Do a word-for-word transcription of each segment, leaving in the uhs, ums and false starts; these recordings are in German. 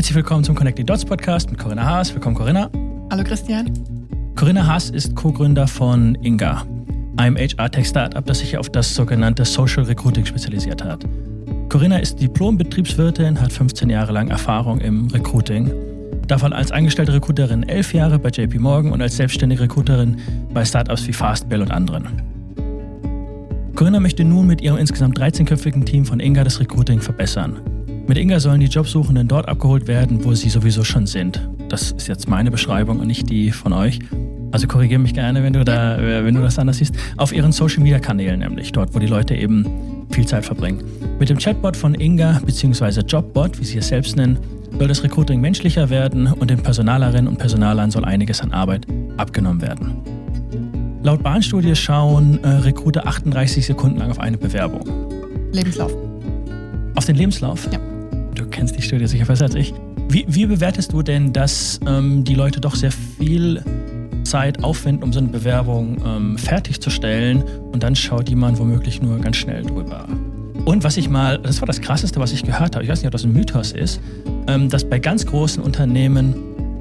Herzlich willkommen zum Connect the Dots Podcast mit Corinna Haas. Willkommen, Corinna. Hallo, Christian. Corinna Haas ist Co-Gründer von Inga, einem H R-Tech-Startup, das sich auf das sogenannte Social Recruiting spezialisiert hat. Corinna ist Diplom-Betriebswirtin, hat fünfzehn Jahre lang Erfahrung im Recruiting. Davon als angestellte Recruiterin elf Jahre bei J P Morgan und als selbstständige Recruiterin bei Startups wie Fastbill und anderen. Corinna möchte nun mit ihrem insgesamt dreizehnköpfigen Team von Inga das Recruiting verbessern. Mit Inga sollen die Jobsuchenden dort abgeholt werden, wo sie sowieso schon sind. Das ist jetzt meine Beschreibung und nicht die von euch. Also korrigiere mich gerne, wenn du, da, wenn du das anders siehst. Auf ihren Social-Media-Kanälen nämlich, dort, wo die Leute eben viel Zeit verbringen. Mit dem Chatbot von Inga, beziehungsweise Jobbot, wie sie es selbst nennen, soll das Recruiting menschlicher werden und den Personalerinnen und Personalern soll einiges an Arbeit abgenommen werden. Laut Bahnstudie schauen äh, Recruiter achtunddreißig Sekunden lang auf eine Bewerbung. Lebenslauf. Auf den Lebenslauf? Ja. Du kennst die Studie sicher besser als ich. Wie, wie bewertest du denn, dass ähm, die Leute doch sehr viel Zeit aufwenden, um so eine Bewerbung ähm, fertigzustellen und dann schaut jemand womöglich nur ganz schnell drüber? Und was ich mal, das war das Krasseste, was ich gehört habe, ich weiß nicht, ob das ein Mythos ist, ähm, dass bei ganz großen Unternehmen,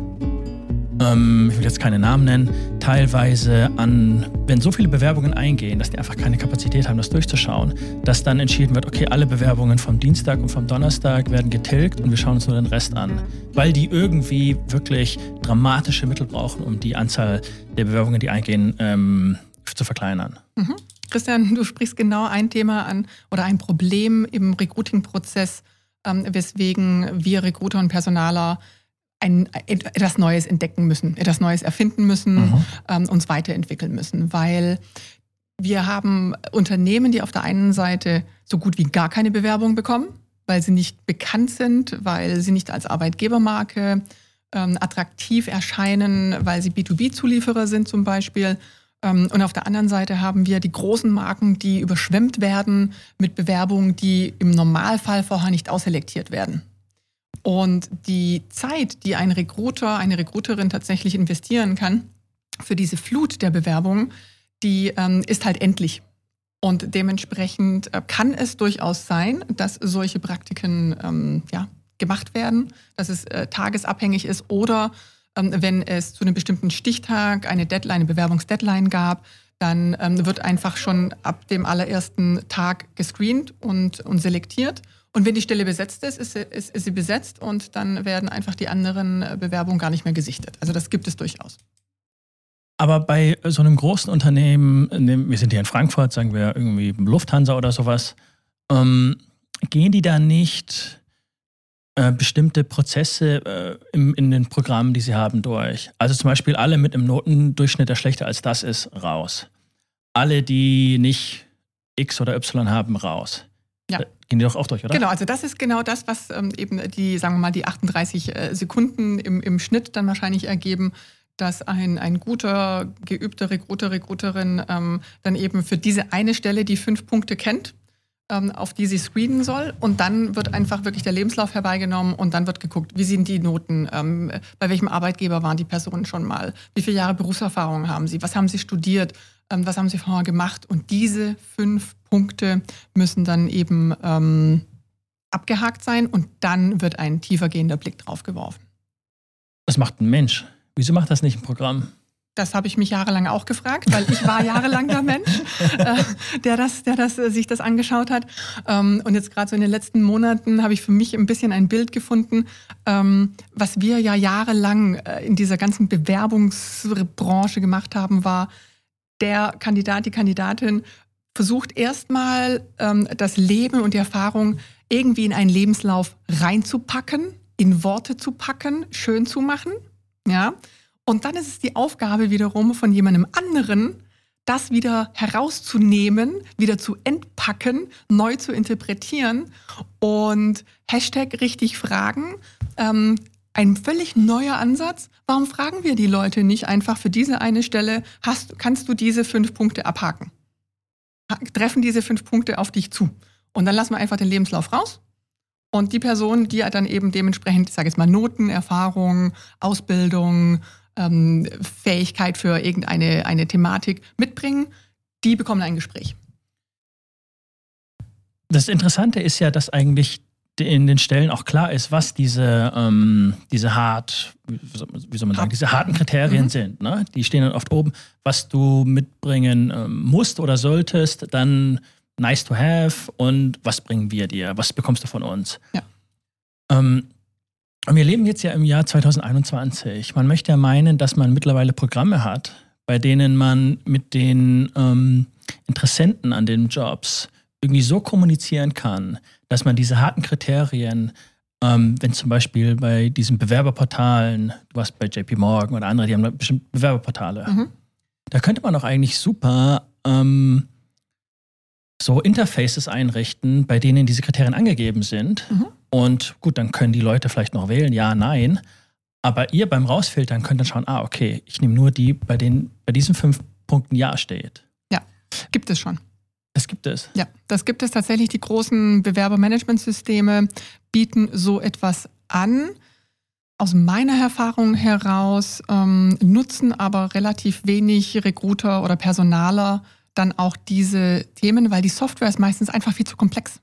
ähm, ich will jetzt keine Namen nennen, teilweise an, wenn so viele Bewerbungen eingehen, dass die einfach keine Kapazität haben, das durchzuschauen, dass dann entschieden wird, okay, alle Bewerbungen vom Dienstag und vom Donnerstag werden getilgt und wir schauen uns nur den Rest an. Weil die irgendwie wirklich dramatische Mittel brauchen, um die Anzahl der Bewerbungen, die eingehen, ähm, zu verkleinern. Mhm. Christian, du sprichst genau ein Thema an oder ein Problem im Recruiting-Prozess, ähm, weswegen wir Recruiter und Personaler ein, etwas Neues entdecken müssen, etwas Neues erfinden müssen, mhm. ähm, uns weiterentwickeln müssen. Weil wir haben Unternehmen, die auf der einen Seite so gut wie gar keine Bewerbung bekommen, weil sie nicht bekannt sind, weil sie nicht als Arbeitgebermarke ähm, attraktiv erscheinen, weil sie B zwei B-Zulieferer sind zum Beispiel. Und auf der anderen Seite haben wir die großen Marken, die überschwemmt werden mit Bewerbungen, die im Normalfall vorher nicht ausselektiert werden. Und die Zeit, die ein Recruiter, eine Recruiterin tatsächlich investieren kann für diese Flut der Bewerbungen, die ähm, ist halt endlich. Und dementsprechend äh, kann es durchaus sein, dass solche Praktiken ähm, ja, gemacht werden, dass es äh, tagesabhängig ist oder wenn es zu einem bestimmten Stichtag eine Deadline, eine Bewerbungsdeadline gab, dann ähm, wird einfach schon ab dem allerersten Tag gescreent und, und selektiert. Und wenn die Stelle besetzt ist, ist sie, ist, ist sie besetzt und dann werden einfach die anderen Bewerbungen gar nicht mehr gesichtet. Also das gibt es durchaus. Aber bei so einem großen Unternehmen, wir sind hier in Frankfurt, sagen wir irgendwie Lufthansa oder sowas, ähm, gehen die da nicht Äh, bestimmte Prozesse äh, im, in den Programmen, die sie haben, durch. Also zum Beispiel alle mit einem Notendurchschnitt, der schlechter als das ist, raus. Alle, die nicht X oder Y haben, raus. Ja. Äh, gehen die doch auch durch, oder? Genau, also das ist genau das, was ähm, eben die, sagen wir mal, die achtunddreißig äh, Sekunden im, im Schnitt dann wahrscheinlich ergeben, dass ein, ein guter, geübter Recruiter, Recruiterin ähm, dann eben für diese eine Stelle die fünf Punkte kennt, auf die sie screenen soll. Und dann wird einfach wirklich der Lebenslauf herbeigenommen und dann wird geguckt, wie sind die Noten, ähm, bei welchem Arbeitgeber waren die Personen schon mal, wie viele Jahre Berufserfahrung haben sie, was haben sie studiert, ähm, was haben sie vorher gemacht. Und diese fünf Punkte müssen dann eben ähm, abgehakt sein und dann wird ein tiefergehender Blick drauf geworfen. Das macht ein Mensch. Wieso macht das nicht ein Programm? Das habe ich mich jahrelang auch gefragt, weil ich war jahrelang der Mensch, äh, der das, der das, äh, sich das angeschaut hat. Ähm, und jetzt gerade so in den letzten Monaten habe ich für mich ein bisschen ein Bild gefunden, ähm, was wir ja jahrelang äh, in dieser ganzen Bewerbungsbranche gemacht haben, war, der Kandidat, die Kandidatin versucht erstmal ähm, das Leben und die Erfahrung irgendwie in einen Lebenslauf reinzupacken, in Worte zu packen, schön zu machen, ja. Und dann ist es die Aufgabe wiederum von jemandem anderen, das wieder herauszunehmen, wieder zu entpacken, neu zu interpretieren und Hashtag richtig fragen. Ähm, ein völlig neuer Ansatz. Warum fragen wir die Leute nicht einfach für diese eine Stelle, hast, kannst du diese fünf Punkte abhaken? Treffen diese fünf Punkte auf dich zu? Und dann lassen wir einfach den Lebenslauf raus. Und die Person, die dann eben dementsprechend, ich sage jetzt mal Noten, Erfahrung, Ausbildung, Ähm, Fähigkeit für irgendeine eine Thematik mitbringen, die bekommen ein Gespräch. Das Interessante ist ja, dass eigentlich in den Stellen auch klar ist, was diese, ähm, diese hart, wie soll man sagen, diese harten Kriterien mhm. sind. Ne? Die stehen dann oft oben, was du mitbringen ähm, musst oder solltest, dann nice to have und was bringen wir dir, was bekommst du von uns. Ja. Ähm, und wir leben jetzt ja im Jahr zwanzig einundzwanzig. Man möchte ja meinen, dass man mittlerweile Programme hat, bei denen man mit den ähm, Interessenten an den Jobs irgendwie so kommunizieren kann, dass man diese harten Kriterien, ähm, wenn zum Beispiel bei diesen Bewerberportalen, du warst bei J P Morgan oder andere, die haben bestimmt Bewerberportale, mhm. da könnte man doch eigentlich super ähm, so Interfaces einrichten, bei denen diese Kriterien angegeben sind. Mhm. Und gut, dann können die Leute vielleicht noch wählen, ja, nein. Aber ihr beim Rausfiltern könnt dann schauen, ah, okay, ich nehme nur die, bei denen bei diesen fünf Punkten Ja steht. Ja, gibt es schon. Das gibt es. Ja, das gibt es tatsächlich. Die großen Bewerbermanagementsysteme bieten so etwas an. Aus meiner Erfahrung heraus ähm, nutzen aber relativ wenig Recruiter oder Personaler dann auch diese Themen, weil die Software ist meistens einfach viel zu komplex.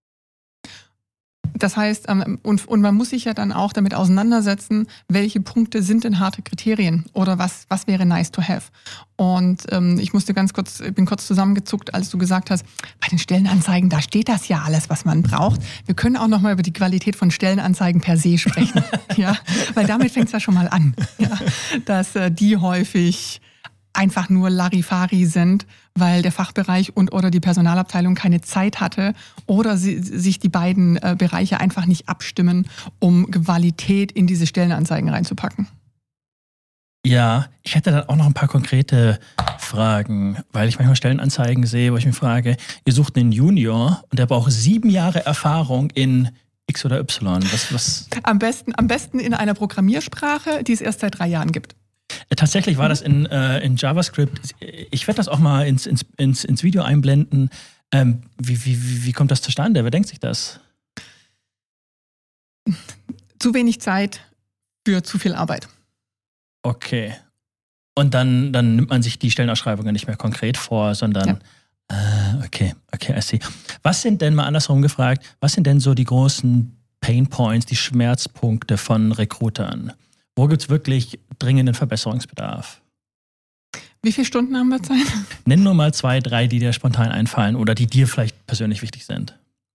Das heißt, ähm, und, und man muss sich ja dann auch damit auseinandersetzen, welche Punkte sind denn harte Kriterien oder was, was wäre nice to have. Und ähm, ich musste ganz kurz, bin kurz zusammengezuckt, als du gesagt hast, bei den Stellenanzeigen, da steht das ja alles, was man braucht. Wir können auch nochmal über die Qualität von Stellenanzeigen per se sprechen. Ja, weil damit fängt es ja schon mal an, ja, dass äh, die häufig einfach nur Larifari sind, weil der Fachbereich und oder die Personalabteilung keine Zeit hatte oder sie, sich die beiden äh, Bereiche einfach nicht abstimmen, um Qualität in diese Stellenanzeigen reinzupacken. Ja, ich hätte dann auch noch ein paar konkrete Fragen, weil ich manchmal Stellenanzeigen sehe, wo ich mich frage, ihr sucht einen Junior und der braucht sieben Jahre Erfahrung in X oder Y. Was, was? Am besten, am besten in einer Programmiersprache, die es erst seit drei Jahren gibt. Tatsächlich war das in, äh, in JavaScript. Ich werde das auch mal ins, ins, ins, ins Video einblenden. Ähm, wie, wie, wie kommt das zustande? Wer denkt sich das? Zu wenig Zeit für zu viel Arbeit. Okay. Und dann, dann nimmt man sich die Stellenausschreibungen nicht mehr konkret vor, sondern ja. äh, okay, okay, I see. Was sind denn, mal andersrum gefragt, was sind denn so die großen Pain Points, die Schmerzpunkte von Recruitern? Wo gibt es wirklich dringenden Verbesserungsbedarf? Wie viele Stunden haben wir Zeit? Nenn nur mal zwei, drei, die dir spontan einfallen oder die dir vielleicht persönlich wichtig sind.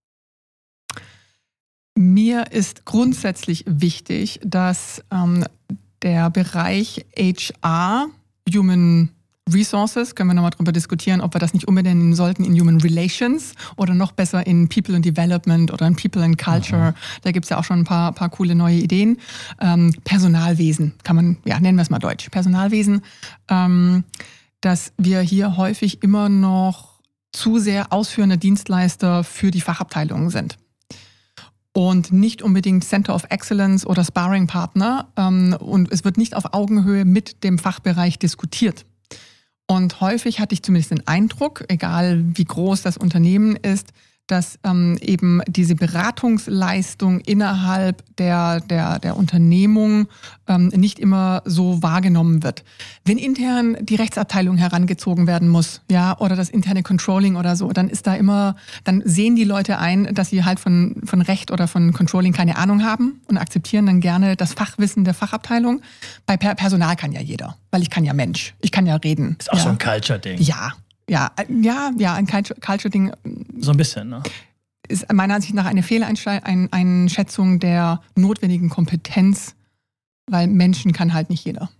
Mir ist grundsätzlich wichtig, dass ähm, der Bereich H R, Human Resources, können wir nochmal drüber diskutieren, ob wir das nicht umbenennen sollten in Human Relations oder noch besser in People and Development oder in People and Culture. Mhm. Da gibt es ja auch schon ein paar, paar coole neue Ideen. Ähm, Personalwesen, kann man, ja, nennen wir es mal Deutsch. Personalwesen, ähm, dass wir hier häufig immer noch zu sehr ausführende Dienstleister für die Fachabteilungen sind. Und nicht unbedingt Center of Excellence oder Sparring-Partner. Ähm, und es wird nicht auf Augenhöhe mit dem Fachbereich diskutiert. Und häufig hatte ich zumindest den Eindruck, egal wie groß das Unternehmen ist, dass ähm, eben diese Beratungsleistung innerhalb der, der, der Unternehmung ähm, nicht immer so wahrgenommen wird. Wenn intern die Rechtsabteilung herangezogen werden muss, ja, oder das interne Controlling oder so, dann ist da immer, dann sehen die Leute ein, dass sie halt von, von Recht oder von Controlling keine Ahnung haben und akzeptieren dann gerne das Fachwissen der Fachabteilung. Bei per- Personal kann ja jeder, weil ich kann ja Mensch, ich kann ja reden. Ist auch ja. so ein Culture-Ding. Ja. Ja, ja, ja, ein Culture-Ding. So ein bisschen, ne? Ist meiner Ansicht nach eine Fehleinschätzung der notwendigen Kompetenz, weil Menschen kann halt nicht jeder.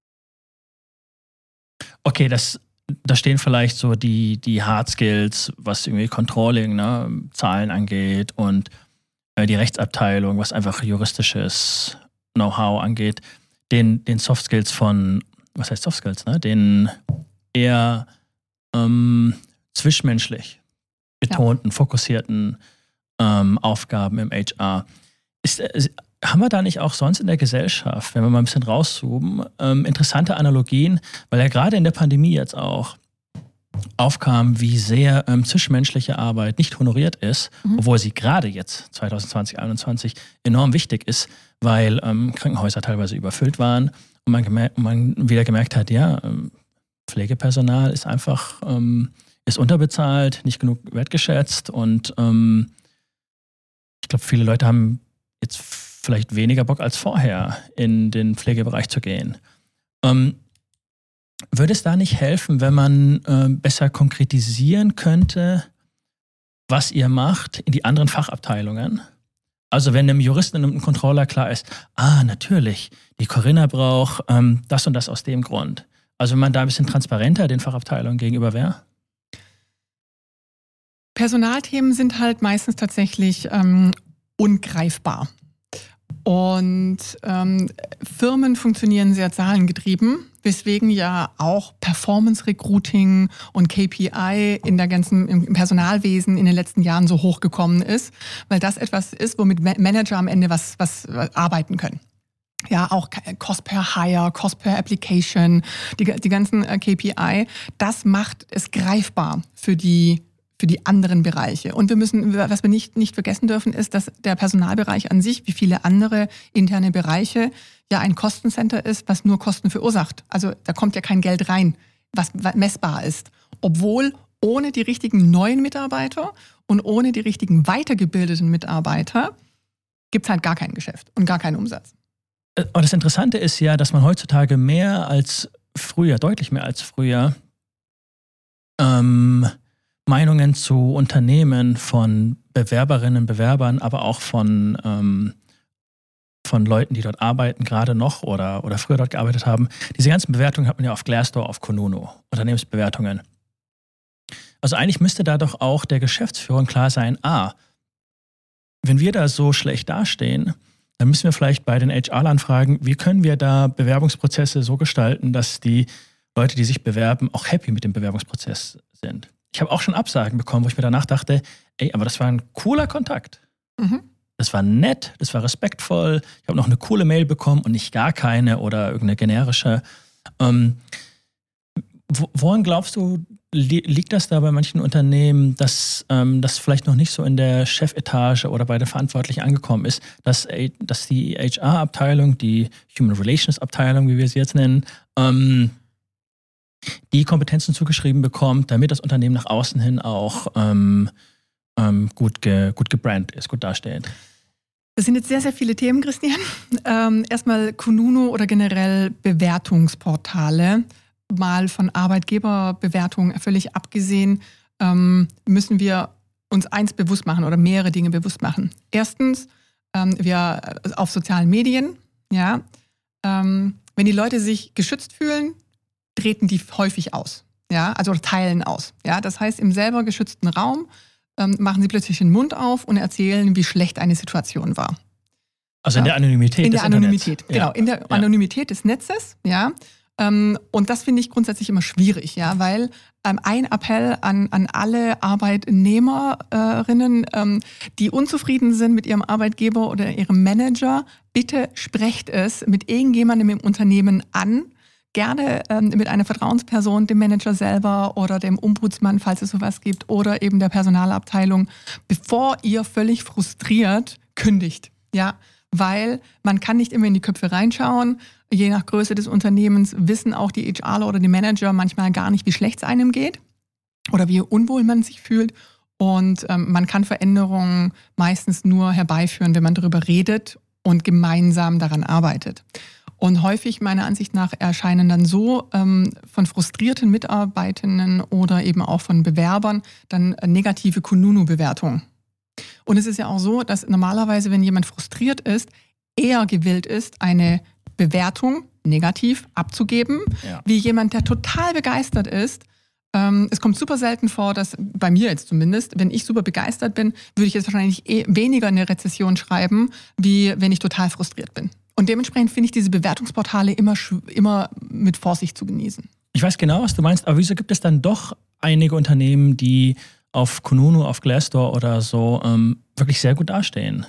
Okay, das, da stehen vielleicht so die, die Hard Skills, was irgendwie Controlling, ne, Zahlen angeht und äh, die Rechtsabteilung, was einfach juristisches Know-how angeht. Den, den Soft Skills von, was heißt Soft Skills, ne? Den eher Ähm, zwischenmenschlich betonten, ja. fokussierten ähm, Aufgaben im H R. Ist, ist, haben wir da nicht auch sonst in der Gesellschaft, wenn wir mal ein bisschen rauszoomen, ähm, interessante Analogien, weil ja gerade in der Pandemie jetzt auch aufkam, wie sehr ähm, zwischenmenschliche Arbeit nicht honoriert ist, mhm. obwohl sie gerade jetzt zwanzig zwanzig, einundzwanzig enorm wichtig ist, weil ähm, Krankenhäuser teilweise überfüllt waren und man, gemer- man wieder gemerkt hat, ja, ähm, Pflegepersonal ist einfach, ähm, ist unterbezahlt, nicht genug wertgeschätzt und ähm, ich glaube, viele Leute haben jetzt vielleicht weniger Bock als vorher, in den Pflegebereich zu gehen. Ähm, würde es da nicht helfen, wenn man äh, besser konkretisieren könnte, was ihr macht in die anderen Fachabteilungen? Also wenn einem Juristen und einem Controller klar ist, ah, natürlich, die Corinna braucht ähm, das und das aus dem Grund. Also wenn man da ein bisschen transparenter den Fachabteilungen gegenüber wäre? Personalthemen sind halt meistens tatsächlich ähm, ungreifbar. Und ähm, Firmen funktionieren sehr zahlengetrieben, weswegen ja auch Performance-Recruiting und K P I in der ganzen, im Personalwesen in den letzten Jahren so hochgekommen ist, weil das etwas ist, womit Manager am Ende was, was arbeiten können. Ja, auch Cost per Hire, Cost per Application, die, die ganzen K P I, das macht es greifbar für die für die anderen Bereiche. Und wir müssen, was wir nicht, nicht vergessen dürfen, ist, dass der Personalbereich an sich, wie viele andere interne Bereiche, ja ein Kostencenter ist, was nur Kosten verursacht. Also da kommt ja kein Geld rein, was messbar ist. Obwohl ohne die richtigen neuen Mitarbeiter und ohne die richtigen weitergebildeten Mitarbeiter gibt's halt gar kein Geschäft und gar keinen Umsatz. Aber das Interessante ist ja, dass man heutzutage mehr als früher, deutlich mehr als früher, ähm, Meinungen zu Unternehmen von Bewerberinnen, Bewerbern, aber auch von, ähm, von Leuten, die dort arbeiten, gerade noch oder, oder früher dort gearbeitet haben. Diese ganzen Bewertungen hat man ja auf Glassdoor, auf Kununu, Unternehmensbewertungen. Also eigentlich müsste da doch auch der Geschäftsführung klar sein, ah, wenn wir da so schlecht dastehen, dann müssen wir vielleicht bei den H R-Lern fragen, wie können wir da Bewerbungsprozesse so gestalten, dass die Leute, die sich bewerben, auch happy mit dem Bewerbungsprozess sind. Ich habe auch schon Absagen bekommen, wo ich mir danach dachte, ey, aber das war ein cooler Kontakt. Mhm. Das war nett, das war respektvoll. Ich habe noch eine coole Mail bekommen und nicht gar keine oder irgendeine generische. Ähm, woran glaubst du, li- liegt das da bei manchen Unternehmen, dass ähm, das vielleicht noch nicht so in der Chefetage oder bei den Verantwortlichen angekommen ist, dass, dass die H R-Abteilung, die Human Relations-Abteilung, wie wir sie jetzt nennen, ähm, die Kompetenzen zugeschrieben bekommt, damit das Unternehmen nach außen hin auch ähm, ähm, gut, ge, gut gebrandet ist, gut dasteht? Das sind jetzt sehr, sehr viele Themen, Christian. Ähm, erstmal Kununu oder generell Bewertungsportale. Mal von Arbeitgeberbewertungen völlig abgesehen, ähm, müssen wir uns eins bewusst machen oder mehrere Dinge bewusst machen. Erstens, ähm, wir auf sozialen Medien, ja, ähm, wenn die Leute sich geschützt fühlen, treten die häufig aus, ja, also teilen aus. Ja, das heißt, im selber geschützten Raum ähm, machen sie plötzlich den Mund auf und erzählen, wie schlecht eine Situation war. Also in der Anonymität in des der Anonymität, Internets. genau, Ja. in der Ja. Anonymität des Netzes, ja. Ähm, und das finde ich grundsätzlich immer schwierig, ja, weil ähm, ein Appell an, an alle Arbeitnehmerinnen, ähm, die unzufrieden sind mit ihrem Arbeitgeber oder ihrem Manager, bitte sprecht es mit irgendjemandem im Unternehmen an, gerne ähm, mit einer Vertrauensperson, dem Manager selber oder dem Ombudsmann, falls es sowas gibt, oder eben der Personalabteilung, bevor ihr völlig frustriert kündigt. Ja, weil man kann nicht immer in die Köpfe reinschauen. Je nach Größe des Unternehmens wissen auch die H Rler oder die Manager manchmal gar nicht, wie schlecht es einem geht oder wie unwohl man sich fühlt. Und ähm, man kann Veränderungen meistens nur herbeiführen, wenn man darüber redet und gemeinsam daran arbeitet. Und häufig, meiner Ansicht nach, erscheinen dann so ähm, von frustrierten Mitarbeitenden oder eben auch von Bewerbern dann negative Kununu-Bewertungen. Und es ist ja auch so, dass normalerweise, wenn jemand frustriert ist, eher gewillt ist, eine Bewertung negativ abzugeben, ja, wie jemand, der total begeistert ist. Ähm, es kommt super selten vor, dass, bei mir jetzt zumindest, wenn ich super begeistert bin, würde ich jetzt wahrscheinlich eh weniger eine Rezession schreiben, wie wenn ich total frustriert bin. Und dementsprechend finde ich diese Bewertungsportale immer, immer mit Vorsicht zu genießen. Ich weiß genau, was du meinst, aber wieso gibt es dann doch einige Unternehmen, die auf Kununu, auf Glassdoor oder so ähm, wirklich sehr gut dastehen?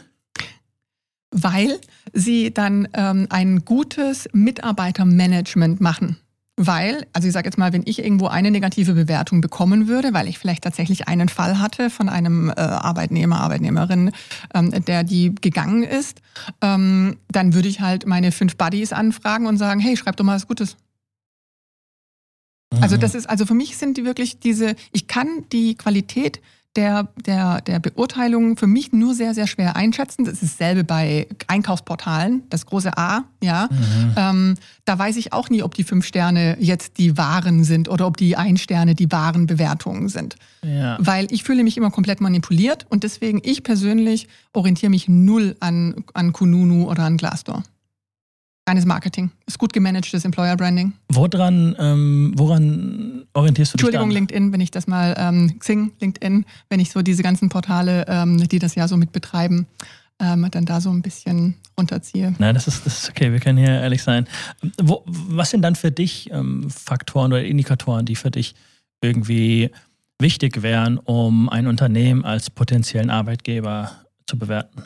Weil sie dann ähm, ein gutes Mitarbeitermanagement machen. Weil, also ich sage jetzt mal, wenn ich irgendwo eine negative Bewertung bekommen würde, weil ich vielleicht tatsächlich einen Fall hatte von einem äh, Arbeitnehmer, Arbeitnehmerin, ähm, der die gegangen ist, ähm, dann würde ich halt meine fünf Buddies anfragen und sagen, hey, schreib doch mal was Gutes. Mhm. Also das ist, also für mich sind die wirklich diese, ich kann die Qualität der, der, der Beurteilung für mich nur sehr, sehr schwer einschätzen. Das ist dasselbe bei Einkaufsportalen, das große A. Ja, mhm. ähm, da weiß ich auch nie, ob die fünf Sterne jetzt die wahren sind oder ob die ein Sterne die wahren Bewertungen sind. Ja. Weil ich fühle mich immer komplett manipuliert und deswegen, ich persönlich orientiere mich null an, an Kununu oder an Glassdoor. Reines Marketing. Ist gut gemanagtes Employer Branding. Woran, ähm, woran orientierst du dich Entschuldigung, dann? LinkedIn, wenn ich das mal, ähm, Xing, LinkedIn, wenn ich so diese ganzen Portale, ähm, die das ja so mit betreiben, ähm, dann da so ein bisschen runterziehe. Nein, das ist, das ist okay, wir können hier ehrlich sein. Wo, was sind dann für dich ähm, Faktoren oder Indikatoren, die für dich irgendwie wichtig wären, um ein Unternehmen als potenziellen Arbeitgeber zu bewerten?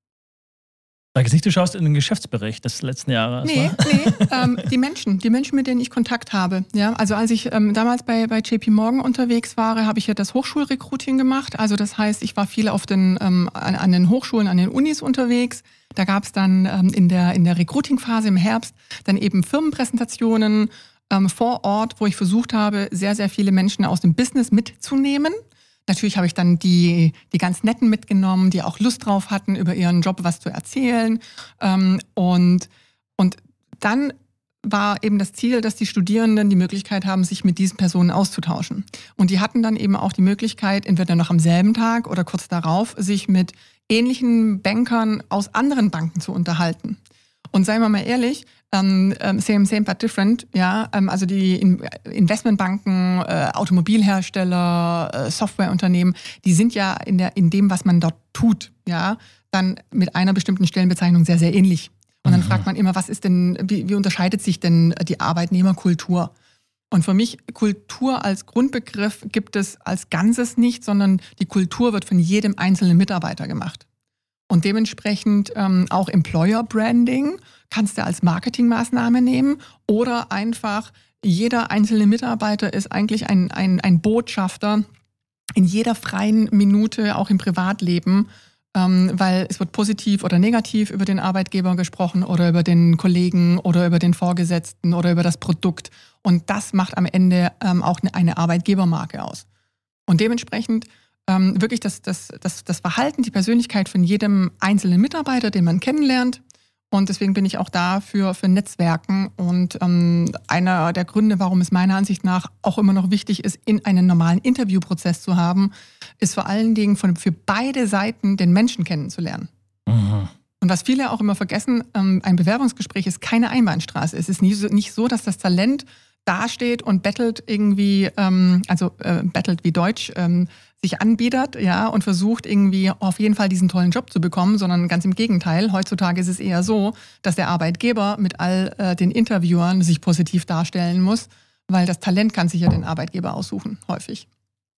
Sag jetzt nicht, du schaust in den Geschäftsbericht des letzten Jahres. Nee, ne? nee, ähm, die Menschen, die Menschen, mit denen ich Kontakt habe. Ja, also als ich ähm, damals bei, bei J P Morgan unterwegs war, habe ich ja das Hochschulrecruiting gemacht. Also das heißt, ich war viel auf den, ähm, an, an den Hochschulen, an den Unis unterwegs. Da gab es dann ähm, in der, in der Recruiting-Phase im Herbst dann eben Firmenpräsentationen ähm, vor Ort, wo ich versucht habe, sehr, sehr viele Menschen aus dem Business mitzunehmen. Natürlich habe ich dann die, die ganz Netten mitgenommen, die auch Lust drauf hatten, über ihren Job was zu erzählen. Und, und dann war eben das Ziel, dass die Studierenden die Möglichkeit haben, sich mit diesen Personen auszutauschen. Und die hatten dann eben auch die Möglichkeit, entweder noch am selben Tag oder kurz darauf, sich mit ähnlichen Bankern aus anderen Banken zu unterhalten. Und seien wir mal ehrlich, ähm, same, same but different, ja, ähm, also die In- Investmentbanken, äh, Automobilhersteller, äh, Softwareunternehmen, die sind ja in der, in dem, was man dort tut, ja, dann mit einer bestimmten Stellenbezeichnung sehr, sehr ähnlich. Und dann mhm. fragt man immer, was ist denn, wie, wie unterscheidet sich denn die Arbeitnehmerkultur? Und für mich, Kultur als Grundbegriff gibt es als Ganzes nicht, sondern die Kultur wird von jedem einzelnen Mitarbeiter gemacht. Und dementsprechend ähm, auch Employer Branding kannst du als Marketingmaßnahme nehmen oder einfach jeder einzelne Mitarbeiter ist eigentlich ein, ein, ein Botschafter in jeder freien Minute, auch im Privatleben, ähm, weil es wird positiv oder negativ über den Arbeitgeber gesprochen oder über den Kollegen oder über den Vorgesetzten oder über das Produkt. Und das macht am Ende ähm, auch eine Arbeitgebermarke aus. Und dementsprechend Ähm, wirklich das, das, das, das Verhalten, die Persönlichkeit von jedem einzelnen Mitarbeiter, den man kennenlernt. Und deswegen bin ich auch da für, für Netzwerken. Und ähm, einer der Gründe, warum es meiner Ansicht nach auch immer noch wichtig ist, in einen normalen Interviewprozess zu haben, ist vor allen Dingen von, für beide Seiten den Menschen kennenzulernen. Mhm. Und was viele auch immer vergessen, ähm, ein Bewerbungsgespräch ist keine Einbahnstraße. Es ist nie so, nicht so, dass das Talent dasteht und bettelt irgendwie, ähm, also äh, bettelt wie Deutsch, ähm, sich anbietet, ja, und versucht irgendwie auf jeden Fall diesen tollen Job zu bekommen, sondern ganz im Gegenteil. Heutzutage ist es eher so, dass der Arbeitgeber mit all äh, den Interviewern sich positiv darstellen muss, weil das Talent kann sich ja den Arbeitgeber aussuchen, häufig.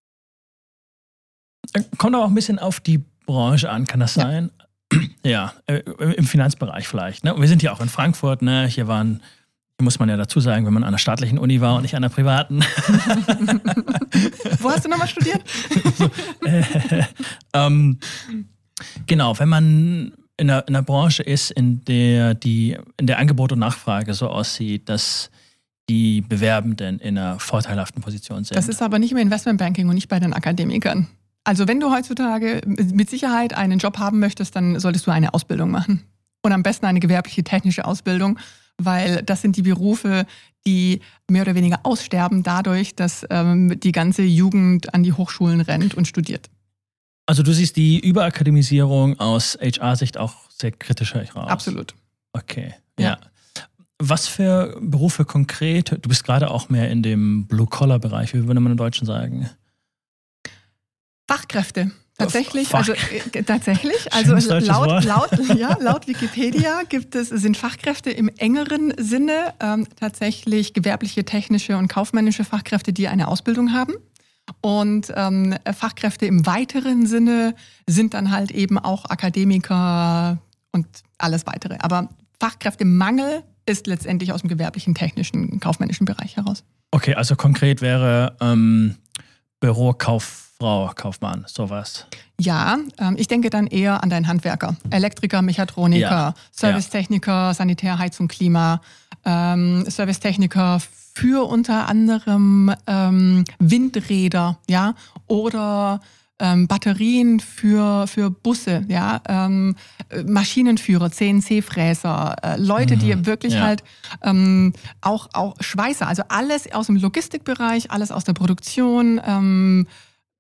Kommt aber auch ein bisschen auf die Branche an, kann das sein? Ja, ja äh, im Finanzbereich vielleicht. Ne? Und wir sind ja auch in Frankfurt, ne? Hier waren... Muss man ja dazu sagen, wenn man an einer staatlichen Uni war und nicht an einer privaten. Wo hast du nochmal studiert? so, äh, ähm, genau, wenn man in einer, in einer Branche ist, in der die in der Angebot und Nachfrage so aussieht, dass die Bewerbenden in einer vorteilhaften Position sind. Das ist aber nicht im Investmentbanking und nicht bei den Akademikern. Also wenn du heutzutage mit Sicherheit einen Job haben möchtest, dann solltest du eine Ausbildung machen. Und am besten eine gewerbliche technische Ausbildung. Weil das sind die Berufe, die mehr oder weniger aussterben dadurch, dass ähm, die ganze Jugend an die Hochschulen rennt und studiert. Also du siehst die Überakademisierung aus H R-Sicht auch sehr kritisch raus? Absolut. Okay, ja. ja. Was für Berufe konkret? Du bist gerade auch mehr in dem Blue-Collar-Bereich, wie würde man im Deutschen sagen? Fachkräfte. Tatsächlich, Fach. also äh, tatsächlich, also laut, laut, ja, laut Wikipedia gibt es, sind Fachkräfte im engeren Sinne ähm, tatsächlich gewerbliche, technische und kaufmännische Fachkräfte, die eine Ausbildung haben. Und ähm, Fachkräfte im weiteren Sinne sind dann halt eben auch Akademiker und alles weitere. Aber Fachkräftemangel ist letztendlich aus dem gewerblichen, technischen, kaufmännischen Bereich heraus. Okay, also konkret wäre ähm, Bürokauffrau, Kaufmann, sowas. Ja, ähm, ich denke dann eher an deinen Handwerker, Elektriker, Mechatroniker, ja. Servicetechniker, ja. Sanitär, Heizung, Klima, ähm, Servicetechniker für unter anderem ähm, Windräder, ja, oder ähm, Batterien für, für Busse, ja, ähm, Maschinenführer, C N C-Fräser, äh, Leute, mhm, die wirklich ja. halt ähm, auch, auch Schweißer, also alles aus dem Logistikbereich, alles aus der Produktion, ähm,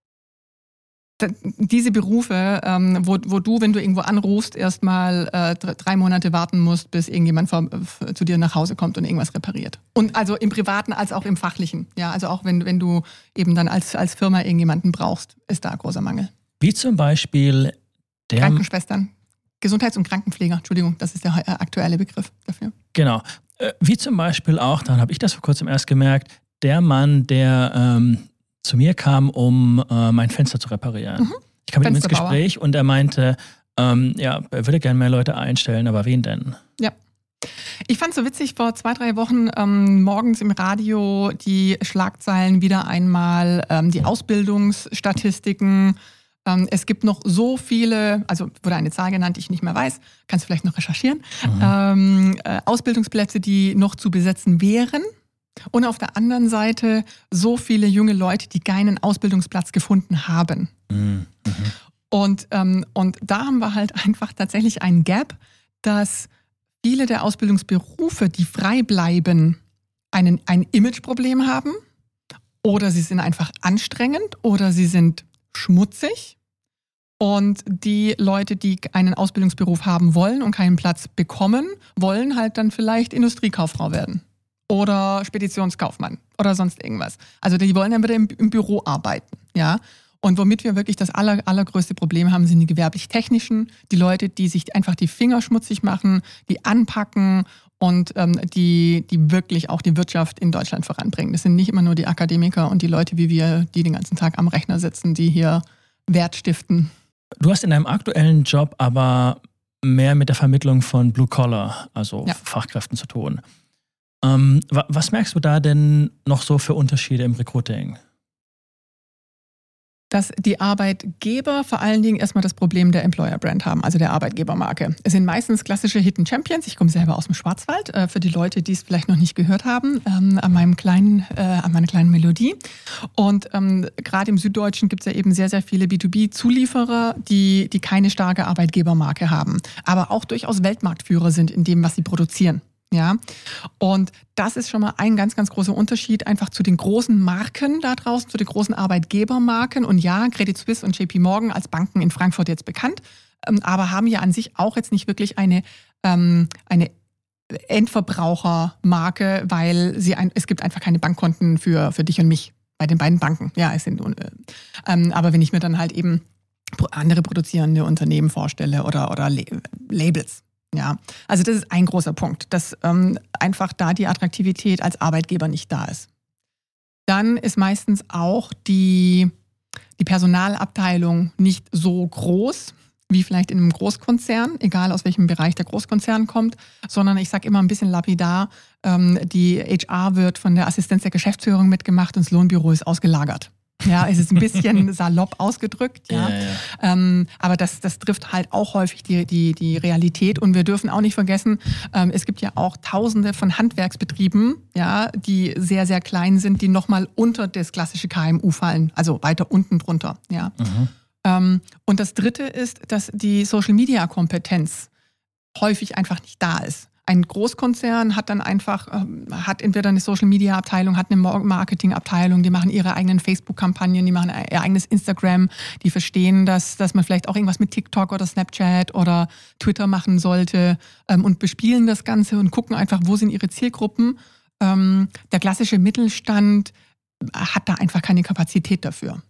diese Berufe, ähm, wo, wo du, wenn du irgendwo anrufst, erstmal äh, drei Monate warten musst, bis irgendjemand vor, f- zu dir nach Hause kommt und irgendwas repariert. Und also im Privaten als auch im Fachlichen. Ja, also auch wenn, wenn du eben dann als, als Firma irgendjemanden brauchst, ist da großer Mangel. Wie zum Beispiel der Krankenschwestern, Gesundheits- und Krankenpfleger, Entschuldigung, das ist der aktuelle Begriff dafür. Genau. Wie zum Beispiel auch, dann habe ich das vor kurzem erst gemerkt, der Mann, der ähm, zu mir kam, um äh, mein Fenster zu reparieren. Mhm. Ich kam mit ihm ins Gespräch und er meinte, ähm, ja, er würde gerne mehr Leute einstellen, aber wen denn? Ja. Ich fand es so witzig, vor zwei, drei Wochen ähm, morgens im Radio die Schlagzeilen wieder einmal, ähm, die Ausbildungsstatistiken. Ähm, es gibt noch so viele, also wurde eine Zahl genannt, die ich nicht mehr weiß, kannst du vielleicht noch recherchieren, mhm. ähm, äh, Ausbildungsplätze, die noch zu besetzen wären. Und auf der anderen Seite so viele junge Leute, die keinen Ausbildungsplatz gefunden haben. Mhm. Und, ähm, und da haben wir halt einfach tatsächlich einen Gap, dass viele der Ausbildungsberufe, die frei bleiben, einen, ein Imageproblem haben oder sie sind einfach anstrengend oder sie sind schmutzig. Und die Leute, die einen Ausbildungsberuf haben wollen und keinen Platz bekommen, wollen halt dann vielleicht Industriekauffrau werden. Oder Speditionskaufmann oder sonst irgendwas. Also die wollen dann wieder im, im Büro arbeiten, ja. Und womit wir wirklich das aller, allergrößte Problem haben, sind die gewerblich-technischen, die Leute, die sich einfach die Finger schmutzig machen, die anpacken und ähm, die, die wirklich auch die Wirtschaft in Deutschland voranbringen. Das sind nicht immer nur die Akademiker und die Leute wie wir, die den ganzen Tag am Rechner sitzen, die hier Wert stiften. Du hast in deinem aktuellen Job aber mehr mit der Vermittlung von Blue Collar, also ja. Fachkräften zu tun. Ähm, was merkst du da denn noch so für Unterschiede im Recruiting? Dass die Arbeitgeber vor allen Dingen erstmal das Problem der Employer-Brand haben, also der Arbeitgebermarke. Es sind meistens klassische Hidden Champions. Ich komme selber aus dem Schwarzwald, äh, für die Leute, die es vielleicht noch nicht gehört haben, ähm, an meinem kleinen, äh, an meiner kleinen Melodie. Und ähm, gerade im Süddeutschen gibt es ja eben sehr, sehr viele B zwei B-Zulieferer, die, die keine starke Arbeitgebermarke haben, aber auch durchaus Weltmarktführer sind in dem, was sie produzieren. Ja, und das ist schon mal ein ganz, ganz großer Unterschied einfach zu den großen Marken da draußen, zu den großen Arbeitgebermarken. Und ja, Credit Suisse und J P Morgan als Banken in Frankfurt jetzt bekannt, aber haben ja an sich auch jetzt nicht wirklich eine, ähm, eine Endverbrauchermarke, weil sie ein, es gibt einfach keine Bankkonten für, für dich und mich bei den beiden Banken. Ja, es sind, äh, ähm, aber wenn ich mir dann halt eben andere produzierende Unternehmen vorstelle oder, oder Labels. Ja, also das ist ein großer Punkt, dass ähm, einfach da die Attraktivität als Arbeitgeber nicht da ist. Dann ist meistens auch die, die Personalabteilung nicht so groß wie vielleicht in einem Großkonzern, egal aus welchem Bereich der Großkonzern kommt, sondern ich sage immer ein bisschen lapidar, ähm, die H R wird von der Assistenz der Geschäftsführung mitgemacht und das Lohnbüro ist ausgelagert. Ja, es ist ein bisschen salopp ausgedrückt, ja. ja, ja. Ähm, aber das, das trifft halt auch häufig die, die, die Realität. Und wir dürfen auch nicht vergessen, ähm, es gibt ja auch Tausende von Handwerksbetrieben, ja, die sehr, sehr klein sind, die nochmal unter das klassische K M U fallen, also weiter unten drunter, ja. Mhm. Ähm, und das Dritte ist, dass die Social-Media-Kompetenz häufig einfach nicht da ist. Ein Großkonzern hat dann einfach, hat entweder eine Social-Media-Abteilung, hat eine Marketing-Abteilung, die machen ihre eigenen Facebook-Kampagnen, die machen ihr eigenes Instagram, die verstehen, dass, dass man vielleicht auch irgendwas mit TikTok oder Snapchat oder Twitter machen sollte ähm, und bespielen das Ganze und gucken einfach, wo sind ihre Zielgruppen. Ähm, der klassische Mittelstand hat da einfach keine Kapazität dafür.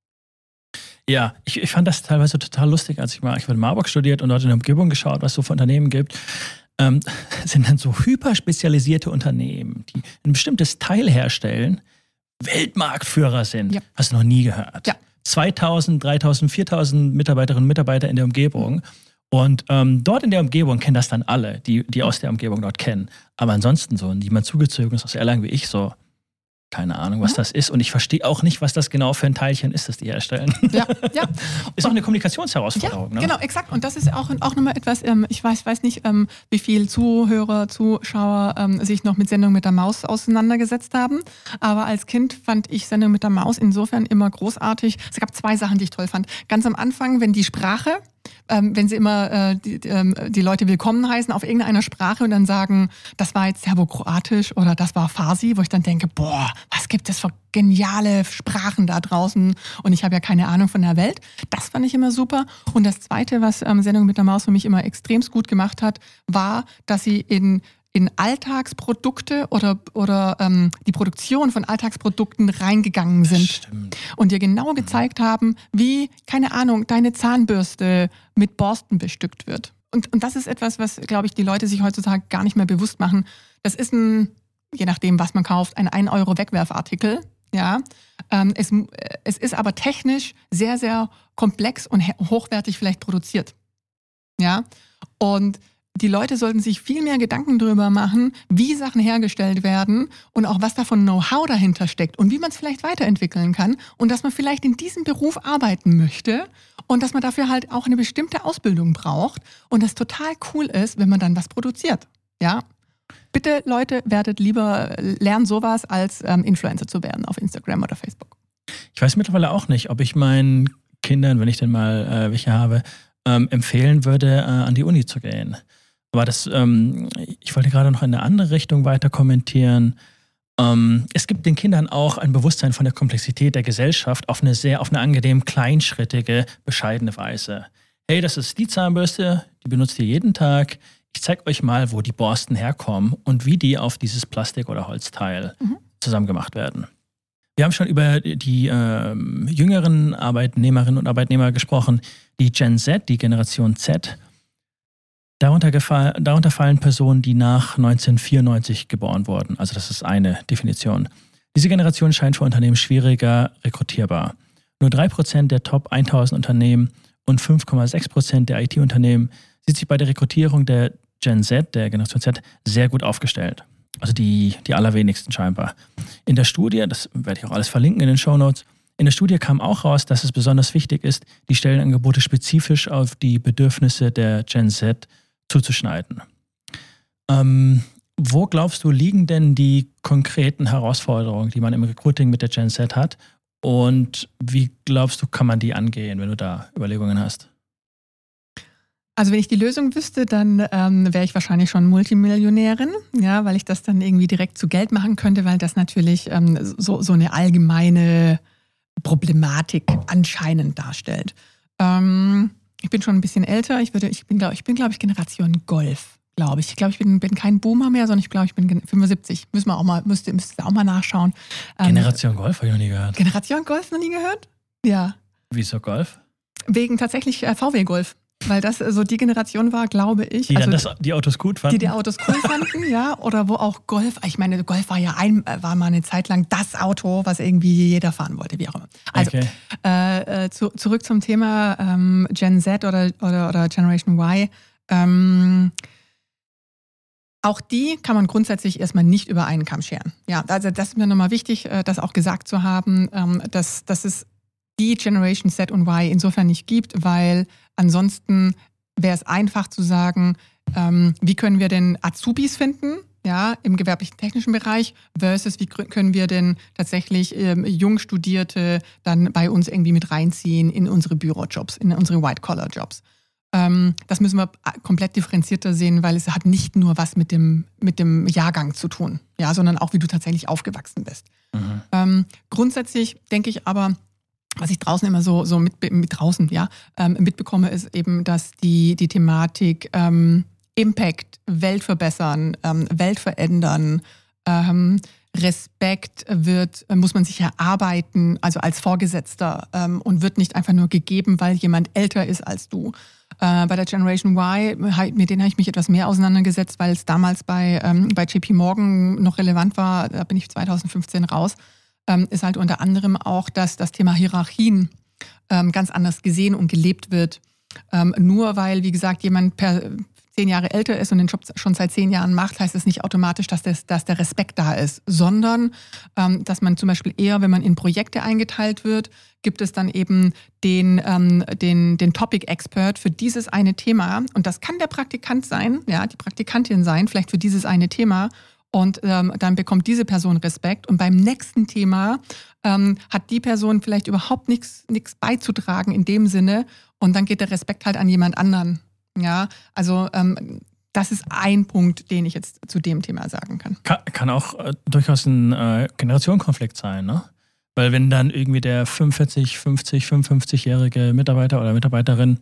Ja, ich, ich fand das teilweise total lustig, als ich mal, ich habe in Marburg studiert und dort in der Umgebung geschaut, was es so für Unternehmen gibt. Ähm, sind dann so hyperspezialisierte Unternehmen, die ein bestimmtes Teil herstellen, Weltmarktführer sind. Ja. Hast du noch nie gehört. Ja. zweitausend, dreitausend, viertausend Mitarbeiterinnen und Mitarbeiter in der Umgebung. Und ähm, dort in der Umgebung kennen das dann alle, die, die aus der Umgebung dort kennen. Aber ansonsten so, jemand zugezogen ist aus Erlangen wie ich, so, keine Ahnung, was mhm. das ist. Und ich verstehe auch nicht, was das genau für ein Teilchen ist, das die herstellen. Ja, ja. Ist auch eine Kommunikationsherausforderung. Ja, ne? Genau, exakt. Und das ist auch, auch nochmal etwas, ähm, ich weiß, weiß nicht, ähm, wie viel Zuhörer, Zuschauer ähm, sich noch mit Sendung mit der Maus auseinandergesetzt haben. Aber als Kind fand ich Sendung mit der Maus insofern immer großartig. Es gab zwei Sachen, die ich toll fand. Ganz am Anfang, wenn die Sprache, ähm, wenn sie immer äh, die, ähm, die Leute willkommen heißen auf irgendeiner Sprache und dann sagen, das war jetzt Serbokroatisch oder das war Farsi, wo ich dann denke, boah, was gibt es für geniale Sprachen da draußen und ich habe ja keine Ahnung von der Welt. Das fand ich immer super. Und das Zweite, was ähm, Sendung mit der Maus für mich immer extremst gut gemacht hat, war, dass sie in in Alltagsprodukte oder, oder ähm, die Produktion von Alltagsprodukten reingegangen sind. Stimmt. Und dir genau gezeigt haben, wie, keine Ahnung, deine Zahnbürste mit Borsten bestückt wird. Und, und das ist etwas, was, glaube ich, die Leute sich heutzutage gar nicht mehr bewusst machen. Das ist ein, je nachdem, was man kauft, ein ein Euro Wegwerfartikel. Ja, ähm, es, es ist aber technisch sehr, sehr komplex und hochwertig vielleicht produziert. Ja, und die Leute sollten sich viel mehr Gedanken darüber machen, wie Sachen hergestellt werden und auch was da von Know-how dahinter steckt und wie man es vielleicht weiterentwickeln kann und dass man vielleicht in diesem Beruf arbeiten möchte und dass man dafür halt auch eine bestimmte Ausbildung braucht und das total cool ist, wenn man dann was produziert. Ja, bitte Leute, werdet lieber, lernen sowas, als ähm, Influencer zu werden auf Instagram oder Facebook. Ich weiß mittlerweile auch nicht, ob ich meinen Kindern, wenn ich denn mal äh, welche habe, ähm, empfehlen würde, äh, an die Uni zu gehen. Aber das, ähm, ich wollte gerade noch in eine andere Richtung weiter kommentieren. Ähm, es gibt den Kindern auch ein Bewusstsein von der Komplexität der Gesellschaft auf eine sehr, auf eine angenehm kleinschrittige, bescheidene Weise. Hey, das ist die Zahnbürste, die benutzt ihr jeden Tag. Ich zeige euch mal, wo die Borsten herkommen und wie die auf dieses Plastik- oder Holzteil mhm. zusammengemacht werden. Wir haben schon über die äh, jüngeren Arbeitnehmerinnen und Arbeitnehmer gesprochen. Die Gen Z, die Generation Z, Darunter, gefall, darunter fallen Personen, die nach neunzehnhundertvierundneunzig geboren wurden. Also das ist eine Definition. Diese Generation scheint für Unternehmen schwieriger rekrutierbar. Nur drei Prozent der Top tausend Unternehmen und fünf Komma sechs Prozent der I T-Unternehmen sieht sich bei der Rekrutierung der Gen Z, der Generation Z, sehr gut aufgestellt. Also die, die allerwenigsten scheinbar. In der Studie, das werde ich auch alles verlinken in den Shownotes, in der Studie kam auch raus, dass es besonders wichtig ist, die Stellenangebote spezifisch auf die Bedürfnisse der Gen Z zuzuschneiden. Ähm, wo glaubst du, liegen denn die konkreten Herausforderungen, die man im Recruiting mit der Gen Z hat? Und wie glaubst du, kann man die angehen, wenn du da Überlegungen hast? Also wenn ich die Lösung wüsste, dann ähm, wäre ich wahrscheinlich schon Multimillionärin, ja, weil ich das dann irgendwie direkt zu Geld machen könnte, weil das natürlich ähm, so, so eine allgemeine Problematik anscheinend darstellt. Ähm, Ich bin schon ein bisschen älter. Ich würde, ich bin, glaube ich, bin, glaube ich, Generation Golf, glaube ich. Ich glaube, ich bin, bin kein Boomer mehr, sondern ich glaube, ich bin fünfundsiebzig. Müssen wir auch mal, müsst, müsst ihr auch mal nachschauen. Generation ähm, Golf habe ich noch nie gehört. Generation Golf noch nie gehört? Ja. Wieso Golf? Wegen tatsächlich äh, V W Golf. Weil das so die Generation war, glaube ich. Die also, dann das, die Autos gut fanden? Die die Autos cool fanden, ja. Oder wo auch Golf, ich meine, Golf war ja ein, war mal eine Zeit lang das Auto, was irgendwie jeder fahren wollte, wie auch immer. Also, okay. äh, äh, zu, zurück zum Thema ähm, Gen Z oder, oder, oder Generation Y. Ähm, auch die kann man grundsätzlich erstmal nicht über einen Kamm scheren. Ja, also das ist mir nochmal wichtig, das auch gesagt zu haben, ähm, dass, dass es die Generation Z und Y insofern nicht gibt, weil ansonsten wäre es einfach zu sagen, ähm, wie können wir denn Azubis finden, ja, im gewerblichen technischen Bereich versus wie können wir denn tatsächlich ähm, Jungstudierte dann bei uns irgendwie mit reinziehen in unsere Bürojobs, in unsere White-Collar-Jobs. Ähm, das müssen wir komplett differenzierter sehen, weil es hat nicht nur was mit dem, mit dem Jahrgang zu tun, ja, sondern auch, wie du tatsächlich aufgewachsen bist. Mhm. Ähm, grundsätzlich denke ich aber, was ich draußen immer so, so mit, mit draußen, ja, ähm, mitbekomme, ist eben, dass die, die Thematik ähm, Impact, Welt verbessern, ähm, Welt verändern, ähm, Respekt wird, muss man sich erarbeiten, also als Vorgesetzter ähm, und wird nicht einfach nur gegeben, weil jemand älter ist als du. Äh, bei der Generation Y, mit denen habe ich mich etwas mehr auseinandergesetzt, weil es damals bei, ähm, bei J P Morgan noch relevant war, da bin ich zwanzig fünfzehn raus, ähm, ist halt unter anderem auch, dass das Thema Hierarchien ähm, ganz anders gesehen und gelebt wird. Ähm, nur weil, wie gesagt, jemand per zehn Jahre älter ist und den Job schon seit zehn Jahren macht, heißt es nicht automatisch, dass, das, dass der Respekt da ist, sondern ähm, dass man zum Beispiel eher, wenn man in Projekte eingeteilt wird, gibt es dann eben den, ähm, den, den Topic-Expert für dieses eine Thema. Und das kann der Praktikant sein, ja, die Praktikantin sein, vielleicht für dieses eine Thema. Und ähm, dann bekommt diese Person Respekt. Und beim nächsten Thema ähm, hat die Person vielleicht überhaupt nichts nichts beizutragen in dem Sinne. Und dann geht der Respekt halt an jemand anderen. Ja, also ähm, das ist ein Punkt, den ich jetzt zu dem Thema sagen kann. Kann, kann auch äh, durchaus ein äh, Generationenkonflikt sein, ne? Weil wenn dann irgendwie der fünfundvierzig, fünfzig, fünfundfünfzigjährige Mitarbeiter oder Mitarbeiterin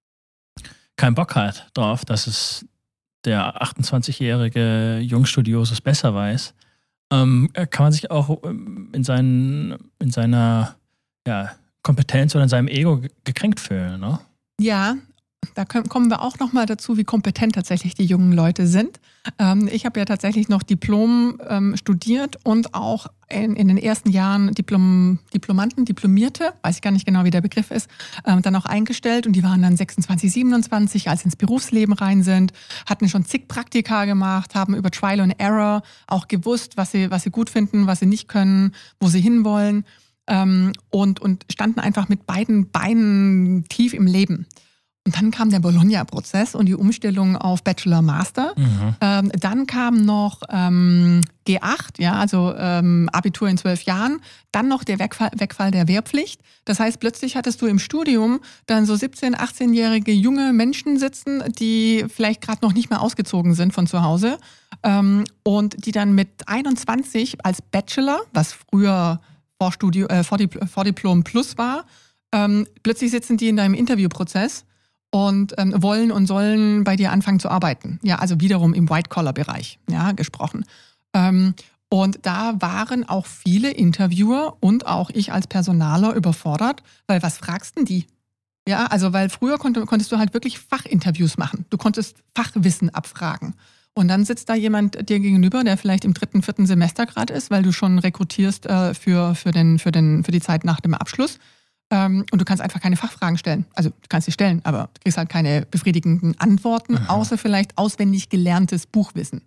keinen Bock hat drauf, dass es der achtundzwanzigjährige Jungstudiosus besser weiß, ähm, kann man sich auch in, seinen, in seiner ja, Kompetenz oder in seinem Ego gekränkt fühlen, ne? Ja, da können, kommen wir auch nochmal dazu, wie kompetent tatsächlich die jungen Leute sind. Ähm, ich habe ja tatsächlich noch Diplom ähm, studiert und auch in, in den ersten Jahren Diplom, Diplomanten, Diplomierte, weiß ich gar nicht genau, wie der Begriff ist, ähm, dann auch eingestellt. Und die waren dann sechsundzwanzig, siebenundzwanzig, als sie ins Berufsleben rein sind, hatten schon zig Praktika gemacht, haben über Trial and Error auch gewusst, was sie, was sie gut finden, was sie nicht können, wo sie hinwollen. Ähm, und, und standen einfach mit beiden Beinen tief im Leben. Und dann kam der Bologna-Prozess und die Umstellung auf Bachelor-Master. Mhm. Ähm, dann kam noch ähm, G acht, ja, also ähm, Abitur in zwölf Jahren. Dann noch der Wegfall, Wegfall der Wehrpflicht. Das heißt, plötzlich hattest du im Studium dann so siebzehn-, achtzehnjährige junge Menschen sitzen, die vielleicht gerade noch nicht mehr ausgezogen sind von zu Hause. Ähm, und die dann mit einundzwanzig als Bachelor, was früher Vorstudio, äh, Vordiplom Plus war, ähm, plötzlich sitzen die in deinem Interviewprozess und ähm, wollen und sollen bei dir anfangen zu arbeiten. Ja, also wiederum im White-Collar-Bereich, ja, gesprochen. Ähm, und da waren auch viele Interviewer und auch ich als Personaler überfordert, weil was fragst denn die? Ja, also weil früher konnt, konntest du halt wirklich Fachinterviews machen. Du konntest Fachwissen abfragen. Und dann sitzt da jemand dir gegenüber, der vielleicht im dritten, vierten Semester gerade ist, weil du schon rekrutierst äh, für, für, den, für, den, für die Zeit nach dem Abschluss. Ähm, und du kannst einfach keine Fachfragen stellen. Also du kannst sie stellen, aber du kriegst halt keine befriedigenden Antworten, Aha. außer vielleicht auswendig gelerntes Buchwissen.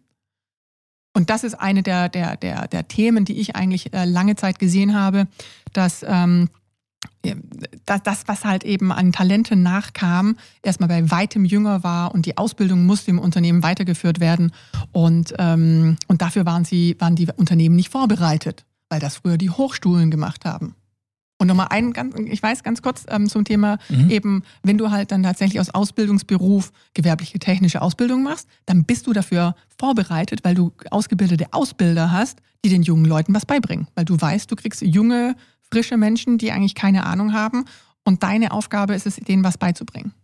Und das ist eine der, der, der, der Themen, die ich eigentlich äh, lange Zeit gesehen habe, dass ähm, das, das, was halt eben an Talenten nachkam, erstmal bei weitem jünger war und die Ausbildung musste im Unternehmen weitergeführt werden. Und, ähm, und dafür waren, sie, waren die Unternehmen nicht vorbereitet, weil das früher die Hochschulen gemacht haben. Und nochmal ein, ganz, ich weiß ganz kurz ähm, zum Thema mhm. eben, wenn du halt dann tatsächlich aus Ausbildungsberuf gewerbliche technische Ausbildung machst, dann bist du dafür vorbereitet, weil du ausgebildete Ausbilder hast, die den jungen Leuten was beibringen. Weil du weißt, du kriegst junge, frische Menschen, die eigentlich keine Ahnung haben und deine Aufgabe ist es, denen was beizubringen.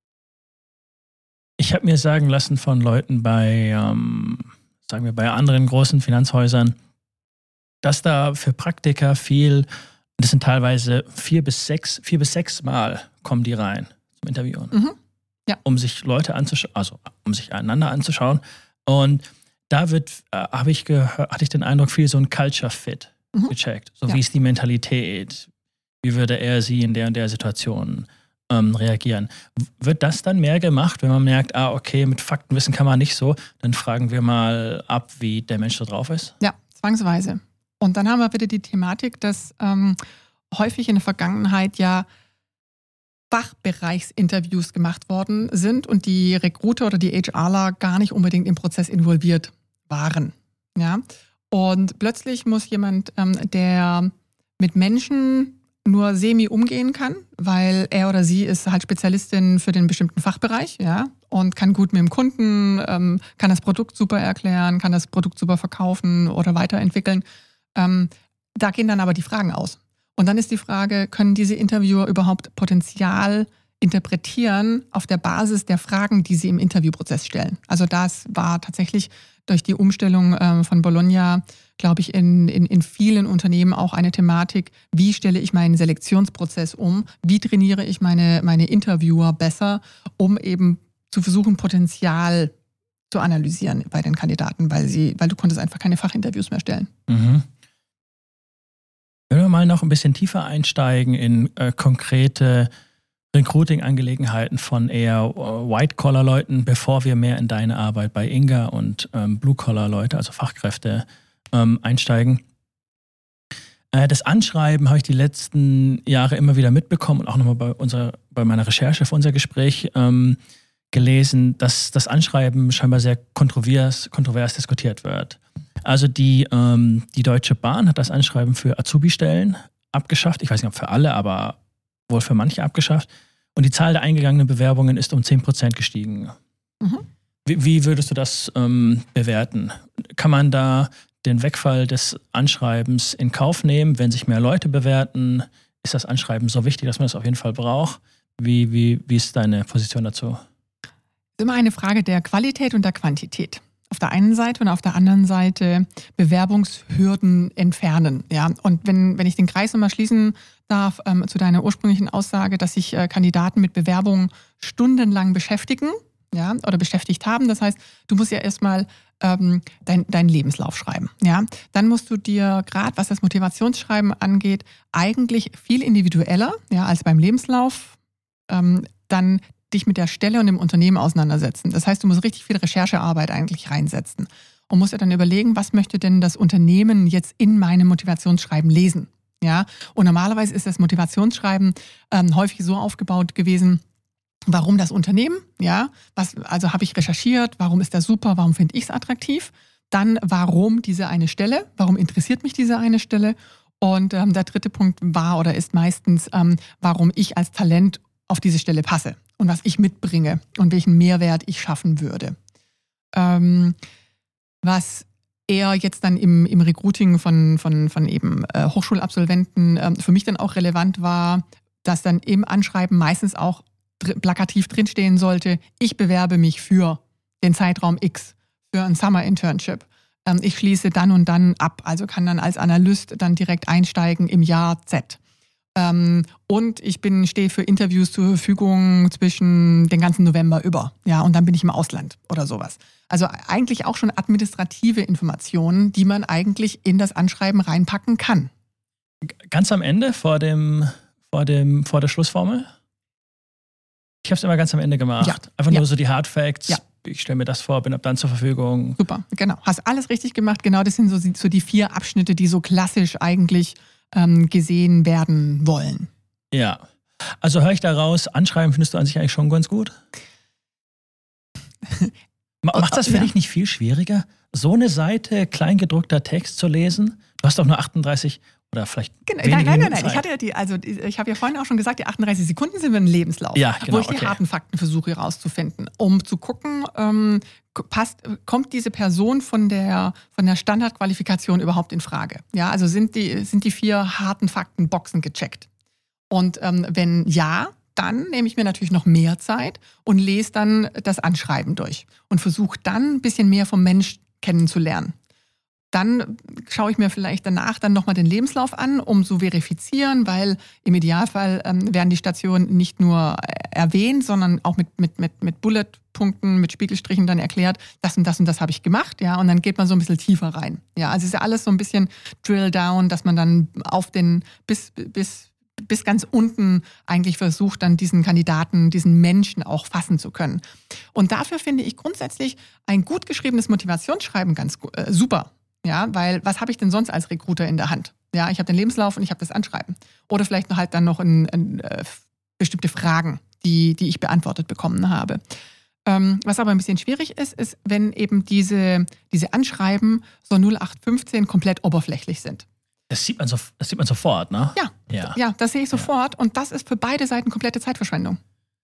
Ich habe mir sagen lassen von Leuten bei, ähm, sagen wir, bei anderen großen Finanzhäusern, dass da für Praktika viel, das sind teilweise vier bis sechs, vier bis sechs Mal kommen die rein zum Interviewen, mhm. ja. um sich Leute anzuschauen, also um sich einander anzuschauen. Und da wird, äh, habe ich gehört, hatte ich den Eindruck, viel so ein Culture Fit mhm. gecheckt. So ja. wie ist die Mentalität? Wie würde er sie in der und der Situation ähm, reagieren? Wird das dann mehr gemacht, wenn man merkt, ah, okay, mit Faktenwissen kann man nicht so, dann fragen wir mal ab, wie der Mensch da drauf ist? Ja, zwangsweise. Und dann haben wir wieder die Thematik, dass ähm, häufig in der Vergangenheit ja Fachbereichsinterviews gemacht worden sind und die Recruiter oder die HRler gar nicht unbedingt im Prozess involviert waren. Ja? Und plötzlich muss jemand, ähm, der mit Menschen nur semi umgehen kann, weil er oder sie ist halt Spezialistin für den bestimmten Fachbereich, ja, und kann gut mit dem Kunden, ähm, kann das Produkt super erklären, kann das Produkt super verkaufen oder weiterentwickeln. Ähm, da gehen dann aber die Fragen aus. Und dann ist die Frage, können diese Interviewer überhaupt Potenzial interpretieren auf der Basis der Fragen, die sie im Interviewprozess stellen? Also das war tatsächlich durch die Umstellung ähm, von Bologna, glaube ich, in, in, in vielen Unternehmen auch eine Thematik, wie stelle ich meinen Selektionsprozess um, wie trainiere ich meine, meine Interviewer besser, um eben zu versuchen, Potenzial zu analysieren bei den Kandidaten, weil sie, weil du konntest einfach keine Fachinterviews mehr stellen. Mhm. Wenn wir mal noch ein bisschen tiefer einsteigen in äh, konkrete Recruiting-Angelegenheiten von eher White-Collar-Leuten, bevor wir mehr in deine Arbeit bei Inga und ähm, Blue-Collar-Leute, also Fachkräfte, ähm, einsteigen. Äh, das Anschreiben habe ich die letzten Jahre immer wieder mitbekommen und auch nochmal bei, unserer, bei meiner Recherche für unser Gespräch ähm, gelesen, dass das Anschreiben scheinbar sehr kontrovers, kontrovers diskutiert wird. Also die, ähm, die Deutsche Bahn hat das Anschreiben für Azubi-Stellen abgeschafft. Ich weiß nicht, ob für alle, aber wohl für manche abgeschafft. Und die Zahl der eingegangenen Bewerbungen ist um zehn Prozent gestiegen. Mhm. Wie, wie würdest du das ähm, bewerten? Kann man da den Wegfall des Anschreibens in Kauf nehmen, wenn sich mehr Leute bewerten? Ist das Anschreiben so wichtig, dass man das auf jeden Fall braucht? Wie, wie, wie ist deine Position dazu? Es ist immer eine Frage der Qualität und der Quantität. Auf der einen Seite und auf der anderen Seite Bewerbungshürden entfernen. Ja? Und wenn, wenn ich den Kreis nochmal schließen darf ähm, zu deiner ursprünglichen Aussage, dass sich äh, Kandidaten mit Bewerbungen stundenlang beschäftigen, ja, oder beschäftigt haben. Das heißt, du musst ja erstmal ähm, dein, deinen Lebenslauf schreiben. Ja? Dann musst du dir, gerade was das Motivationsschreiben angeht, eigentlich viel individueller, ja, als beim Lebenslauf, ähm, dann dich mit der Stelle und dem Unternehmen auseinandersetzen. Das heißt, du musst richtig viel Recherchearbeit eigentlich reinsetzen und musst dir dann überlegen, was möchte denn das Unternehmen jetzt in meinem Motivationsschreiben lesen. Ja? Und normalerweise ist das Motivationsschreiben ähm, häufig so aufgebaut gewesen, warum das Unternehmen, ja, was, also habe ich recherchiert, warum ist das super, warum finde ich es attraktiv, dann warum diese eine Stelle, warum interessiert mich diese eine Stelle und ähm, der dritte Punkt war oder ist meistens, ähm, warum ich als Talent auf diese Stelle passe und was ich mitbringe und welchen Mehrwert ich schaffen würde. Ähm, was eher jetzt dann im, im Recruiting von, von, von eben äh, Hochschulabsolventen ähm, für mich dann auch relevant war, dass dann im Anschreiben meistens auch dr- plakativ drinstehen sollte, ich bewerbe mich für den Zeitraum X, für ein Summer-Internship. Ähm, ich schließe dann und dann ab, also kann dann als Analyst dann direkt einsteigen im Jahr Z. Ähm, und ich bin, stehe für Interviews zur Verfügung zwischen den ganzen November über. Ja, und dann bin ich im Ausland oder sowas. Also eigentlich auch schon administrative Informationen, die man eigentlich in das Anschreiben reinpacken kann. Ganz am Ende vor dem, vor dem, vor der Schlussformel? Ich habe es immer ganz am Ende gemacht. Ja. Einfach nur ja. so die Hard Facts. Ja. Ich stelle mir das vor, bin ab dann zur Verfügung. Super, genau. Hast alles richtig gemacht. Genau, das sind so, so die vier Abschnitte, die so klassisch eigentlich ähm, gesehen werden wollen. Ja. Also höre ich daraus, Anschreiben findest du an sich eigentlich schon ganz gut? Macht das für ja. dich nicht viel schwieriger, so eine Seite kleingedruckter Text zu lesen? Du hast doch nur achtunddreißig oder vielleicht genau, Nein, nein, nein, nein. Ich hatte ja die, also ich habe ja vorhin auch schon gesagt, die achtunddreißig Sekunden sind wir ein Lebenslauf, ja, genau, wo ich die okay. harten Fakten versuche herauszufinden, um zu gucken, ähm, passt, kommt diese Person von der, von der Standardqualifikation überhaupt in Frage? Ja, also sind die, sind die vier harten Fakten Boxen gecheckt? Und ähm, wenn ja, dann nehme ich mir natürlich noch mehr Zeit und lese dann das Anschreiben durch und versuche dann ein bisschen mehr vom Mensch kennenzulernen. Dann schaue ich mir vielleicht danach dann nochmal den Lebenslauf an, um zu verifizieren, weil im Idealfall ähm, werden die Stationen nicht nur erwähnt, sondern auch mit, mit, mit, mit Bulletpunkten, mit Spiegelstrichen dann erklärt, das und das und das habe ich gemacht, ja, und dann geht man so ein bisschen tiefer rein. Ja, also es ist ja alles so ein bisschen Drill Down, dass man dann auf den, bis, bis, bis ganz unten eigentlich versucht, dann diesen Kandidaten, diesen Menschen auch fassen zu können. Und dafür finde ich grundsätzlich ein gut geschriebenes Motivationsschreiben ganz äh, super. Ja, weil was habe ich denn sonst als Recruiter in der Hand? Ja, ich habe den Lebenslauf und ich habe das Anschreiben. Oder vielleicht noch halt dann noch ein, ein, äh, bestimmte Fragen, die, die ich beantwortet bekommen habe. Ähm, was aber ein bisschen schwierig ist, ist, wenn eben diese, diese Anschreiben so null acht fünfzehn komplett oberflächlich sind. Das sieht man, so, das sieht man sofort, ne? Ja, ja. ja das sehe ich sofort. Ja. Und das ist für beide Seiten komplette Zeitverschwendung.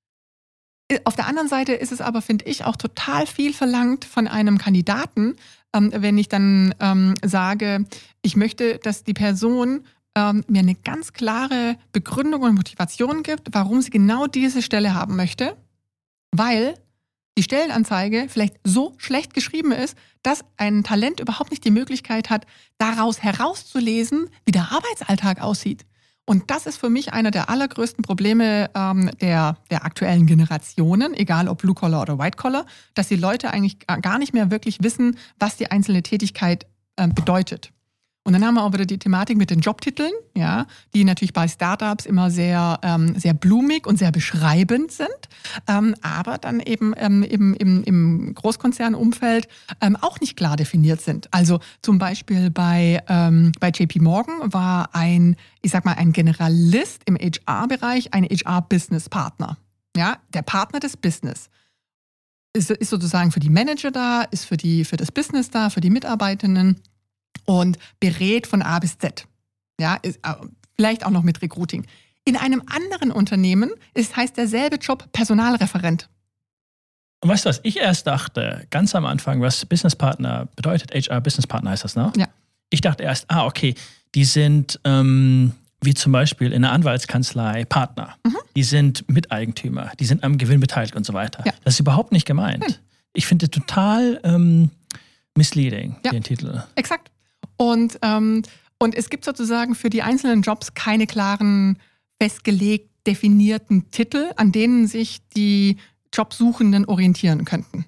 Auf der anderen Seite ist es aber, finde ich, auch total viel verlangt von einem Kandidaten, ähm, wenn ich dann ähm, sage, ich möchte, dass die Person ähm, mir eine ganz klare Begründung und Motivation gibt, warum sie genau diese Stelle haben möchte, weil die Stellenanzeige vielleicht so schlecht geschrieben ist, dass ein Talent überhaupt nicht die Möglichkeit hat, daraus herauszulesen, wie der Arbeitsalltag aussieht. Und das ist für mich einer der allergrößten Probleme ähm, der, der aktuellen Generationen, egal ob Blue-Collar oder White-Collar, dass die Leute eigentlich gar nicht mehr wirklich wissen, was die einzelne Tätigkeit äh, bedeutet. Und dann haben wir auch wieder die Thematik mit den Jobtiteln, ja, die natürlich bei Startups immer sehr, ähm, sehr blumig und sehr beschreibend sind, ähm, aber dann eben ähm, im, im, im Großkonzernumfeld ähm, auch nicht klar definiert sind. Also zum Beispiel bei, ähm, bei J P Morgan war ein, ich sag mal, ein Generalist im H R-Bereich ein H R-Business-Partner. Ja, der Partner des Business. Ist, ist sozusagen für die Manager da, ist für, die, für das Business da, für die Mitarbeitenden. Und berät von A bis Z. Ja, ist, vielleicht auch noch mit Recruiting. In einem anderen Unternehmen ist, heißt derselbe Job Personalreferent. Und weißt du, was ich erst dachte, ganz am Anfang, was Business Partner bedeutet? H R Business Partner heißt das, ne? Ja. Ich dachte erst, ah, okay, die sind ähm, wie zum Beispiel in einer Anwaltskanzlei Partner. Mhm. Die sind Miteigentümer, die sind am Gewinn beteiligt und so weiter. Ja. Das ist überhaupt nicht gemeint. Nein. Ich finde total ähm, misleading, ja. Den Titel. Exakt. Und, ähm, und es gibt sozusagen für die einzelnen Jobs keine klaren, festgelegt definierten Titel, an denen sich die Jobsuchenden orientieren könnten.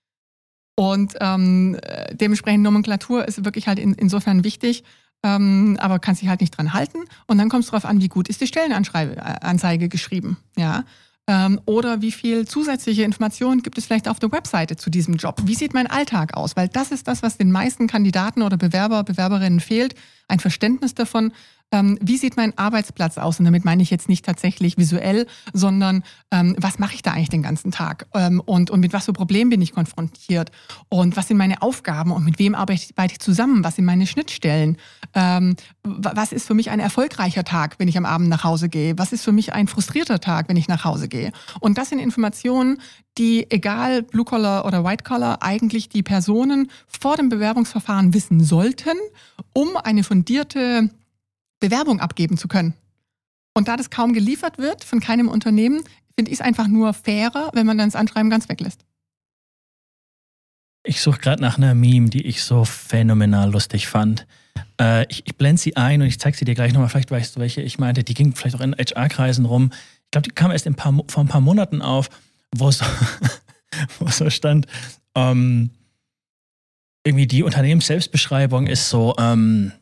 Und ähm, dementsprechend Nomenklatur ist wirklich halt in, insofern wichtig, ähm, aber kann sich halt nicht dran halten. Und dann kommt es darauf an, wie gut ist die Stellenanzeige geschrieben. Ja. Oder wie viel zusätzliche Informationen gibt es vielleicht auf der Webseite zu diesem Job? Wie sieht mein Alltag aus? Weil das ist das, was den meisten Kandidaten oder Bewerber, Bewerberinnen fehlt. Ein Verständnis davon, ähm, wie sieht mein Arbeitsplatz aus? Und damit meine ich jetzt nicht tatsächlich visuell, sondern ähm, was mache ich da eigentlich den ganzen Tag? Ähm, und, und mit was für Problemen bin ich konfrontiert? Und was sind meine Aufgaben? Und mit wem arbeite ich zusammen? Was sind meine Schnittstellen? Ähm, was ist für mich ein erfolgreicher Tag, wenn ich am Abend nach Hause gehe? Was ist für mich ein frustrierter Tag, wenn ich nach Hause gehe? Und das sind Informationen, die, egal Blue-Collar oder White-Collar, eigentlich die Personen vor dem Bewerbungsverfahren wissen sollten, um eine fundierte Bewerbung abgeben zu können. Und da das kaum geliefert wird von keinem Unternehmen, finde ich es einfach nur fairer, wenn man dann das Anschreiben ganz weglässt. Ich suche gerade nach einer Meme, die ich so phänomenal lustig fand. Äh, ich ich blende sie ein und ich zeige sie dir gleich nochmal. Vielleicht weißt du, welche ich meinte. Die ging vielleicht auch in H R-Kreisen rum. Ich glaube, die kam erst ein paar, vor ein paar Monaten auf, wo so, wo so stand, ähm, irgendwie die Unternehmensselbstbeschreibung ist so, ähm,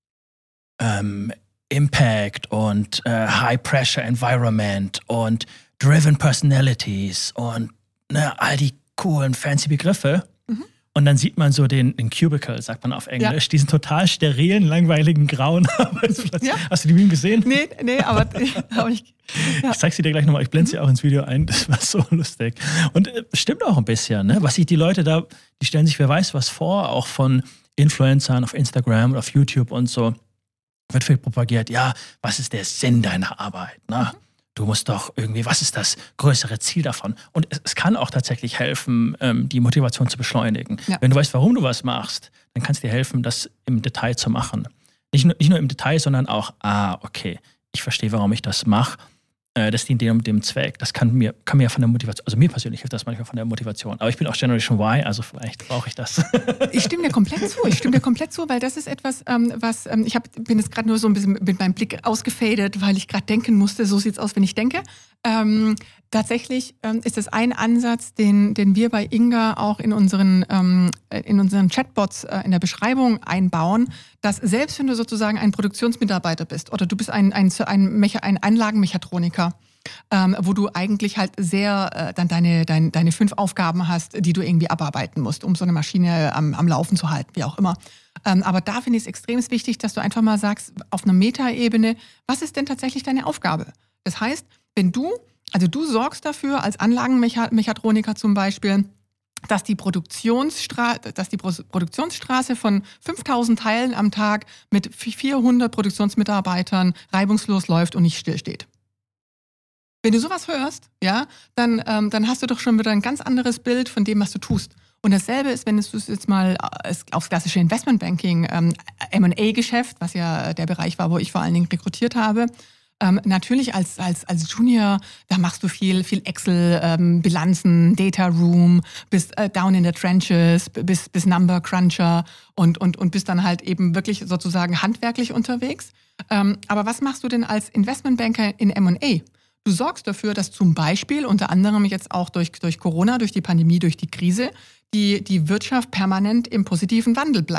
ähm, Impact und äh, High-Pressure Environment und Driven Personalities und ne, all die coolen, fancy Begriffe. Mhm. Und dann sieht man so den, den Cubicle, sagt man auf Englisch, ja. Diesen total sterilen, langweiligen, grauen Arbeitsplatz. Ja. Hast du die Meme gesehen? Nee, nee, aber, aber ich... Ja. Ich zeig sie dir gleich nochmal, ich blende sie auch ins Video ein, das war so lustig. Und äh, stimmt auch ein bisschen, ne? Was sich die Leute da, die stellen sich wer weiß was vor, auch von Influencern auf Instagram oder auf YouTube und so, wird viel propagiert, ja, was ist der Sinn deiner Arbeit, ne? Du musst doch irgendwie, was ist das größere Ziel davon? Und es, es kann auch tatsächlich helfen, ähm, die Motivation zu beschleunigen. Ja. Wenn du weißt, warum du was machst, dann kann es dir helfen, das im Detail zu machen. Nicht nur, nicht nur im Detail, sondern auch, ah, okay, ich verstehe, warum ich das mache. Äh, das dient dem, dem Zweck. Das kann mir, kann mir von der Motivation, also mir persönlich hilft das manchmal von der Motivation. Aber ich bin auch Generation Y, also vielleicht brauche ich das. Ich stimme dir komplett zu. Ich stimme dir komplett zu, weil das ist etwas, ähm, was, ähm, ich hab, bin jetzt gerade nur so ein bisschen mit meinem Blick ausgefadet, weil ich gerade denken musste, so sieht's aus, wenn ich denke. Ähm, tatsächlich ähm, ist es ein Ansatz, den, den wir bei Inga auch in unseren, ähm, in unseren Chatbots äh, in der Beschreibung einbauen, dass selbst wenn du sozusagen ein Produktionsmitarbeiter bist oder du bist ein, ein, ein, Mecha, ein Anlagenmechatroniker, ähm, wo du eigentlich halt sehr äh, dann deine, dein, deine fünf Aufgaben hast, die du irgendwie abarbeiten musst, um so eine Maschine am, am Laufen zu halten, wie auch immer. Ähm, aber da finde ich es extrem wichtig, dass du einfach mal sagst, auf einer Metaebene, was ist denn tatsächlich deine Aufgabe? Das heißt, wenn du, also du sorgst dafür als Anlagenmechatroniker zum Beispiel, dass die, Produktionsstra- dass die Pro- Produktionsstraße von fünftausend Teilen am Tag mit vierhundert Produktionsmitarbeitern reibungslos läuft und nicht stillsteht. Wenn du sowas hörst, ja, dann, ähm, dann hast du doch schon wieder ein ganz anderes Bild von dem, was du tust. Und dasselbe ist, wenn du es jetzt mal aufs klassische Investmentbanking, ähm, M und A-Geschäft, was ja der Bereich war, wo ich vor allen Dingen rekrutiert habe, Ähm, natürlich als, als, als Junior, da machst du viel, viel Excel, ähm, Bilanzen, Data Room, bist äh, down in the trenches, bist, bist Number Cruncher und, und, und bist dann halt eben wirklich sozusagen handwerklich unterwegs. Ähm, aber was machst du denn als Investmentbanker in M und A? Du sorgst dafür, dass zum Beispiel unter anderem jetzt auch durch, durch Corona, durch die Pandemie, durch die Krise, die, die Wirtschaft permanent im positiven Wandel bleibt.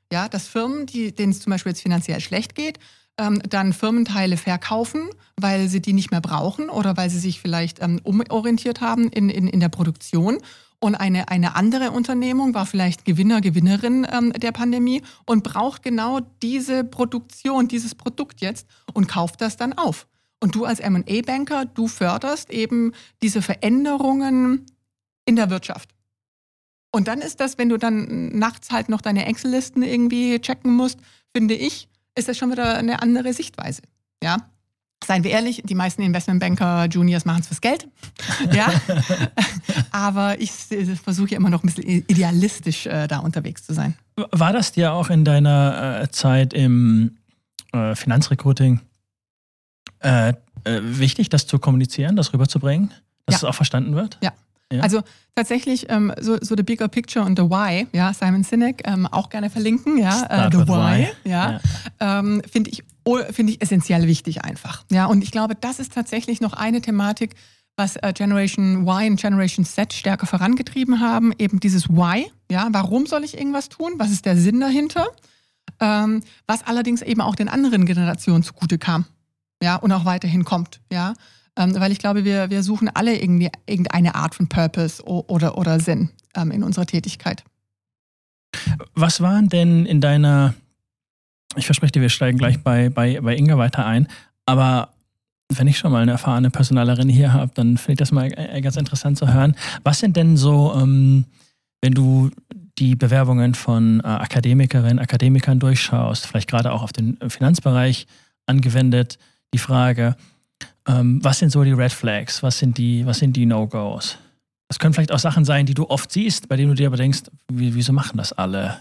ja, dass Firmen, die, denen es zum Beispiel jetzt finanziell schlecht geht, ähm, dann Firmenteile verkaufen, weil sie die nicht mehr brauchen oder weil sie sich vielleicht ähm, umorientiert haben in, in, in der Produktion. Und eine, eine andere Unternehmung war vielleicht Gewinner, Gewinnerin ähm, der Pandemie und braucht genau diese Produktion, dieses Produkt jetzt und kauft das dann auf. Und du als M und A-Banker, du förderst eben diese Veränderungen in der Wirtschaft. Und dann ist das, wenn du dann nachts halt noch deine Excel-Listen irgendwie checken musst, finde ich, ist das schon wieder eine andere Sichtweise. Ja? Seien wir ehrlich, die meisten Investmentbanker, Juniors machen es fürs Geld. Ja? Aber ich versuche ja immer noch ein bisschen idealistisch äh, da unterwegs zu sein. War das dir auch in deiner äh, Zeit im äh, Finanzrecruiting äh, äh, wichtig, das zu kommunizieren, das rüberzubringen, dass ja. es auch verstanden wird? Ja. Ja. Also tatsächlich ähm, so, so the bigger picture und the why, ja, Simon Sinek, ähm, auch gerne verlinken, ja, äh, the why, why. ja, ja. Ähm, finde ich, oh, finde ich essentiell wichtig einfach, ja, und ich glaube, das ist tatsächlich noch eine Thematik, was äh, Generation Y und Generation Z stärker vorangetrieben haben, eben dieses Why, ja, warum soll ich irgendwas tun, was ist der Sinn dahinter, ähm, was allerdings eben auch den anderen Generationen zugute kam, ja, und auch weiterhin kommt, ja. Ähm, weil ich glaube, wir, wir suchen alle irgendwie irgendeine Art von Purpose oder, oder Sinn ähm, in unserer Tätigkeit. Was waren denn in deiner, ich verspreche dir, wir steigen gleich bei, bei, bei Inga weiter ein, aber wenn ich schon mal eine erfahrene Personalerin hier habe, dann finde ich das mal ganz interessant zu hören. Was sind denn so, ähm, wenn du die Bewerbungen von äh, Akademikerinnen, Akademikern durchschaust, vielleicht gerade auch auf den Finanzbereich angewendet, die Frage, Ähm, was sind so die Red Flags? Was sind die, was sind die No-Gos? Das können vielleicht auch Sachen sein, die du oft siehst, bei denen du dir aber denkst, wie, wieso machen das alle?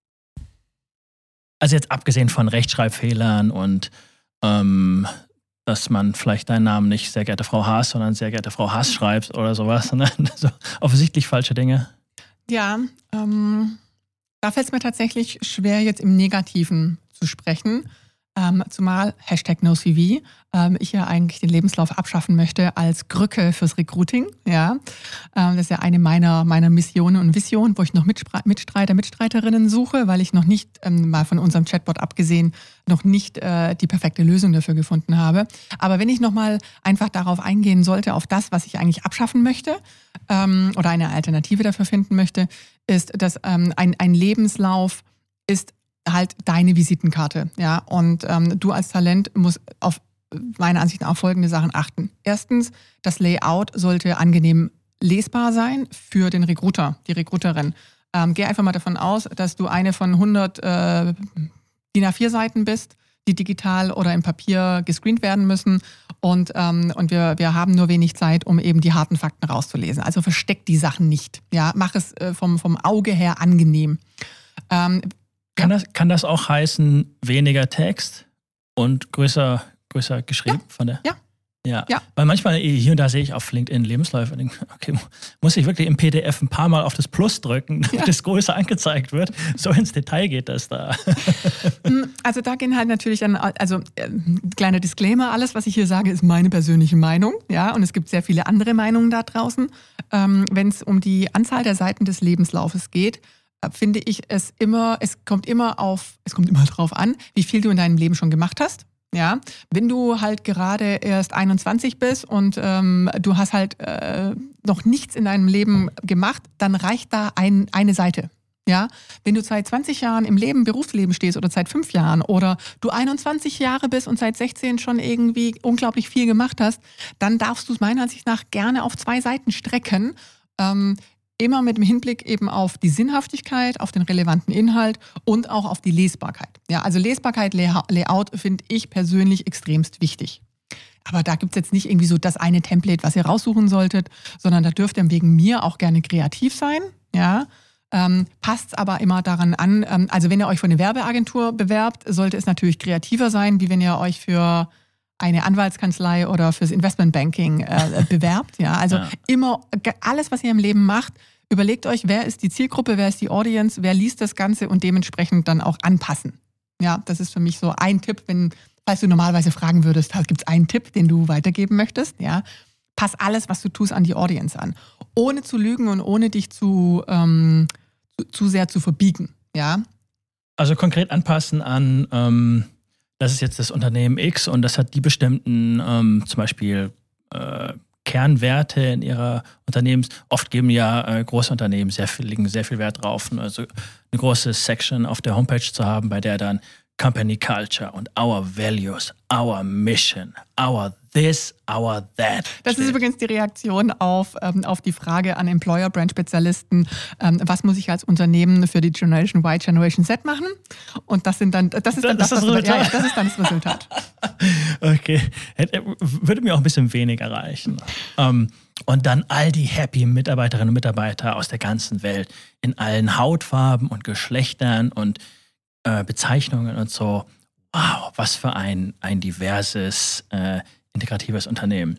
Also jetzt abgesehen von Rechtschreibfehlern und ähm, dass man vielleicht deinen Namen nicht sehr geehrte Frau Haas, sondern sehr geehrte Frau Haas schreibt oder sowas. Ne? So offensichtlich falsche Dinge. Ja, ähm, da fällt es mir tatsächlich schwer, jetzt im Negativen zu sprechen. Ähm, zumal Hashtag No C V ähm, ich ja eigentlich den Lebenslauf abschaffen möchte als Krücke fürs Recruiting. Ja, ähm, das ist ja eine meiner, meiner Missionen und Visionen, wo ich noch Mitspre- Mitstreiter, Mitstreiterinnen suche, weil ich noch nicht, ähm, mal von unserem Chatbot abgesehen, noch nicht äh, die perfekte Lösung dafür gefunden habe. Aber wenn ich nochmal einfach darauf eingehen sollte, auf das, was ich eigentlich abschaffen möchte ähm, oder eine Alternative dafür finden möchte, ist, dass ähm, ein, ein Lebenslauf ist halt deine Visitenkarte, ja, und ähm, du als Talent musst auf meiner Ansicht nach auf folgende Sachen achten. Erstens, das Layout sollte angenehm lesbar sein für den Recruiter, die Recruiterin. Ähm, geh einfach mal davon aus, dass du eine von hundert äh, D I N A vier Seiten bist, die digital oder im Papier gescreent werden müssen und, ähm, und wir, wir haben nur wenig Zeit, um eben die harten Fakten rauszulesen. Also versteck die Sachen nicht, ja, mach es äh, vom, vom Auge her angenehm. Ähm, Kann das, kann das auch heißen, weniger Text und größer, größer geschrieben? Ja. Von der? Ja. Ja. Ja. Weil manchmal hier und da sehe ich auf LinkedIn Lebensläufe und denke, okay, muss ich wirklich im P D F ein paar Mal auf das Plus drücken, damit es ja. größer angezeigt wird? So ins Detail geht das da. Also da gehen halt natürlich dann, also äh, kleiner Disclaimer, alles, was ich hier sage, ist meine persönliche Meinung. Ja, und es gibt sehr viele andere Meinungen da draußen. Ähm, wenn es um die Anzahl der Seiten des Lebenslaufes geht, finde ich es immer, es kommt immer auf, es kommt immer drauf an, wie viel du in deinem Leben schon gemacht hast. Ja, wenn du halt gerade erst einundzwanzig bist und ähm, du hast halt äh, noch nichts in deinem Leben gemacht, dann reicht da ein, eine Seite. Ja, wenn du seit zwanzig Jahren im Leben, Berufsleben stehst oder seit fünf Jahren oder du einundzwanzig Jahre bist und seit sechzehn schon irgendwie unglaublich viel gemacht hast, dann darfst du es meiner Ansicht nach gerne auf zwei Seiten strecken. Ähm, Immer mit dem Hinblick eben auf die Sinnhaftigkeit, auf den relevanten Inhalt und auch auf die Lesbarkeit. Ja, also Lesbarkeit, Layout finde ich persönlich extremst wichtig. Aber da gibt es jetzt nicht irgendwie so das eine Template, was ihr raussuchen solltet, sondern da dürft ihr wegen mir auch gerne kreativ sein. Ja, ähm, passt aber immer daran an, ähm, also wenn ihr euch für eine Werbeagentur bewerbt, sollte es natürlich kreativer sein, wie wenn ihr euch für eine Anwaltskanzlei oder fürs Investmentbanking äh, bewerbt. Ja, also ja. immer alles, was ihr im Leben macht, überlegt euch, wer ist die Zielgruppe, wer ist die Audience, wer liest das Ganze und dementsprechend dann auch anpassen. Ja, das ist für mich so ein Tipp, wenn, falls du normalerweise fragen würdest, gibt es einen Tipp, den du weitergeben möchtest, ja, pass alles, was du tust, an die Audience an. Ohne zu lügen und ohne dich zu, ähm, zu, zu sehr zu verbiegen, ja. Also konkret anpassen an, ähm, das ist jetzt das Unternehmen X und das hat die bestimmten, ähm, zum Beispiel äh, Kernwerte in ihrer Unternehmens. Oft geben ja äh, große Unternehmen sehr viel, legen sehr viel Wert drauf, also eine große Section auf der Homepage zu haben, bei der dann Company Culture und Our Values, Our Mission, Our This, Our That. Das steht. Ist übrigens die Reaktion auf, ähm, auf die Frage an Employer Brand Spezialisten, ähm, was muss ich als Unternehmen für die Generation Y, Generation Z machen? Und das sind dann, das ist dann das, das, das, was, ja, ja, das ist dann das Resultat. Okay, würde mir auch ein bisschen weniger reichen. Um, und dann all die happy Mitarbeiterinnen und Mitarbeiter aus der ganzen Welt in allen Hautfarben und Geschlechtern und äh, Bezeichnungen und so. Wow, was für ein, ein diverses, äh, integratives Unternehmen.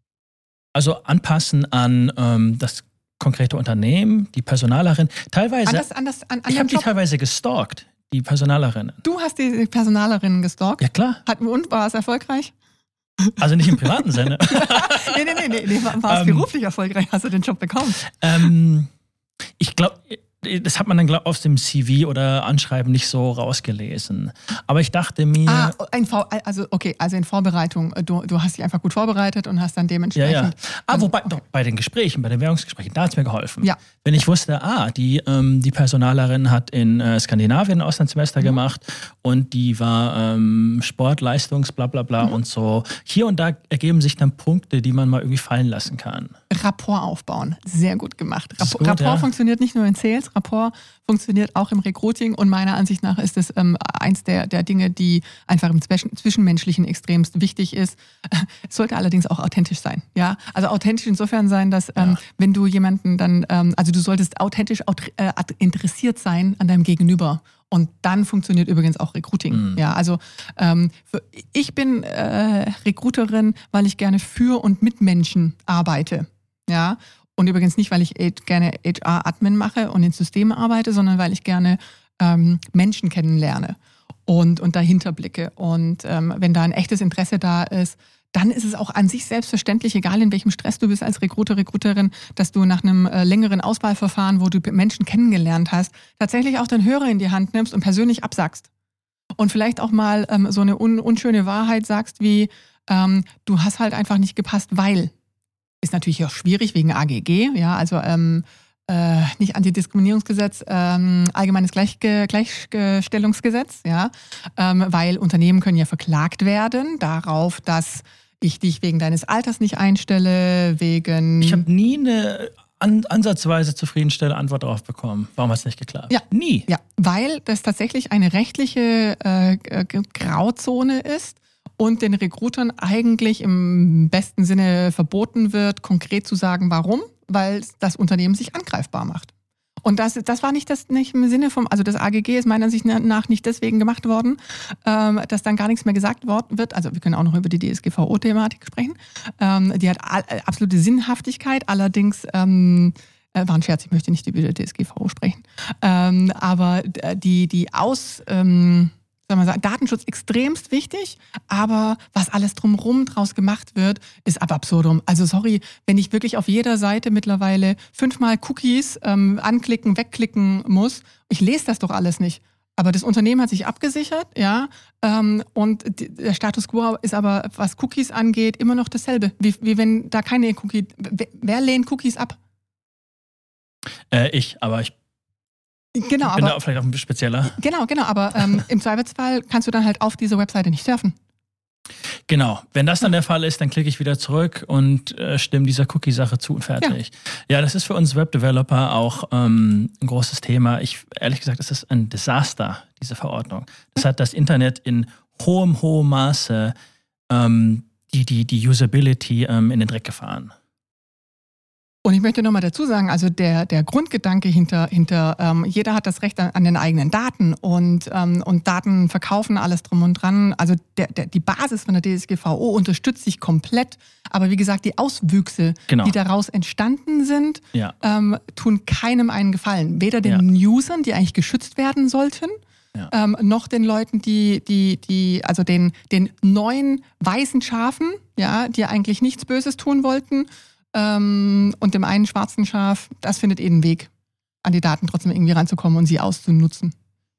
Also anpassen an ähm, das konkrete Unternehmen, die Personalerin. Teilweise, an das, an das, an, an ich habe die teilweise gestalkt, die Personalerinnen. Du hast die Personalerinnen gestalkt? Ja, klar. Hat, und war es erfolgreich? Also nicht im privaten Sinne. nee, nee, nee, nee, nee. War, war es ähm, beruflich erfolgreich? Hast du den Job bekommen? Ähm, ich glaube... Das hat man dann, glaube ich, aus dem C V oder Anschreiben nicht so rausgelesen. Aber ich dachte mir... Ah, ein Vor- also okay, also in Vorbereitung. Du, du hast dich einfach gut vorbereitet und hast dann dementsprechend... Ja, ja. Ah, wobei, doch, bei den Gesprächen, bei den Währungsgesprächen, da hat es mir geholfen. Ja. Wenn ich wusste, ah, die, ähm, die Personalerin hat in äh, Skandinavien ein Auslandssemester mhm. gemacht und die war ähm, Sportleistungs, bla bla bla mhm. und so. Hier und da ergeben sich dann Punkte, die man mal irgendwie fallen lassen kann. Rapport aufbauen. Sehr gut gemacht. Rapport, gut, Rapport ja. funktioniert nicht nur in Sales, Rapport funktioniert auch im Recruiting und meiner Ansicht nach ist es ähm, eins der, der Dinge, die einfach im Zwischenmenschlichen extremst wichtig ist. Es sollte allerdings auch authentisch sein. Ja? Also authentisch insofern sein, dass ähm, ja. wenn du jemanden dann, ähm, also du solltest authentisch äh, interessiert sein an deinem Gegenüber. Und dann funktioniert übrigens auch Recruiting. Mhm. Ja, also ähm, für, ich bin äh, Recruiterin, weil ich gerne für und mit Menschen arbeite. Ja, und übrigens nicht, weil ich gerne H R-Admin mache und in Systemen arbeite, sondern weil ich gerne ähm, Menschen kennenlerne und, und dahinter blicke. Und ähm, wenn da ein echtes Interesse da ist, dann ist es auch an sich selbstverständlich, egal in welchem Stress du bist als Recruiter, Recruiterin, dass du nach einem äh, längeren Auswahlverfahren, wo du Menschen kennengelernt hast, tatsächlich auch den Hörer in die Hand nimmst und persönlich absagst. Und vielleicht auch mal ähm, so eine un- unschöne Wahrheit sagst wie, ähm, du hast halt einfach nicht gepasst, weil... Ist natürlich auch schwierig wegen A G G, ja, also ähm, äh, nicht Antidiskriminierungsgesetz, ähm, allgemeines Gleichge- Gleichstellungsgesetz, ja, ähm, weil Unternehmen können ja verklagt werden darauf, dass ich dich wegen deines Alters nicht einstelle, wegen... Ich habe nie eine an, ansatzweise zufriedenstellende Antwort darauf bekommen. Warum hat es nicht geklappt? Ja, nie. Ja, weil das tatsächlich eine rechtliche äh, Grauzone ist. Und den Recruitern eigentlich im besten Sinne verboten wird, konkret zu sagen, warum, weil das Unternehmen sich angreifbar macht. Und das, das war nicht, das, nicht im Sinne vom, also das A G G ist meiner Ansicht nach nicht deswegen gemacht worden, ähm, dass dann gar nichts mehr gesagt wird. Also wir können auch noch über die D S G V O-Thematik sprechen. Ähm, die hat all, absolute Sinnhaftigkeit, allerdings... Ähm, war ein Scherz, ich möchte nicht über die D S G V O sprechen. Ähm, aber die, die Aus... Ähm, Sagen wir, Datenschutz extremst wichtig, aber was alles drumherum draus gemacht wird, ist ab absurdum. Also sorry, wenn ich wirklich auf jeder Seite mittlerweile fünfmal Cookies ähm, anklicken, wegklicken muss, ich lese das doch alles nicht. Aber das Unternehmen hat sich abgesichert, ja, ähm, und die, der Status quo ist aber, was Cookies angeht, immer noch dasselbe. Wie, wie wenn da keine Cookie... Wer, wer lehnt Cookies ab? Äh, ich, aber ich Genau, ich bin aber, da vielleicht auch ein bisschen spezieller. Genau, genau, aber ähm, im Zweifelsfall kannst du dann halt auf diese Webseite nicht surfen. Genau, wenn das dann der Fall ist, dann klicke ich wieder zurück und äh, stimme dieser Cookie-Sache zu und fertig. Ja. ja, das ist für uns Webdeveloper auch ähm, ein großes Thema. Ich, ehrlich gesagt, das ist ein Desaster, diese Verordnung. Das hat das Internet in hohem, hohem Maße ähm, die, die, die Usability ähm, in den Dreck gefahren. Und ich möchte nochmal dazu sagen, also der, der Grundgedanke hinter, hinter ähm, jeder hat das Recht an, an den eigenen Daten und, ähm, und Daten verkaufen, alles drum und dran. Also der, der, die Basis von der D S G V O unterstützt sich komplett. Aber wie gesagt, die Auswüchse, genau. die daraus entstanden sind, ja. ähm, tun keinem einen Gefallen. Weder den ja. Usern, die eigentlich geschützt werden sollten, ja. ähm, noch den Leuten, die, die, die also den, den neuen weißen Schafen, ja, die eigentlich nichts Böses tun wollten, und dem einen schwarzen Schaf, das findet eh einen Weg, an die Daten trotzdem irgendwie ranzukommen und sie auszunutzen.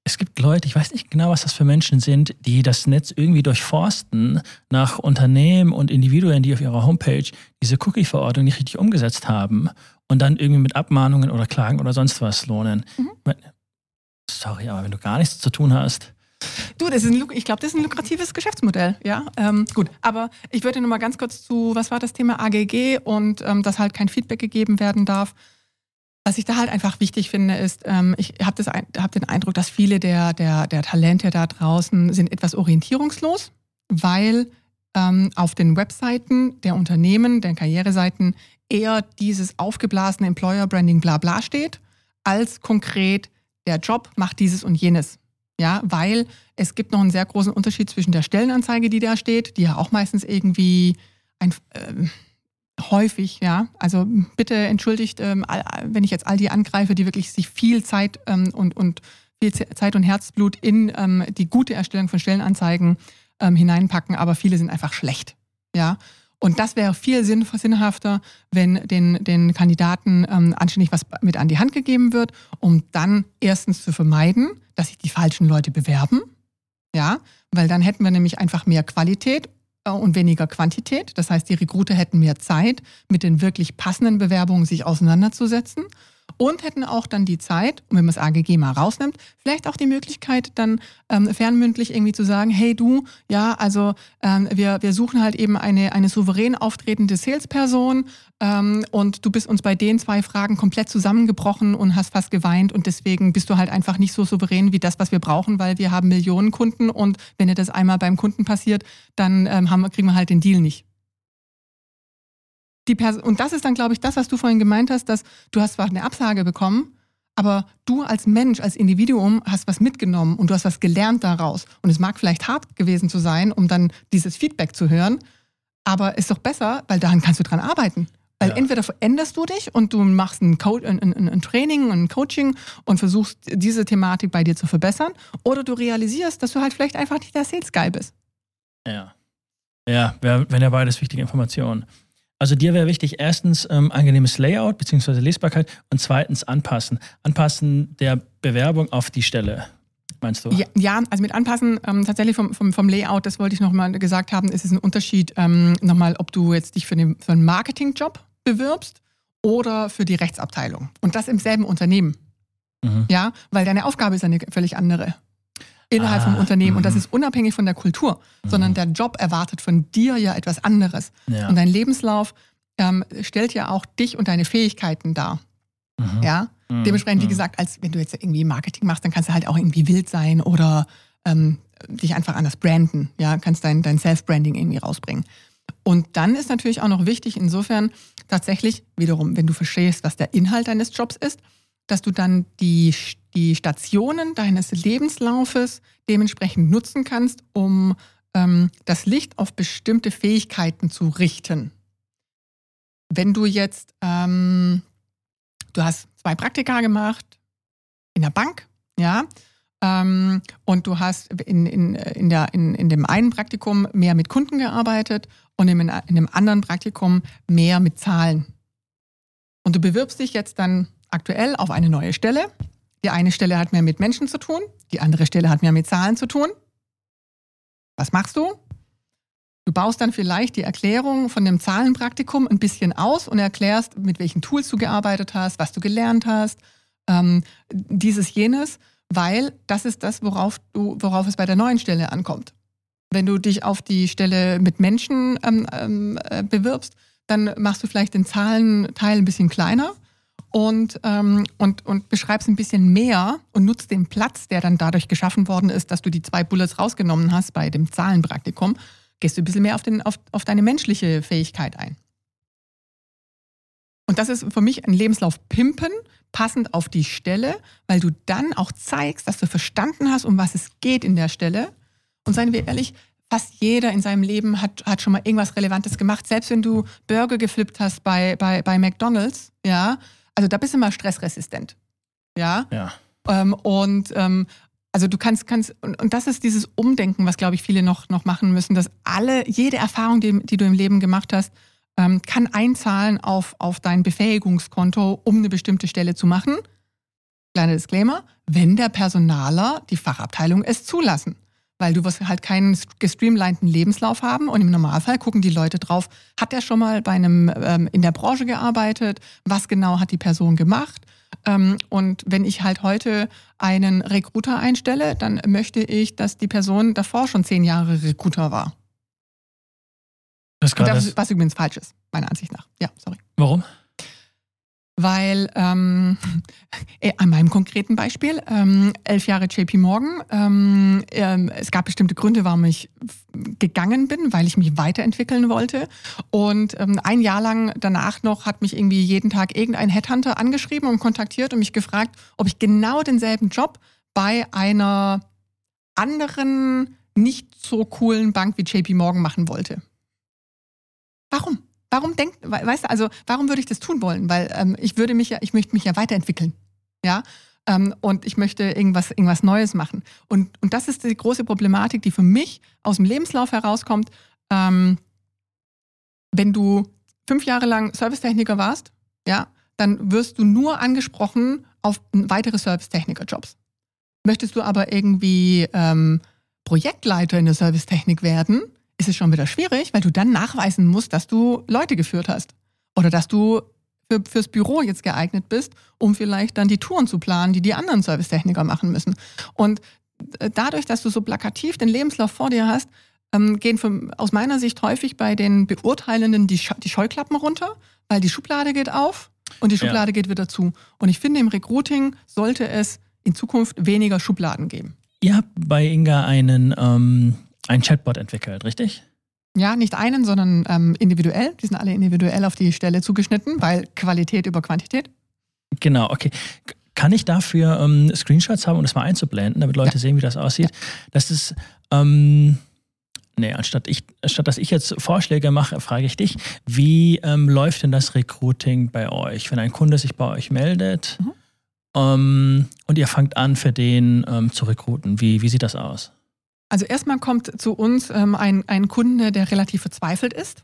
Es gibt Leute, ich weiß nicht genau, was das für Menschen sind, die das Netz irgendwie durchforsten nach Unternehmen und Individuen, die auf ihrer Homepage diese Cookie-Verordnung nicht richtig umgesetzt haben und dann irgendwie mit Abmahnungen oder Klagen oder sonst was lohnen. Mhm. Sorry, aber wenn du gar nichts zu tun hast. Du, das ist ein, ich glaube, das ist ein lukratives Geschäftsmodell, ja. Ähm, gut, aber ich würde noch mal ganz kurz zu, was war das Thema A G G und ähm, dass halt kein Feedback gegeben werden darf. Was ich da halt einfach wichtig finde, ist, ähm, ich habe hab den Eindruck, dass viele der, der, der Talente da draußen sind etwas orientierungslos, weil ähm, auf den Webseiten der Unternehmen, der Karriereseiten eher dieses aufgeblasene Employer-Branding Blabla steht, als konkret der Job macht dieses und jenes. Ja, weil es gibt noch einen sehr großen Unterschied zwischen der Stellenanzeige, die da steht, die ja auch meistens irgendwie ein... Äh, häufig, ja. Also bitte entschuldigt, ähm, wenn ich jetzt all die angreife, die wirklich sich viel Zeit ähm, und, und viel Zeit und Herzblut in ähm, die gute Erstellung von Stellenanzeigen ähm, hineinpacken, aber viele sind einfach schlecht, ja. Und das wäre viel sinn, sinnhafter, wenn den, den Kandidaten ähm, anständig was mit an die Hand gegeben wird, um dann erstens zu vermeiden, dass sich die falschen Leute bewerben, ja, weil dann hätten wir nämlich einfach mehr Qualität und weniger Quantität. Das heißt, die Recruiter hätten mehr Zeit, mit den wirklich passenden Bewerbungen sich auseinanderzusetzen und hätten auch dann die Zeit, wenn man das A G G mal rausnimmt, vielleicht auch die Möglichkeit, dann ähm, fernmündlich irgendwie zu sagen, hey du, ja, also ähm, wir, wir suchen halt eben eine, eine souverän auftretende Salesperson ähm, und du bist uns bei den zwei Fragen komplett zusammengebrochen und hast fast geweint und deswegen bist du halt einfach nicht so souverän wie das, was wir brauchen, weil wir haben Millionen Kunden und wenn dir das einmal beim Kunden passiert, dann ähm, haben, kriegen wir halt den Deal nicht. Die Pers- und das ist dann, glaube ich, das, was du vorhin gemeint hast, dass du hast zwar eine Absage bekommen, aber du als Mensch, als Individuum hast was mitgenommen und du hast was gelernt daraus. Und es mag vielleicht hart gewesen zu sein, um dann dieses Feedback zu hören, aber ist doch besser, weil daran kannst du dran arbeiten. Weil ja. entweder veränderst du dich und du machst ein, Co- ein, ein, ein Training, ein Coaching und versuchst, diese Thematik bei dir zu verbessern, oder du realisierst, dass du halt vielleicht einfach nicht der Sales-Guy bist. Ja, ja, wenn ja beides wichtige Informationen. Also dir wäre wichtig, erstens ähm, angenehmes Layout bzw. Lesbarkeit und zweitens anpassen. Anpassen der Bewerbung auf die Stelle, meinst du? Ja, ja also mit Anpassen ähm, tatsächlich vom, vom, vom Layout, das wollte ich nochmal gesagt haben, es ist ein Unterschied ähm, nochmal, ob du jetzt dich für, den, für einen Marketingjob bewirbst oder für die Rechtsabteilung. Und das im selben Unternehmen. Mhm. Ja, weil deine Aufgabe ist eine völlig andere. Innerhalb ah, vom Unternehmen. Und das ist unabhängig von der Kultur, mhm. sondern der Job erwartet von dir ja etwas anderes. Ja. Und dein Lebenslauf ähm, stellt ja auch dich und deine Fähigkeiten dar. Mhm. Ja? Mhm. Dementsprechend, wie gesagt, als wenn du jetzt irgendwie Marketing machst, dann kannst du halt auch irgendwie wild sein oder ähm, dich einfach anders branden. Ja? Kannst dein, dein Self-Branding irgendwie rausbringen. Und dann ist natürlich auch noch wichtig, insofern tatsächlich, wiederum, wenn du verstehst, was der Inhalt deines Jobs ist, dass du dann die, die Stationen deines Lebenslaufes dementsprechend nutzen kannst, um ähm, das Licht auf bestimmte Fähigkeiten zu richten. Wenn du jetzt, ähm, du hast zwei Praktika gemacht in der Bank, ja, ähm, und du hast in, in, in, der, in, in dem einen Praktikum mehr mit Kunden gearbeitet und in, in dem anderen Praktikum mehr mit Zahlen. Und du bewirbst dich jetzt dann aktuell auf eine neue Stelle. Die eine Stelle hat mehr mit Menschen zu tun, die andere Stelle hat mehr mit Zahlen zu tun. Was machst du? Du baust dann vielleicht die Erklärung von dem Zahlenpraktikum ein bisschen aus und erklärst, mit welchen Tools du gearbeitet hast, was du gelernt hast, ähm, dieses, jenes, weil das ist das, worauf, du, worauf es bei der neuen Stelle ankommt. Wenn du dich auf die Stelle mit Menschen ähm, ähm, bewirbst, dann machst du vielleicht den Zahlenteil ein bisschen kleiner und, ähm, und, und beschreibst ein bisschen mehr und nutzt den Platz, der dann dadurch geschaffen worden ist, dass du die zwei Bullets rausgenommen hast bei dem Zahlenpraktikum, gehst du ein bisschen mehr auf, den, auf, auf deine menschliche Fähigkeit ein. Und das ist für mich ein Lebenslauf pimpen, passend auf die Stelle, weil du dann auch zeigst, dass du verstanden hast, um was es geht in der Stelle. Und seien wir ehrlich, fast jeder in seinem Leben hat, hat schon mal irgendwas Relevantes gemacht. Selbst wenn du Burger geflippt hast bei, bei, bei McDonald's, ja, also da bist du mal stressresistent. Ja. ja. Ähm, und ähm, also du kannst, kannst und, und das ist dieses Umdenken, was, glaube ich, viele noch, noch machen müssen, dass alle, jede Erfahrung, die, die du im Leben gemacht hast, ähm, kann einzahlen auf, auf dein Befähigungskonto, um eine bestimmte Stelle zu machen. kleiner Disclaimer, wenn der Personaler, die Fachabteilung es zulassen. Weil du wirst halt keinen gestreamlinten Lebenslauf haben und im Normalfall gucken die Leute drauf, hat er schon mal bei einem ähm, in der Branche gearbeitet, was genau hat die Person gemacht? Ähm, und wenn ich halt heute einen Recruiter einstelle, dann möchte ich, dass die Person davor schon zehn Jahre Recruiter war. Das, das was übrigens falsch ist, meiner Ansicht nach. Ja, sorry. Warum? Weil ähm, an meinem konkreten Beispiel, ähm, elf Jahre J P Morgan, ähm, ähm, es gab bestimmte Gründe, warum ich gegangen bin, weil ich mich weiterentwickeln wollte. Und ähm, ein Jahr lang danach noch hat mich irgendwie jeden Tag irgendein Headhunter angeschrieben und kontaktiert und mich gefragt, ob ich genau denselben Job bei einer anderen, nicht so coolen Bank wie J P Morgan machen wollte. Warum? Warum denkt, weißt du, also warum würde ich das tun wollen? Weil ähm, ich würde mich ja, ich möchte mich ja weiterentwickeln, ja, ähm, und ich möchte irgendwas, irgendwas Neues machen. Und und das ist die große Problematik, die für mich aus dem Lebenslauf herauskommt. Ähm, wenn du fünf Jahre lang Servicetechniker warst, ja, dann wirst du nur angesprochen auf weitere Servicetechniker-Jobs. Möchtest du aber irgendwie ähm, Projektleiter in der Servicetechnik werden, ist es schon wieder schwierig, weil du dann nachweisen musst, dass du Leute geführt hast. Oder dass du für, fürs Büro jetzt geeignet bist, um vielleicht dann die Touren zu planen, die die anderen Servicetechniker machen müssen. Und dadurch, dass du so plakativ den Lebenslauf vor dir hast, ähm, gehen für, aus meiner Sicht häufig bei den Beurteilenden die, Sch- die Scheuklappen runter, weil die Schublade geht auf und die Schublade ja. geht wieder zu. Und ich finde, im Recruiting sollte es in Zukunft weniger Schubladen geben. Ihr habt bei Inga einen... Ähm Ein Chatbot entwickelt, richtig? Ja, nicht einen, sondern ähm, individuell. Die sind alle individuell auf die Stelle zugeschnitten, weil Qualität über Quantität. Genau, okay. Kann ich dafür ähm, Screenshots haben, um das mal einzublenden, damit Leute ja. sehen, wie das aussieht? Ja. Das ist, ähm, nee, anstatt, ich, anstatt dass ich jetzt Vorschläge mache, frage ich dich, wie ähm, läuft denn das Recruiting bei euch? Wenn ein Kunde sich bei euch meldet mhm. ähm, und ihr fangt an, für den ähm, zu rekruten, wie, wie sieht das aus? Also erstmal kommt zu uns ähm, ein, ein Kunde, der relativ verzweifelt ist.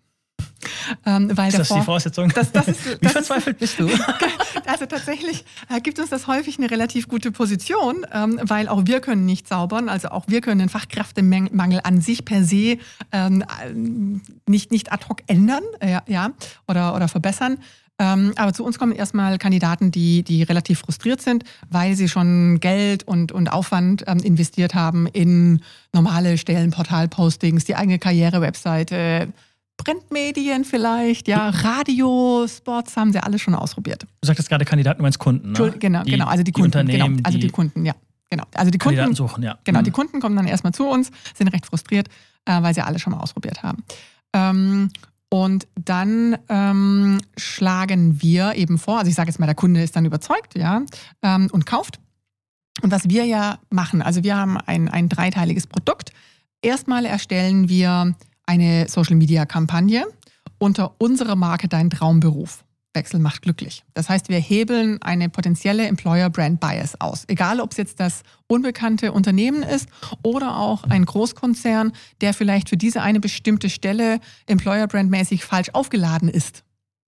Ähm, weil ist das davor, die Voraussetzung? Das, das ist, das Wie verzweifelt ist, bist du? Also tatsächlich äh, gibt uns das häufig eine relativ gute Position, ähm, weil auch wir können nicht zaubern. Also auch wir können den Fachkräftemangel an sich per se ähm, nicht, nicht ad hoc ändern äh, ja, oder, oder verbessern. Ähm, aber zu uns kommen erstmal Kandidaten, die, die relativ frustriert sind, weil sie schon Geld und, und Aufwand ähm, investiert haben in normale Stellenportal-Postings, die eigene Karriere-Webseite, Printmedien vielleicht, ja, Radio, Spots haben sie alle schon ausprobiert. Du sagtest gerade Kandidaten, du meinst Kunden, ne? Genau, die, genau, also die, die Kunden, Unternehmen, genau, also die, die Kunden, ja, genau. Also die Kandidaten Kunden suchen, ja. Genau, mhm. die Kunden kommen dann erstmal zu uns, sind recht frustriert, äh, weil sie alle schon mal ausprobiert haben. Ähm, Und dann ähm, schlagen wir eben vor, also ich sage jetzt mal, der Kunde ist dann überzeugt, ja, ähm, und kauft. Und was wir ja machen, also wir haben ein, ein dreiteiliges Produkt. Erstmal erstellen wir eine Social-Media-Kampagne unter unserer Marke Dein Traumberuf. Wechsel macht glücklich. Das heißt, wir hebeln eine potenzielle Employer-Brand-Bias aus. Egal, ob es jetzt das unbekannte Unternehmen ist oder auch ein Großkonzern, der vielleicht für diese eine bestimmte Stelle Employer-Brand-mäßig falsch aufgeladen ist.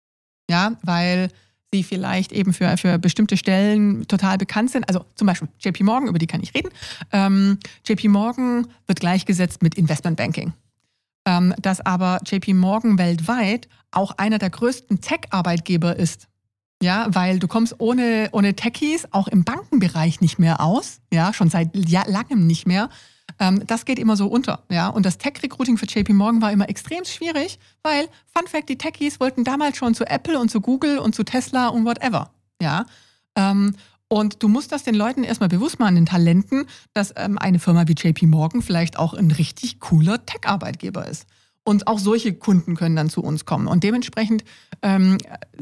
Ja, weil sie vielleicht eben für, für bestimmte Stellen total bekannt sind. Also zum Beispiel J P Morgan, über die kann ich reden. Ähm, J P Morgan wird gleichgesetzt mit Investmentbanking. Ähm, dass aber J P Morgan weltweit auch einer der größten Tech-Arbeitgeber ist. Ja, weil du kommst ohne, ohne Techies auch im Bankenbereich nicht mehr aus. Ja, schon seit ja, langem nicht mehr. Ähm, das geht immer so unter. Ja, und das Tech-Recruiting für J P Morgan war immer extrem schwierig, weil, Fun Fact, die Techies wollten damals schon zu Apple und zu Google und zu Tesla und whatever. Ja, ähm, und du musst das den Leuten erstmal bewusst machen, den Talenten, dass ähm, eine Firma wie J P Morgan vielleicht auch ein richtig cooler Tech-Arbeitgeber ist. Und auch solche Kunden können dann zu uns kommen. Und dementsprechend ähm,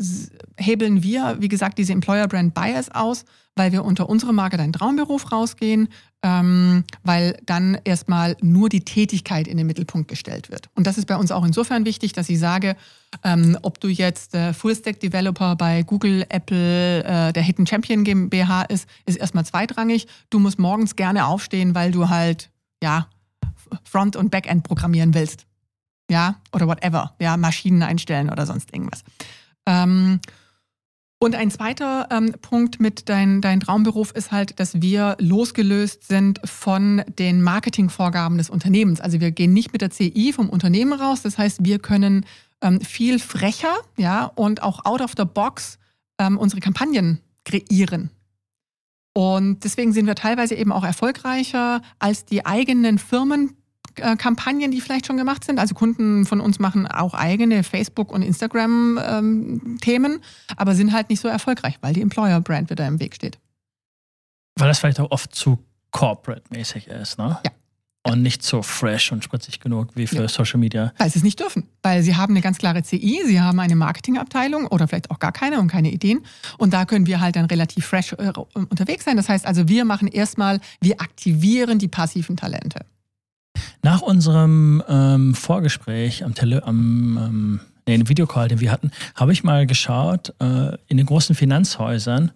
hebeln wir, wie gesagt, diese Employer Brand Bias aus, weil wir unter unserer Marke Dein Traumberuf rausgehen, ähm, weil dann erstmal nur die Tätigkeit in den Mittelpunkt gestellt wird. Und das ist bei uns auch insofern wichtig, dass ich sage, ähm, ob du jetzt äh, Full-Stack-Developer bei Google, Apple, äh, der Hidden Champion GmbH ist, ist erstmal zweitrangig. Du musst morgens gerne aufstehen, weil du halt, ja, Front- und Backend programmieren willst. Ja, oder whatever, ja, Maschinen einstellen oder sonst irgendwas. Ähm, Und ein zweiter ähm, Punkt mit dein, dein Traumberuf ist halt, dass wir losgelöst sind von den Marketingvorgaben des Unternehmens. Also wir gehen nicht mit der C I vom Unternehmen raus. Das heißt, wir können ähm, viel frecher, ja, und auch out of the box ähm, unsere Kampagnen kreieren. Und deswegen sind wir teilweise eben auch erfolgreicher als die eigenen Firmenkampagnen, die vielleicht schon gemacht sind. Also Kunden von uns machen auch eigene Facebook- und Instagram-Themen, aber sind halt nicht so erfolgreich, weil die Employer-Brand wieder im Weg steht. Weil das vielleicht auch oft zu corporate-mäßig ist, ne? Ja. Und nicht so fresh und spritzig genug wie für ja. Social Media. Weil sie es nicht dürfen. Weil sie haben eine ganz klare C I, sie haben eine Marketingabteilung oder vielleicht auch gar keine und keine Ideen. Und da können wir halt dann relativ fresh äh, unterwegs sein. Das heißt also, wir machen erstmal, wir aktivieren die passiven Talente. Nach unserem ähm, Vorgespräch am Tele, am ähm, nee, im Videocall, den wir hatten, habe ich mal geschaut, äh, in den großen Finanzhäusern,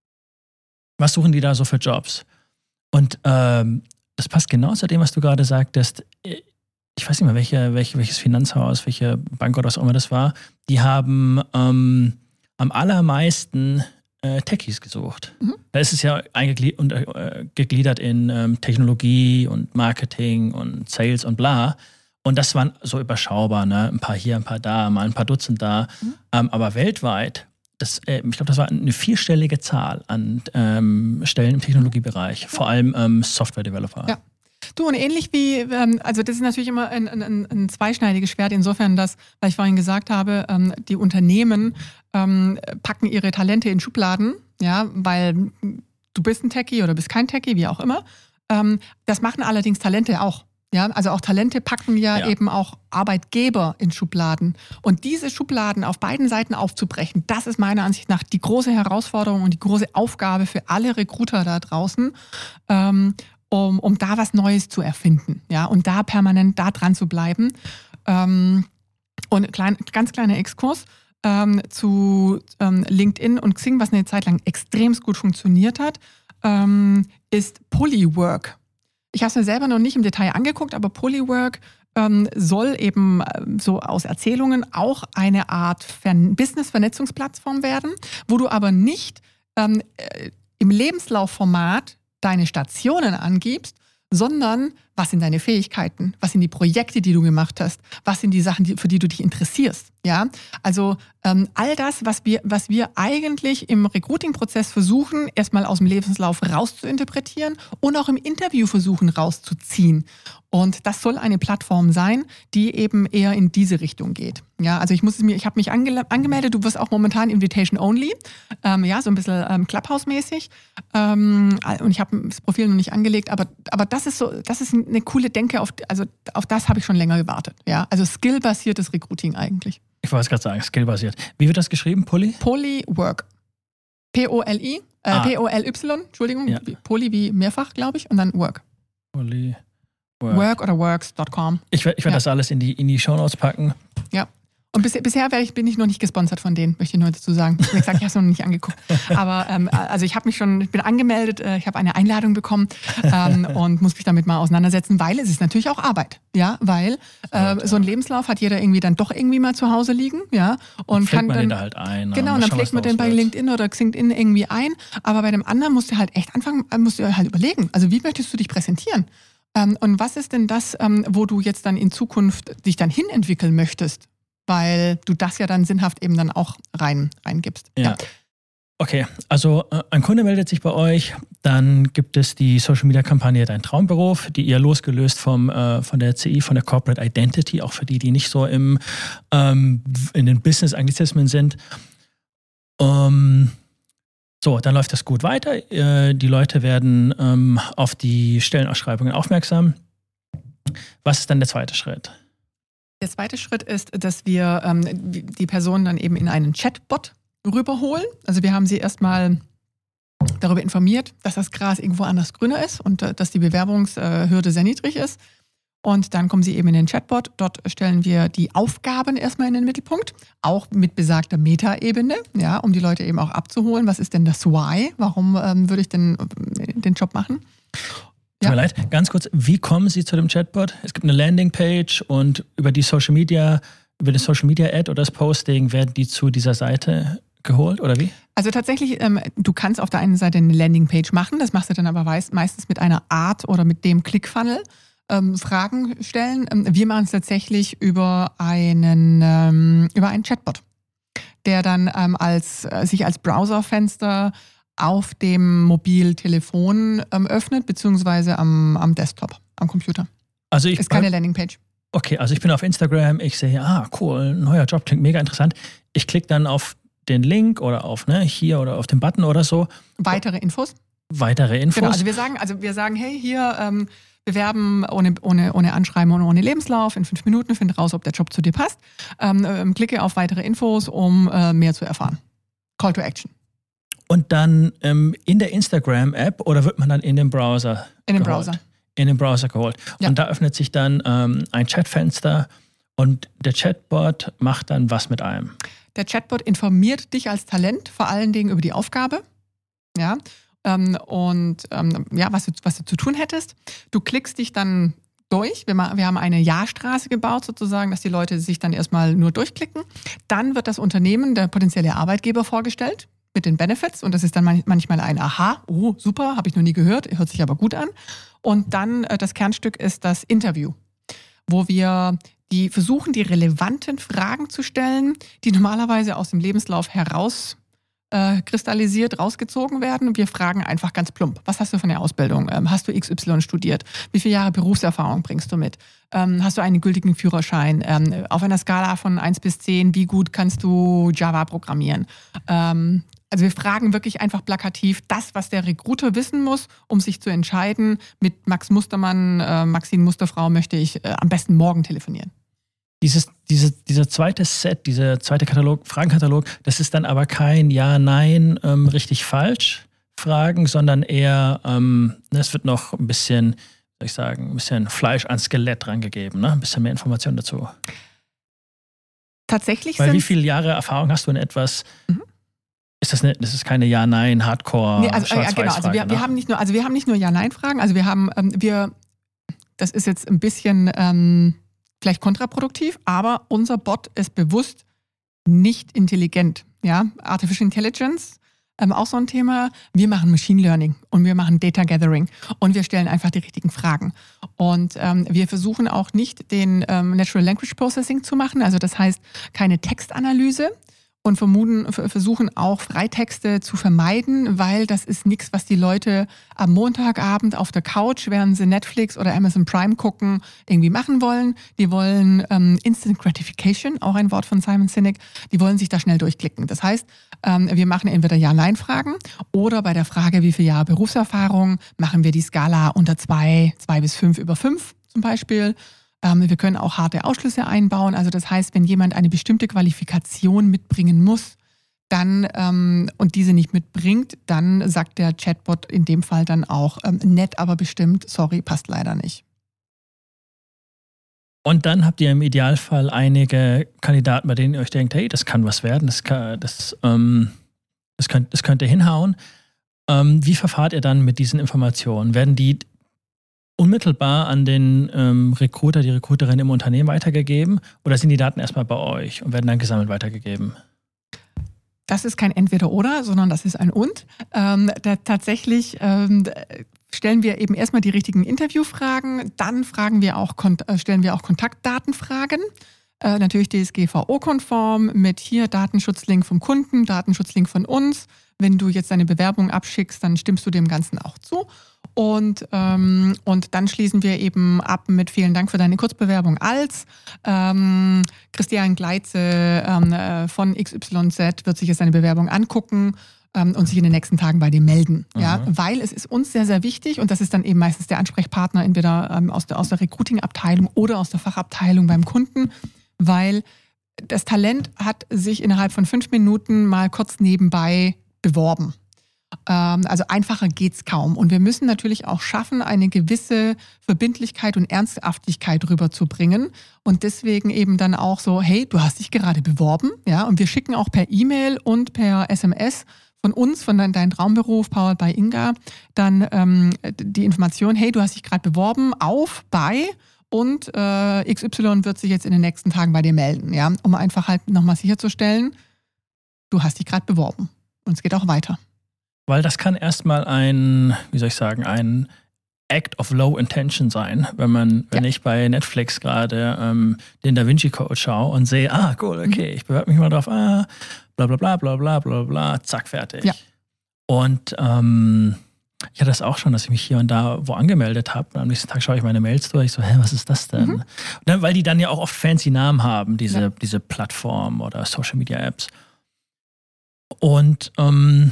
was suchen die da so für Jobs? Und ähm, das passt genau zu dem, was du gerade sagtest. Ich weiß nicht mehr, welche, welche, welches Finanzhaus, welche Bank oder was auch immer das war. Die haben ähm, am allermeisten äh, Techies gesucht. Mhm. Da ist es ja eingegliedert und, äh, gegliedert in ähm, Technologie und Marketing und Sales und bla. Und das waren so überschaubar, ne? Ein paar hier, ein paar da, mal ein paar Dutzend da. Mhm. Ähm, aber weltweit, das, äh, ich glaube, das war eine vierstellige Zahl an ähm, Stellen im Technologiebereich, vor allem ähm, Software-Developer. Ja. Du, und ähnlich wie, ähm, also das ist natürlich immer ein, ein, ein zweischneidiges Schwert, insofern, dass, weil ich vorhin gesagt habe, ähm, die Unternehmen ähm, packen ihre Talente in Schubladen, ja, weil du bist ein Techie oder bist kein Techie, wie auch immer. Ähm, das machen allerdings Talente auch. Ja, also auch Talente packen ja, ja eben auch Arbeitgeber in Schubladen. Und diese Schubladen auf beiden Seiten aufzubrechen, das ist meiner Ansicht nach die große Herausforderung und die große Aufgabe für alle Recruiter da draußen, ähm, um, um da was Neues zu erfinden, ja, und da permanent da dran zu bleiben. Ähm, und klein, ganz kleiner Exkurs ähm, zu ähm, LinkedIn und Xing, was eine Zeit lang extrem gut funktioniert hat, ähm, ist Polywork. Ich habe es mir selber noch nicht im Detail angeguckt, aber Polywork ähm, soll eben ähm, so aus Erzählungen auch eine Art Ver- Business-Vernetzungsplattform werden, wo du aber nicht ähm, äh, im Lebenslaufformat deine Stationen angibst, sondern was sind deine Fähigkeiten, was sind die Projekte, die du gemacht hast, was sind die Sachen, die, für die du dich interessierst. Ja? Also ähm, all das, was wir, was wir eigentlich im Recruiting-Prozess versuchen, erstmal aus dem Lebenslauf rauszuinterpretieren und auch im Interview versuchen rauszuziehen. Und das soll eine Plattform sein, die eben eher in diese Richtung geht. Ja, also ich muss es mir, ich habe mich ange- angemeldet, du wirst auch momentan Invitation Only, ähm, ja, so ein bisschen ähm, Clubhouse-mäßig. Ähm, und ich habe das Profil noch nicht angelegt, aber, aber das ist so, das ist eine coole Denke, auf, also auf das habe ich schon länger gewartet. Ja, also skillbasiertes Recruiting eigentlich. Ich wollte es gerade sagen, skillbasiert. Wie wird das geschrieben, Poly? Polywork. P O L I, äh, ah. P O L Y, Entschuldigung, ja. Poly wie mehrfach, glaube ich, und dann Work. Poly. Work. Work oder works Punkt com. Ich werde ich werd ja. das alles in die, in die Shownotes packen. Ja. Und bis, bisher ich, bin ich noch nicht gesponsert von denen, möchte ich nur dazu sagen. Wie gesagt, ich habe es noch nicht angeguckt. Aber ähm, also ich habe mich schon, ich bin angemeldet, äh, ich habe eine Einladung bekommen ähm, und muss mich damit mal auseinandersetzen, weil es ist natürlich auch Arbeit. Ja, weil äh, so ein Lebenslauf hat jeder irgendwie dann doch irgendwie mal zu Hause liegen. Ja, und pflegt kann man dann, den da halt ein. Genau, und dann pflegt man den bei LinkedIn oder XinkedIn irgendwie ein. Aber bei dem anderen musst du halt echt anfangen, musst du halt überlegen. Also wie möchtest du dich präsentieren? Ähm, und was ist denn das, ähm, wo du jetzt dann in Zukunft dich dann hinentwickeln möchtest? Weil du das ja dann sinnhaft eben dann auch rein reingibst. Ja. ja. Okay, also äh, ein Kunde meldet sich bei euch, dann gibt es die Social-Media-Kampagne Dein Traumberuf, die ihr losgelöst vom, äh, von der C I, von der Corporate Identity, auch für die, die nicht so im, ähm, in den Business-Anglizismen sind. Ähm, so, dann läuft das gut weiter. Äh, die Leute werden ähm, auf die Stellenausschreibungen aufmerksam. Was ist dann der zweite Schritt? Der zweite Schritt ist, dass wir ähm, die Person dann eben in einen Chatbot rüberholen. Also wir haben sie erstmal darüber informiert, dass das Gras irgendwo anders grüner ist und äh, dass die Bewerbungshürde sehr niedrig ist. Und dann kommen sie eben in den Chatbot. Dort stellen wir die Aufgaben erstmal in den Mittelpunkt, auch mit besagter Meta-Ebene, ja, um die Leute eben auch abzuholen. Was ist denn das Why? Warum ähm, würde ich denn den Job machen? Tut mir leid, ganz kurz, wie kommen Sie zu dem Chatbot? Es gibt eine Landingpage und über die Social Media, über das Social Media Ad oder das Posting werden die zu dieser Seite geholt oder wie? Also tatsächlich, ähm, du kannst auf der einen Seite eine Landingpage machen, das machst du dann aber meist, meistens mit einer Art oder mit dem ClickFunnel, ähm, Fragen stellen. Ähm, wir machen es tatsächlich über einen, ähm, über einen Chatbot, der dann ähm, als, äh, sich als Browserfenster auf dem Mobiltelefon ähm, öffnet, beziehungsweise am, am Desktop, am Computer. Also ich ist keine Landingpage. Okay, also ich bin auf Instagram, ich sehe, ah cool, neuer Job, klingt mega interessant. Ich klicke dann auf den Link oder auf ne, hier oder auf den Button oder so. Weitere Infos. Weitere Infos. Genau, also wir sagen, also wir sagen, hey, hier ähm, bewerben ohne, ohne, ohne Anschreiben und ohne Lebenslauf in fünf Minuten, finde raus, ob der Job zu dir passt. Ähm, ähm, klicke auf weitere Infos, um äh, mehr zu erfahren. Call to Action. Und dann ähm, in der Instagram-App oder wird man dann in den Browser In den geholt? Browser. In den Browser geholt. Ja. Und da öffnet sich dann ähm, ein Chatfenster und der Chatbot macht dann was mit einem. Der Chatbot informiert dich als Talent vor allen Dingen über die Aufgabe, ja, ähm, und ähm, ja, was du, was du zu tun hättest. Du klickst dich dann durch. Wir, wir haben eine Ja-Straße gebaut sozusagen, dass die Leute sich dann erstmal nur durchklicken. Dann wird das Unternehmen, der potenzielle Arbeitgeber, vorgestellt mit den Benefits und das ist dann manchmal ein Aha, oh super, habe ich noch nie gehört, hört sich aber gut an. Und dann äh, das Kernstück ist das Interview, wo wir die versuchen, die relevanten Fragen zu stellen, die normalerweise aus dem Lebenslauf heraus äh, kristallisiert, rausgezogen werden. Wir fragen einfach ganz plump, was hast du für eine Ausbildung? Ähm, hast du X Y studiert? Wie viele Jahre Berufserfahrung bringst du mit? Ähm, hast du einen gültigen Führerschein? Ähm, auf einer Skala von eins bis zehn, wie gut kannst du Java programmieren? Ähm, Also wir fragen wirklich einfach plakativ das, was der Recruiter wissen muss, um sich zu entscheiden, mit Max Mustermann, äh, Maxine Musterfrau möchte ich äh, am besten morgen telefonieren. Dieses, diese, dieser zweite Set, dieser zweite Katalog, Fragenkatalog, das ist dann aber kein Ja, Nein, ähm, richtig, falsch Fragen, sondern eher, ähm, es wird noch ein bisschen, soll ich sagen, ein bisschen Fleisch ans Skelett rangegeben, ne? Ein bisschen mehr Informationen dazu. Tatsächlich Weil sind wie viele Jahre Erfahrung hast du in etwas? Mhm. Ist das, eine, das ist keine Ja-Nein, Hardcore, nee, also, ja, genau. Also wir, ne? wir haben nicht nur, also wir haben nicht nur Ja-Nein-Fragen, also wir haben, ähm, wir, das ist jetzt ein bisschen ähm, vielleicht kontraproduktiv, aber unser Bot ist bewusst nicht intelligent. Ja, Artificial Intelligence, ähm, auch so ein Thema. Wir machen Machine Learning und wir machen Data Gathering und wir stellen einfach die richtigen Fragen. Und ähm, wir versuchen auch nicht den ähm, Natural Language Processing zu machen, also das heißt keine Textanalyse. Und vermuten, versuchen auch Freitexte zu vermeiden, weil das ist nichts, was die Leute am Montagabend auf der Couch, während sie Netflix oder Amazon Prime gucken, irgendwie machen wollen. Die wollen ähm, Instant Gratification, auch ein Wort von Simon Sinek, die wollen sich da schnell durchklicken. Das heißt, ähm, wir machen entweder Ja-Nein-Fragen oder bei der Frage, wie viele Jahre Berufserfahrung, machen wir die Skala unter zwei, zwei bis fünf über fünf zum Beispiel. Wir können auch harte Ausschlüsse einbauen. Also das heißt, wenn jemand eine bestimmte Qualifikation mitbringen muss, dann ähm, und diese nicht mitbringt, dann sagt der Chatbot in dem Fall dann auch ähm, nett, aber bestimmt, sorry, passt leider nicht. Und dann habt ihr im Idealfall einige Kandidaten, bei denen ihr euch denkt, hey, das kann was werden, das, kann, das, ähm, das, könnt, das könnte hinhauen. Ähm, wie verfahrt ihr dann mit diesen Informationen? Werden die unmittelbar an den ähm, Recruiter, die Recruiterin im Unternehmen weitergegeben oder sind die Daten erstmal bei euch und werden dann gesammelt weitergegeben? Das ist kein Entweder-Oder, sondern das ist ein Und. Ähm, da tatsächlich ähm, stellen wir eben erstmal die richtigen Interviewfragen, dann fragen wir auch, stellen wir auch Kontaktdatenfragen. Äh, natürlich D S G V O-konform mit hier Datenschutzlink vom Kunden, Datenschutzlink von uns. Wenn du jetzt deine Bewerbung abschickst, dann stimmst du dem Ganzen auch zu. Und, ähm, und dann schließen wir eben ab mit vielen Dank für deine Kurzbewerbung als ähm, Christian Gleitze ähm, äh, von X Y Z wird sich jetzt deine Bewerbung angucken ähm, und sich in den nächsten Tagen bei dir melden. Ja? Weil es ist uns sehr, sehr wichtig und das ist dann eben meistens der Ansprechpartner entweder ähm, aus der, aus der Recruiting-Abteilung oder aus der Fachabteilung beim Kunden, weil das Talent hat sich innerhalb von fünf Minuten mal kurz nebenbei beworben. Also einfacher geht's kaum. Und wir müssen natürlich auch schaffen, eine gewisse Verbindlichkeit und Ernsthaftigkeit rüberzubringen. Und deswegen eben dann auch so, hey, du hast dich gerade beworben. Ja, und wir schicken auch per E-Mail und per S M S von uns, von dein, deinem Traumberuf, powered by Inga, dann ähm, die Information, hey, du hast dich gerade beworben auf, bei und äh, X Y wird sich jetzt in den nächsten Tagen bei dir melden. Ja, um einfach halt nochmal sicherzustellen, du hast dich gerade beworben. Und es geht auch weiter. Weil das kann erstmal ein, wie soll ich sagen, ein Act of Low Intention sein, wenn man, wenn ja. ich bei Netflix gerade ähm, den Da Vinci Code schaue und sehe, ah, cool, okay, mhm. ich bewerbe mich mal drauf, ah, bla bla bla bla bla bla bla, zack, fertig. Ja. Und ähm, ich hatte das auch schon, dass ich mich hier und da wo angemeldet habe. Am nächsten Tag schaue ich meine Mails durch, so, hä, was ist das denn? Mhm. Und dann, weil die dann ja auch oft fancy Namen haben, diese, ja. diese Plattform oder Social Media Apps. Und ähm,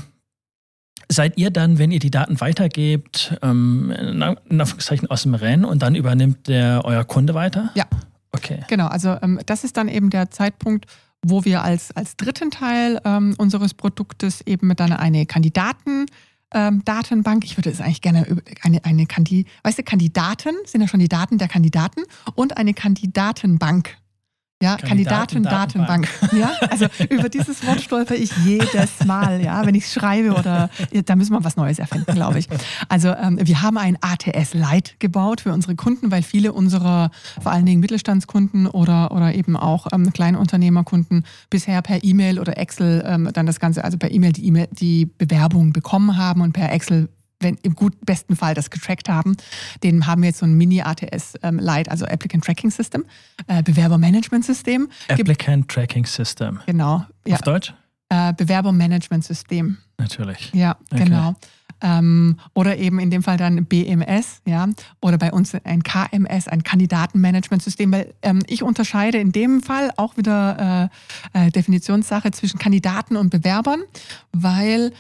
seid ihr dann, wenn ihr die Daten weitergebt, ähm, in Anführungszeichen aus dem Rennen und dann übernimmt der euer Kunde weiter? Ja. Okay. Genau, also ähm, das ist dann eben der Zeitpunkt, wo wir als, als dritten Teil ähm, unseres Produktes eben dann eine Kandidaten ähm, Datenbank, ich würde es eigentlich gerne über eine, eine Kandi, weißt du, Kandidaten sind ja schon die Daten der Kandidaten und eine Kandidatenbank. Ja, Kandidaten-Datenbank. Ja, also über dieses Wort stolper ich jedes Mal, ja, wenn ich es schreibe oder da müssen wir was Neues erfinden, glaube ich. Also ähm, wir haben ein A T S Lite gebaut für unsere Kunden, weil viele unserer vor allen Dingen Mittelstandskunden oder, oder eben auch ähm, Kleinunternehmerkunden bisher per E-Mail oder Excel ähm, dann das Ganze, also per E-Mail die, E-Mail, die Bewerbung bekommen haben und per Excel wenn im gut besten Fall das getrackt haben, denen haben wir jetzt so ein Mini-A T S ähm, Lite, also Applicant Tracking System, äh, Bewerbermanagement-System. Applicant Tracking System. Genau. Ja. Auf Deutsch? Äh, Bewerbermanagement-System. Natürlich. Ja, okay. genau. Ähm, oder eben in dem Fall dann B M S, ja, oder bei uns ein K M S, ein Kandidatenmanagementsystem, weil ähm, ich unterscheide in dem Fall auch wieder äh, äh, Definitionssache zwischen Kandidaten und Bewerbern, weil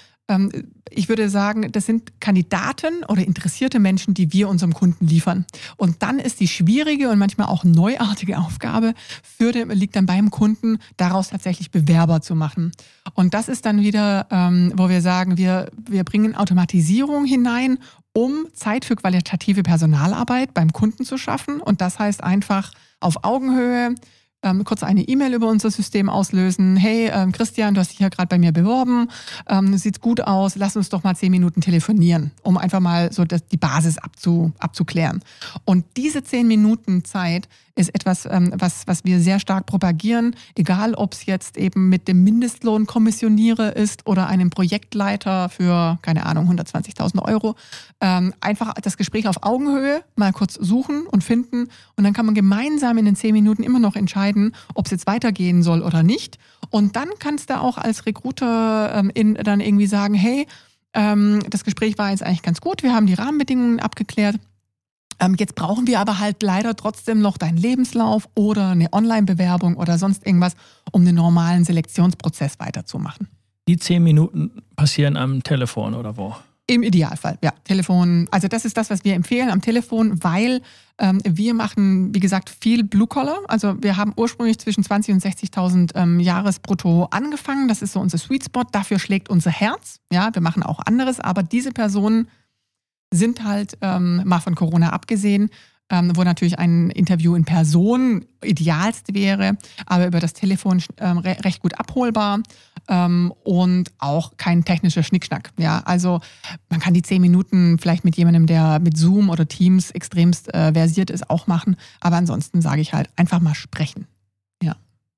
ich würde sagen, das sind Kandidaten oder interessierte Menschen, die wir unserem Kunden liefern. Und dann ist die schwierige und manchmal auch neuartige Aufgabe, für den, liegt dann beim Kunden, daraus tatsächlich Bewerber zu machen. Und das ist dann wieder, ähm, wo wir sagen, wir, wir bringen Automatisierung hinein, um Zeit für qualitative Personalarbeit beim Kunden zu schaffen. Und das heißt einfach auf Augenhöhe, Ähm, kurz eine E-Mail über unser System auslösen. Hey, ähm, Christian, du hast dich ja gerade bei mir beworben. Ähm, sieht gut aus. Lass uns doch mal zehn Minuten telefonieren, um einfach mal so das, die Basis abzu, abzuklären. Und diese zehn Minuten Zeit ist etwas, ähm, was, was wir sehr stark propagieren. Egal, ob es jetzt eben mit dem Mindestlohn Kommissioniere ist oder einem Projektleiter für, keine Ahnung, hundertzwanzigtausend Euro. Ähm, einfach das Gespräch auf Augenhöhe mal kurz suchen und finden. Und dann kann man gemeinsam in den zehn Minuten immer noch entscheiden, ob es jetzt weitergehen soll oder nicht. Und dann kannst du auch als Recruiter ähm, in, dann irgendwie sagen, hey, ähm, das Gespräch war jetzt eigentlich ganz gut, wir haben die Rahmenbedingungen abgeklärt. Ähm, jetzt brauchen wir aber halt leider trotzdem noch deinen Lebenslauf oder eine Online-Bewerbung oder sonst irgendwas, um den normalen Selektionsprozess weiterzumachen. Die zehn Minuten passieren am Telefon oder wo? Im Idealfall, ja. Telefon, also das ist das, was wir empfehlen am Telefon, weil ähm, wir machen, wie gesagt, viel Blue-Collar. Also wir haben ursprünglich zwischen zwanzigtausend und sechzigtausend ähm, Jahresbrutto angefangen. Das ist so unser Sweet Spot. Dafür schlägt unser Herz. Ja, wir machen auch anderes, aber diese Personen sind halt, ähm, mal von Corona abgesehen, ähm, wo natürlich ein Interview in Person idealst wäre, aber über das Telefon ähm, re- recht gut abholbar ähm, und auch kein technischer Schnickschnack. Ja, also man kann die zehn Minuten vielleicht mit jemandem, der mit Zoom oder Teams extremst äh, versiert ist, auch machen, aber ansonsten sage ich halt, einfach mal sprechen. Ja.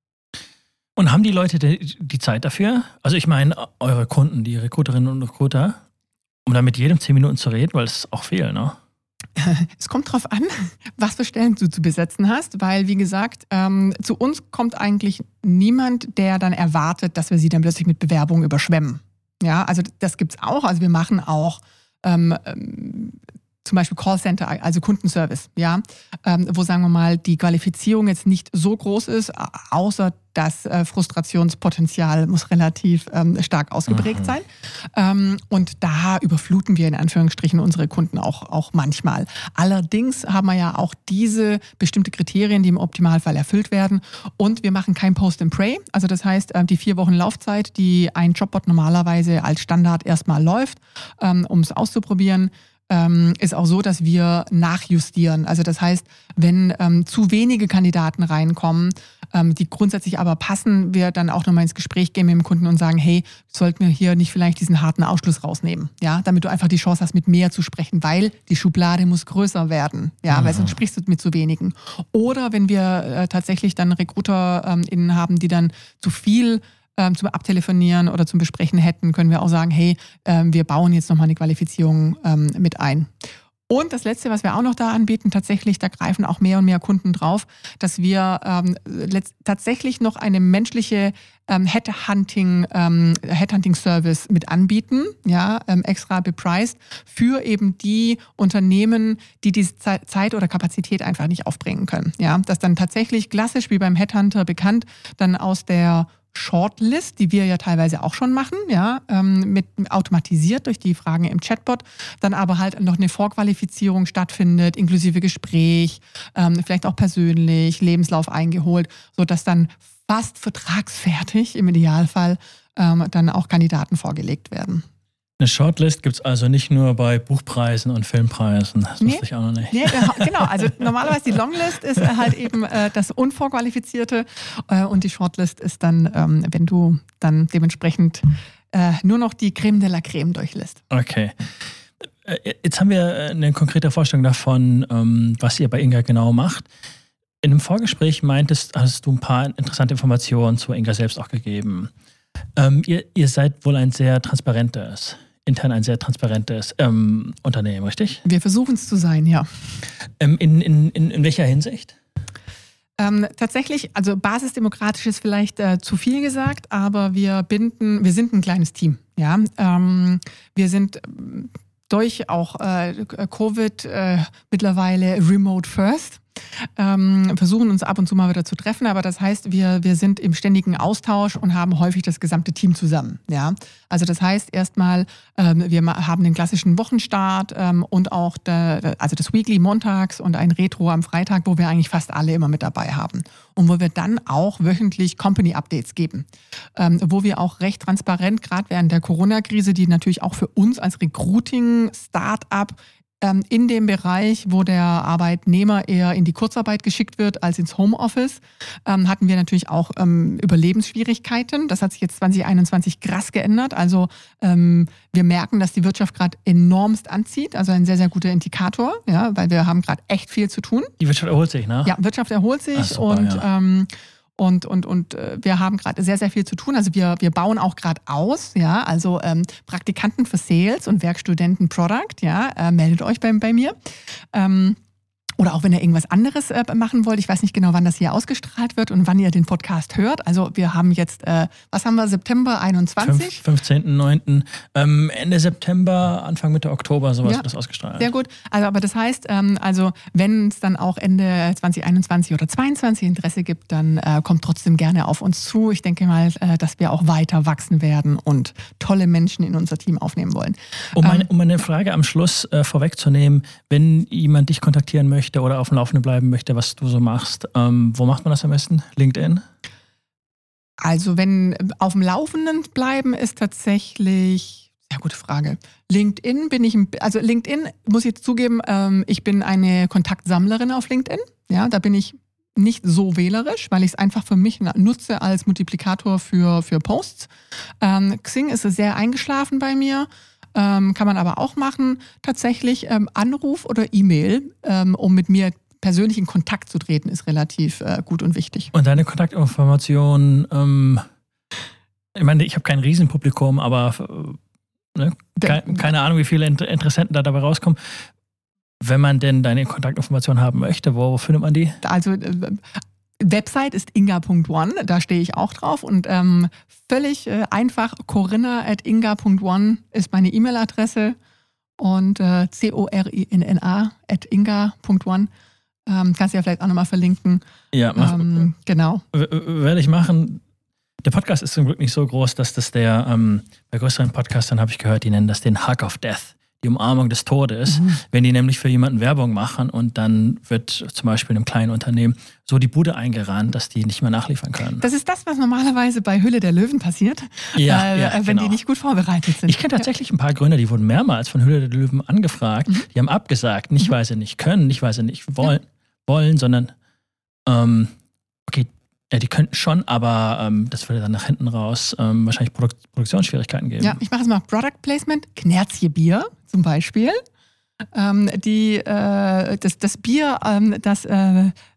Und haben die Leute die, die Zeit dafür? Also ich meine, eure Kunden, die Recruiterinnen und Recruiter, um dann mit jedem zehn Minuten zu reden, weil es auch viel, ne? Es kommt drauf an, was für Stellen du zu besetzen hast, weil, wie gesagt, ähm, zu uns kommt eigentlich niemand, der dann erwartet, dass wir sie dann plötzlich mit Bewerbungen überschwemmen. Ja, also das gibt's auch. Also wir machen auch ähm, ähm, zum Beispiel Callcenter, also Kundenservice, ja, ähm, wo, sagen wir mal, die Qualifizierung jetzt nicht so groß ist, außer das äh, Frustrationspotenzial muss relativ ähm, stark ausgeprägt Aha. sein. Ähm, und da überfluten wir in Anführungsstrichen unsere Kunden auch, auch manchmal. Allerdings haben wir ja auch diese bestimmte Kriterien, die im Optimalfall erfüllt werden. Und wir machen kein Post and Pray. Also das heißt, äh, die vier Wochen Laufzeit, die ein Jobbot normalerweise als Standard erstmal läuft, ähm, um es auszuprobieren, Ähm, ist auch so, dass wir nachjustieren. Also das heißt, wenn ähm, zu wenige Kandidaten reinkommen, ähm, die grundsätzlich aber passen, wir dann auch nochmal ins Gespräch gehen mit dem Kunden und sagen, hey, sollten wir hier nicht vielleicht diesen harten Ausschluss rausnehmen, ja, damit du einfach die Chance hast, mit mehr zu sprechen, weil die Schublade muss größer werden, ja, mhm. weil sonst sprichst du mit zu wenigen. Oder wenn wir äh, tatsächlich dann RecruiterInnen ähm, haben, die dann zu viel ähm, zum Abtelefonieren oder zum Besprechen hätten, können wir auch sagen, hey, ähm, wir bauen jetzt nochmal eine Qualifizierung ähm, mit ein. Und das Letzte, was wir auch noch da anbieten, tatsächlich, da greifen auch mehr und mehr Kunden drauf, dass wir ähm, letzt- tatsächlich noch eine menschliche ähm, Headhunting, ähm, Headhunting-Service mit anbieten, ja, ähm, extra bepreist für eben die Unternehmen, die diese Ze- Zeit oder Kapazität einfach nicht aufbringen können. Ja, dass dann tatsächlich klassisch wie beim Headhunter bekannt, dann aus der Shortlist, die wir ja teilweise auch schon machen, ja, ähm, mit automatisiert durch die Fragen im Chatbot, dann aber halt noch eine Vorqualifizierung stattfindet, inklusive Gespräch, ähm, vielleicht auch persönlich, Lebenslauf eingeholt, sodass dann fast vertragsfertig im Idealfall ähm, dann auch Kandidaten vorgelegt werden. Eine Shortlist gibt es also nicht nur bei Buchpreisen und Filmpreisen. Das Nee. wusste ich auch noch nicht. Nee, genau. Also normalerweise die Longlist ist halt eben äh, das Unvorqualifizierte äh, und die Shortlist ist dann, ähm, wenn du dann dementsprechend äh, nur noch die Creme de la Creme durchlässt. Okay. Äh, Jetzt haben wir eine konkrete Vorstellung davon, ähm, was ihr bei Inga genau macht. In einem Vorgespräch meintest, hast du ein paar interessante Informationen zu Inga selbst auch gegeben. Ähm, ihr, ihr seid wohl ein sehr transparentes, intern ein sehr transparentes ähm, Unternehmen, richtig? Wir versuchen es zu sein, ja. Ähm, in, in, in, in welcher Hinsicht? Ähm, tatsächlich, also basisdemokratisch ist vielleicht äh, zu viel gesagt, aber wir binden, wir sind ein kleines Team, ja. Ähm, wir sind durch auch äh, Covid äh, mittlerweile remote first. Ähm, versuchen uns ab und zu mal wieder zu treffen, aber das heißt, wir, wir sind im ständigen Austausch und haben häufig das gesamte Team zusammen. Ja? Also das heißt erstmal, ähm, wir haben den klassischen Wochenstart ähm, und auch der, also das Weekly montags und ein Retro am Freitag, wo wir eigentlich fast alle immer mit dabei haben. Und wo wir dann auch wöchentlich Company-Updates geben, ähm, wo wir auch recht transparent, gerade während der Corona-Krise, die natürlich auch für uns als Recruiting-Startup in dem Bereich, wo der Arbeitnehmer eher in die Kurzarbeit geschickt wird als ins Homeoffice, ähm, hatten wir natürlich auch ähm, Überlebensschwierigkeiten. Das hat sich jetzt zwanzig einundzwanzig krass geändert. Also ähm, wir merken, dass die Wirtschaft gerade enormst anzieht. Also ein sehr, sehr guter Indikator, ja, weil wir haben gerade echt viel zu tun. Die Wirtschaft erholt sich, ne? Ja, Wirtschaft erholt sich. Ach, super, und ja. ähm, Und, und, und äh, wir haben gerade sehr, sehr viel zu tun. Also wir, wir bauen auch gerade aus, ja, also ähm, Praktikanten für Sales und Werkstudenten Product, ja, äh, meldet euch bei, bei mir. Ähm, Oder auch wenn ihr irgendwas anderes äh, machen wollt. Ich weiß nicht genau, wann das hier ausgestrahlt wird und wann ihr den Podcast hört. Also wir haben jetzt, äh, was haben wir, September einundzwanzig? fünfzehnten neunten Ähm, Ende September, Anfang Mitte Oktober, sowas Ja, wird das ausgestrahlt. Sehr gut. Also, aber das heißt, ähm, also wenn es dann auch Ende zwanzig einundzwanzig oder zweiundzwanzig Interesse gibt, dann äh, kommt trotzdem gerne auf uns zu. Ich denke mal, äh, dass wir auch weiter wachsen werden und tolle Menschen in unser Team aufnehmen wollen. Um eine, Ähm, um eine Frage am Schluss äh, vorwegzunehmen, wenn jemand dich kontaktieren möchte oder auf dem Laufenden bleiben möchte, was du so machst, ähm, wo macht man das am besten? LinkedIn? Also wenn auf dem Laufenden bleiben ist tatsächlich, sehr gute Frage. LinkedIn bin ich, also LinkedIn muss ich jetzt zugeben, ähm, ich bin eine Kontaktsammlerin auf LinkedIn. Ja, da bin ich nicht so wählerisch, weil ich es einfach für mich nutze als Multiplikator für, für Posts. Ähm, Xing ist sehr eingeschlafen bei mir. Ähm, kann man aber auch machen. Tatsächlich ähm, Anruf oder E-Mail, ähm, um mit mir persönlich in Kontakt zu treten, ist relativ äh, gut und wichtig. Und deine Kontaktinformationen, ähm, ich meine, ich habe kein Riesenpublikum, aber äh, ne, ke- keine Ahnung, wie viele Inter- Interessenten da dabei rauskommen. Wenn man denn deine Kontaktinformationen haben möchte, wo, wo findet man die? Also äh, Website ist inga punkt one, da stehe ich auch drauf und ähm, völlig äh, einfach, corinna at inga punkt one ist meine E-Mail-Adresse und äh, C O R I N N A at inga punkt one. Ähm, kannst du ja vielleicht auch nochmal verlinken. Ja, mach, ähm, genau. w- w- werde ich machen. Der Podcast ist zum Glück nicht so groß, dass das der, ähm, bei größeren Podcastern habe ich gehört, die nennen das den Hug of Death. Die Umarmung des Todes, mhm. wenn die nämlich für jemanden Werbung machen und dann wird zum Beispiel in einem kleinen Unternehmen so die Bude eingerannt, dass die nicht mehr nachliefern können. Das ist das, was normalerweise bei Hülle der Löwen passiert, ja, äh, ja, wenn genau. die nicht gut vorbereitet sind. Ich kenne tatsächlich ein paar Gründer, die wurden mehrmals von Hülle der Löwen angefragt. Mhm. Die haben abgesagt, nicht mhm. weil sie nicht können, nicht weil sie nicht wollen, ja. wollen sondern ähm, okay, ja, die könnten schon, aber ähm, das würde dann nach hinten raus ähm, wahrscheinlich Produk- Produktionsschwierigkeiten geben. Ja, ich mache jetzt mal Product Placement. Knerzje Bier zum Beispiel. Ähm, die, äh, das, das Bier, ähm, das äh,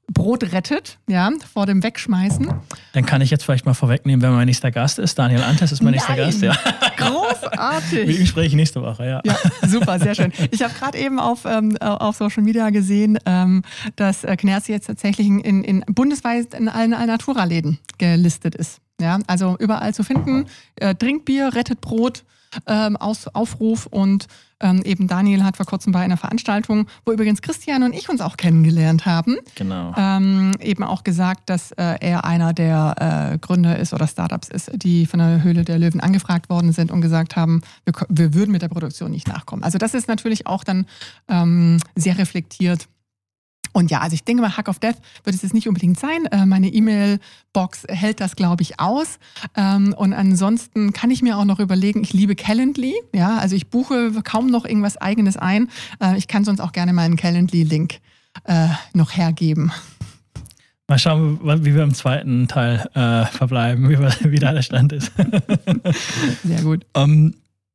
Brot rettet, ja, vor dem Wegschmeißen. Dann kann ich jetzt vielleicht mal vorwegnehmen, wer mein nächster Gast ist. Daniel Antes ist mein nächster Nein. Gast. Ja. Großartig. Mit ihm spreche ich nächste Woche, ja. Ja, super, sehr schön. Ich habe gerade eben auf, ähm, auf Social Media gesehen, ähm, dass äh, Knerzi jetzt tatsächlich in, in bundesweit in allen Alnatura-Läden gelistet ist. Ja, also überall zu finden. Äh, Trinkbier, rettet Brot, ähm, Aus, Aufruf und ähm, eben Daniel hat vor kurzem bei einer Veranstaltung, wo übrigens Christian und ich uns auch kennengelernt haben, genau. ähm, eben auch gesagt, dass äh, er einer der äh, Gründer ist oder Startups ist, die von der Höhle der Löwen angefragt worden sind und gesagt haben, wir, wir würden mit der Produktion nicht nachkommen. Also das ist natürlich auch dann ähm, sehr reflektiert. Und ja, also ich denke mal, Hack of Death wird es jetzt nicht unbedingt sein. Äh, meine E-Mail-Box hält das, glaube ich, aus. Ähm, und ansonsten kann ich mir auch noch überlegen, ich liebe Calendly. Ja, also ich buche kaum noch irgendwas Eigenes ein. Äh, ich kann sonst auch gerne mal einen Calendly-Link äh, noch hergeben. Mal schauen, wie wir im zweiten Teil äh, verbleiben, wie, wie da der Stand ist. Sehr gut. Um,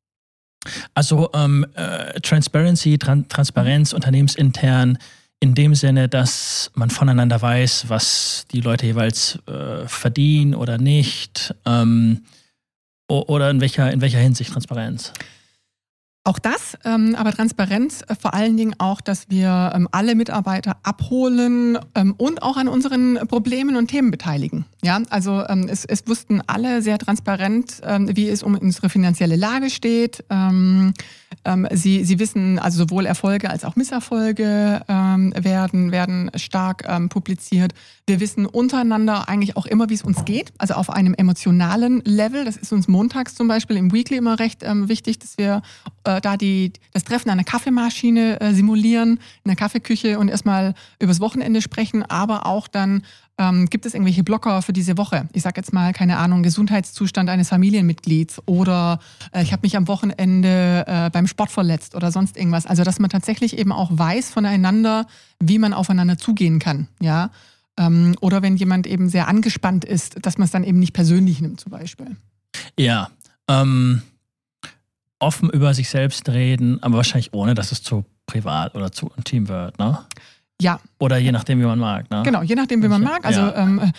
also ähm, äh, Transparency, Tran- Transparenz, unternehmensintern, in dem Sinne, dass man voneinander weiß, was die Leute jeweils äh, verdienen oder nicht, ähm, oder in welcher, in welcher Hinsicht Transparenz? Auch das, ähm, aber Transparenz äh, vor allen Dingen auch, dass wir ähm, alle Mitarbeiter abholen ähm, und auch an unseren Problemen und Themen beteiligen. Ja, also ähm, es, es wussten alle sehr transparent, ähm, wie es um unsere finanzielle Lage steht. Ähm, ähm, sie, sie wissen, also sowohl Erfolge als auch Misserfolge ähm, werden, werden stark ähm, publiziert. Wir wissen untereinander eigentlich auch immer, wie es uns geht, also auf einem emotionalen Level. Das ist uns montags zum Beispiel im Weekly immer recht ähm, wichtig, dass wir äh, da die, das Treffen an der Kaffeemaschine äh, simulieren, in der Kaffeeküche und erstmal übers Wochenende sprechen, aber auch dann ähm, gibt es irgendwelche Blocker für diese Woche. Ich sage jetzt mal, keine Ahnung, Gesundheitszustand eines Familienmitglieds oder äh, ich habe mich am Wochenende äh, beim Sport verletzt oder sonst irgendwas. Also dass man tatsächlich eben auch weiß voneinander, wie man aufeinander zugehen kann, ja. Ähm, oder wenn jemand eben sehr angespannt ist, dass man es dann eben nicht persönlich nimmt zum Beispiel. Ja, ähm, offen über sich selbst reden, aber wahrscheinlich ohne, dass es zu privat oder zu intim wird, ne? Ja. Oder je nachdem, wie man mag, ne? Genau, je nachdem, wie man mag. Also ja. ähm,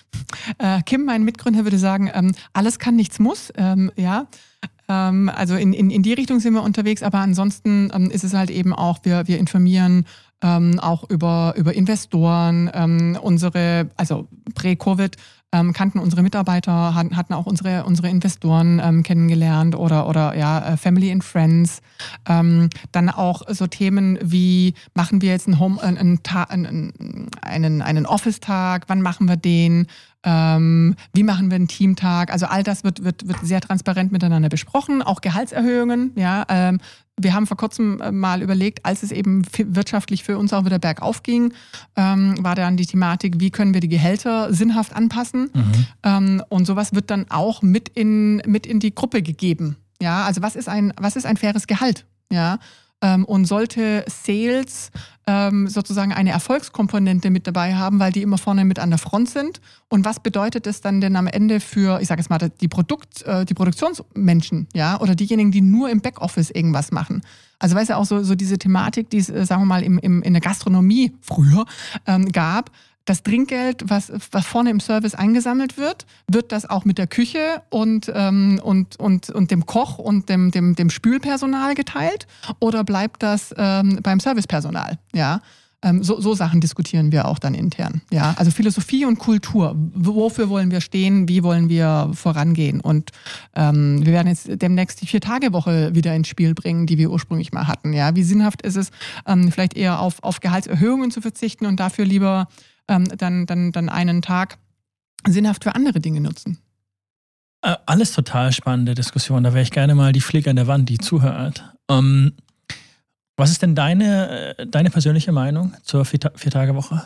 äh, Kim, mein Mitgründer, würde sagen, ähm, alles kann, nichts muss, ähm, ja. Ähm, also in, in, in die Richtung sind wir unterwegs, aber ansonsten ähm, ist es halt eben auch, wir, wir informieren ähm, auch über, über Investoren, ähm, unsere, also prä-Covid, ähm, kannten unsere Mitarbeiter, hatten, hatten auch unsere, unsere Investoren ähm, kennengelernt oder, oder ja, Family and Friends. Ähm, dann auch so Themen wie, machen wir jetzt einen, Home, einen, einen, einen, einen Office-Tag, wann machen wir den? Ähm, wie machen wir einen Teamtag? Also all das wird, wird, wird sehr transparent miteinander besprochen, auch Gehaltserhöhungen. Ja, ähm, wir haben vor kurzem mal überlegt, als es eben wirtschaftlich für uns auch wieder bergauf ging, ähm, war dann die Thematik, wie können wir die Gehälter sinnhaft anpassen? Mhm. Ähm, und sowas wird dann auch mit in, mit in die Gruppe gegeben. Ja, also was ist ein, was ist ein faires Gehalt? Ja. Ähm, und sollte Sales ähm, sozusagen eine Erfolgskomponente mit dabei haben, weil die immer vorne mit an der Front sind. Und was bedeutet es dann denn am Ende für, ich sage jetzt mal, die, Produkt, äh, die Produktionsmenschen, ja, oder diejenigen, die nur im Backoffice irgendwas machen? Also weißt du, auch so, so diese Thematik, die es, äh, sagen wir mal, im, im, in der Gastronomie früher ähm, gab. Das Trinkgeld, was, was vorne im Service eingesammelt wird, wird das auch mit der Küche und, ähm, und, und, und dem Koch und dem, dem, dem Spülpersonal geteilt oder bleibt das ähm, beim Servicepersonal? Ja, ähm, so, so Sachen diskutieren wir auch dann intern. Ja, also Philosophie und Kultur. Wofür wollen wir stehen? Wie wollen wir vorangehen? Und ähm, wir werden jetzt demnächst die Vier-Tage-Woche wieder ins Spiel bringen, die wir ursprünglich mal hatten. Ja, wie sinnhaft ist es, ähm, vielleicht eher auf, auf Gehaltserhöhungen zu verzichten und dafür lieber Ähm, dann, dann, dann einen Tag sinnhaft für andere Dinge nutzen. Äh, alles total spannende Diskussion. Da wäre ich gerne mal die Fliege an der Wand, die zuhört. Ähm, was ist denn deine, deine persönliche Meinung zur Vier-Tage-Woche?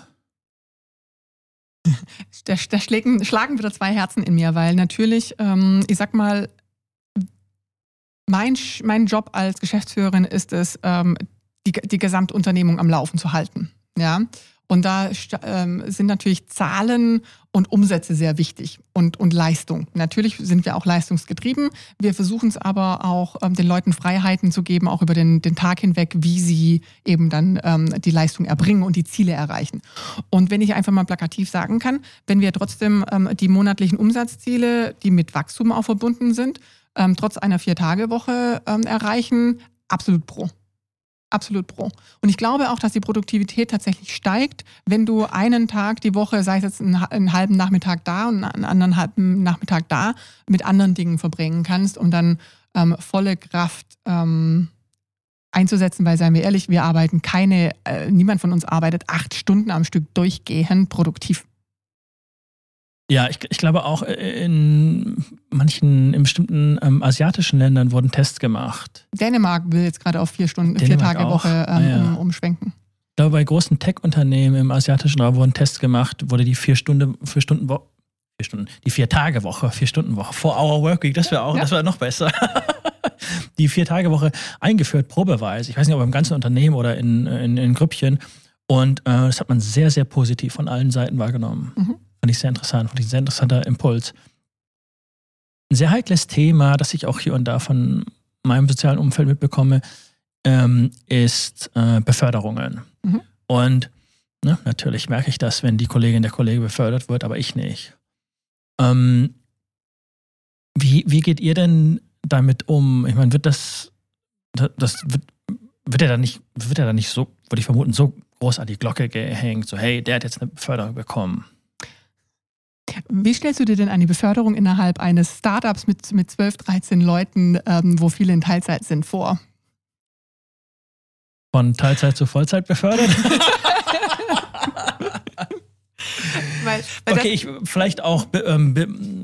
Da, da schlägen, schlagen wieder zwei Herzen in mir, weil natürlich, ähm, ich sag mal, mein, mein Job als Geschäftsführerin ist es, ähm, die, die Gesamtunternehmung am Laufen zu halten. Ja, Und da ähm, sind natürlich Zahlen und Umsätze sehr wichtig und, und Leistung. Natürlich sind wir auch leistungsgetrieben. Wir versuchen es aber auch, ähm, den Leuten Freiheiten zu geben, auch über den, den Tag hinweg, wie sie eben dann ähm, die Leistung erbringen und die Ziele erreichen. Und wenn ich einfach mal plakativ sagen kann, wenn wir trotzdem ähm, die monatlichen Umsatzziele, die mit Wachstum auch verbunden sind, ähm, trotz einer Vier-Tage-Woche ähm, erreichen, absolut pro. Absolut pro. Und ich glaube auch, dass die Produktivität tatsächlich steigt, wenn du einen Tag die Woche, sei es jetzt einen, einen halben Nachmittag da und einen anderen halben Nachmittag da, mit anderen Dingen verbringen kannst, um dann ähm, volle Kraft ähm, einzusetzen, weil, seien wir ehrlich, wir arbeiten keine, äh, niemand von uns arbeitet acht Stunden am Stück durchgehend produktiv. Ja, ich, ich glaube auch in manchen, in bestimmten ähm, asiatischen Ländern wurden Tests gemacht. Dänemark will jetzt gerade auf vier Stunden, Dänemark vier Tage auch. Woche ähm, ah, ja. um, umschwenken. Ich glaube, bei großen Tech-Unternehmen im asiatischen Raum wurden Tests gemacht, wurde die vier Stunden, vier Stunden Woche, vier Stunden, die Vier-Tage-Woche, Vier-Stunden-Woche, Four-Hour-Workweek, das wäre auch, ja. das wäre noch besser. Die Vier-Tage-Woche eingeführt, probeweise. Ich weiß nicht, ob im ganzen Unternehmen oder in, in, in Grüppchen. Und äh, das hat man sehr, sehr positiv von allen Seiten wahrgenommen. Mhm. Fand ich sehr interessant, fand ich ein sehr interessanter Impuls. Ein sehr heikles Thema, das ich auch hier und da von meinem sozialen Umfeld mitbekomme, ähm, ist äh, Beförderungen. Mhm. Und ne, natürlich merke ich das, wenn die Kollegin, der Kollege befördert wird, aber ich nicht. Ähm, wie, wie geht ihr denn damit um? Ich meine, wird das, das wird, wird er dann nicht, wird er dann nicht so, würde ich vermuten, so groß an die Glocke gehängt, so hey, der hat jetzt eine Beförderung bekommen. Wie stellst du dir denn eine Beförderung innerhalb eines Startups mit, mit zwölf, dreizehn Leuten, ähm, wo viele in Teilzeit sind, vor? Von Teilzeit zu Vollzeit befördert? weil, weil okay, ich, vielleicht auch, ähm,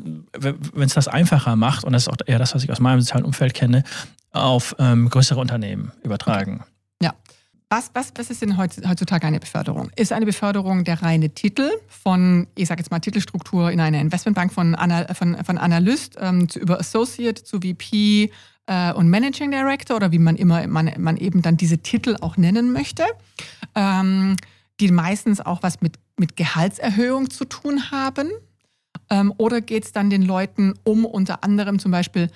wenn es das einfacher macht, und das ist auch eher das, was ich aus meinem sozialen Umfeld kenne, auf ähm, größere Unternehmen übertragen. Ja. Was, was, was ist denn heutzutage eine Beförderung? Ist eine Beförderung der reine Titel von, ich sage jetzt mal Titelstruktur in einer Investmentbank von, Ana, von, von Analyst ähm, zu, über Associate zu V P äh, und Managing Director oder wie man immer man, man eben dann diese Titel auch nennen möchte, ähm, die meistens auch was mit, mit Gehaltserhöhung zu tun haben? Ähm, oder geht es dann den Leuten um unter anderem zum Beispiel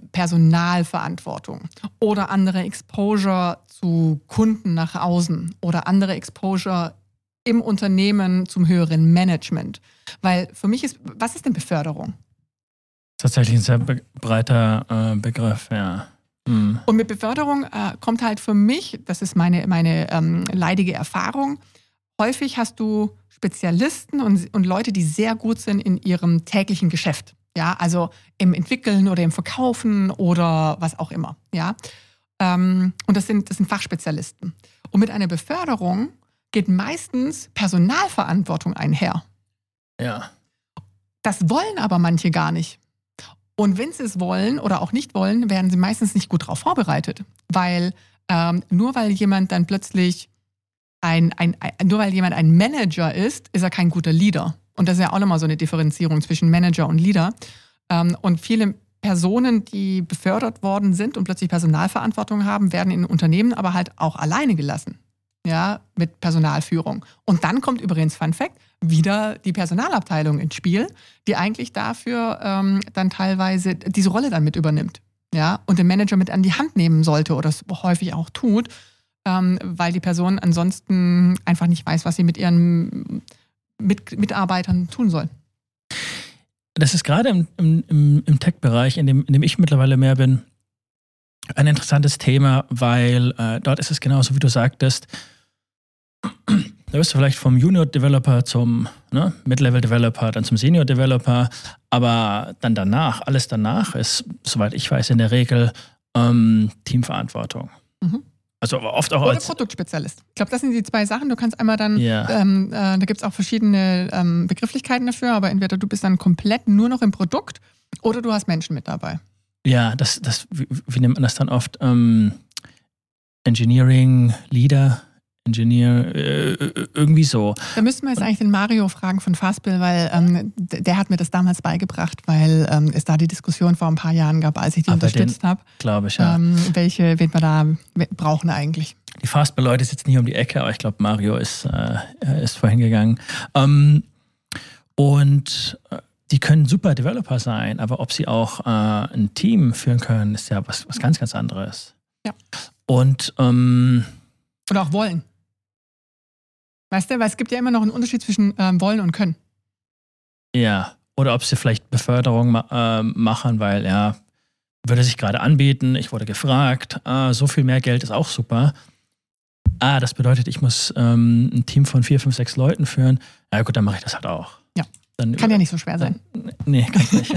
Personalverantwortung oder andere Exposure zu Kunden nach außen oder andere Exposure im Unternehmen zum höheren Management? Weil für mich ist, was ist denn Beförderung? Tatsächlich ein sehr be- breiter äh, Begriff, ja. Mhm. Und mit Beförderung äh, kommt halt für mich, das ist meine, meine ähm, leidige Erfahrung, häufig hast du Spezialisten und, und Leute, die sehr gut sind in ihrem täglichen Geschäft. Ja, also im Entwickeln oder im Verkaufen oder was auch immer. Ja, ähm, und das sind, das sind Fachspezialisten. Und mit einer Beförderung geht meistens Personalverantwortung einher. Ja. Das wollen aber manche gar nicht. Und wenn sie es wollen oder auch nicht wollen, werden sie meistens nicht gut darauf vorbereitet. Weil ähm, nur weil jemand dann plötzlich ein, ein, ein, nur weil jemand ein Manager ist, ist er kein guter Leader. Und das ist ja auch nochmal so eine Differenzierung zwischen Manager und Leader. Und viele Personen, die befördert worden sind und plötzlich Personalverantwortung haben, werden in Unternehmen aber halt auch alleine gelassen. Ja, mit Personalführung. Und dann kommt übrigens, Fun Fact, wieder die Personalabteilung ins Spiel, die eigentlich dafür ähm, dann teilweise diese Rolle dann mit übernimmt. Ja, und den Manager mit an die Hand nehmen sollte oder es häufig auch tut, ähm, weil die Person ansonsten einfach nicht weiß, was sie mit ihren Mit Mitarbeitern tun soll. Das ist gerade im, im, im Tech-Bereich, in dem, in dem ich mittlerweile mehr bin, ein interessantes Thema, weil äh, dort ist es genauso, wie du sagtest, da wirst du vielleicht vom Junior-Developer zum ne, Mid-Level-Developer, dann zum Senior-Developer, aber dann danach, alles danach ist, soweit ich weiß, in der Regel ähm, Teamverantwortung. Mhm. Also oft auch Oder als Produktspezialist. Ich glaube, das sind die zwei Sachen. Du kannst einmal dann, ja. ähm, äh, da gibt es auch verschiedene ähm, Begrifflichkeiten dafür, aber entweder du bist dann komplett nur noch im Produkt oder du hast Menschen mit dabei. Ja, das, das wie, wie nennt man das dann oft? Ähm, Engineering, Leader, Engineer, äh, irgendwie so. Da müssten wir jetzt eigentlich den Mario fragen von Fastbill, weil ähm, der hat mir das damals beigebracht, weil ähm, es da die Diskussion vor ein paar Jahren gab, als ich die Aber unterstützt habe. Glaube ich, ja. Ähm, welche, wen wir da brauchen eigentlich. Die Fastball-Leute sitzen hier um die Ecke, aber ich glaube, Mario ist, äh, ist vorhin gegangen. Ähm, und die können super Developer sein, aber ob sie auch äh, ein Team führen können, ist ja was, was ganz, ganz anderes. Ja. Und ähm, oder auch wollen. Weißt du, weil es gibt ja immer noch einen Unterschied zwischen ähm, wollen und können. Ja, oder ob sie vielleicht Beförderung ma- äh, machen, weil ja, würde sich gerade anbieten, ich wurde gefragt, ah, so viel mehr Geld ist auch super. Ah, das bedeutet, ich muss ähm, ein Team von vier, fünf, sechs Leuten führen. Ja gut, dann mache ich das halt auch. Ja, dann, kann ja nicht so schwer sein. Dann, nee, kann nicht.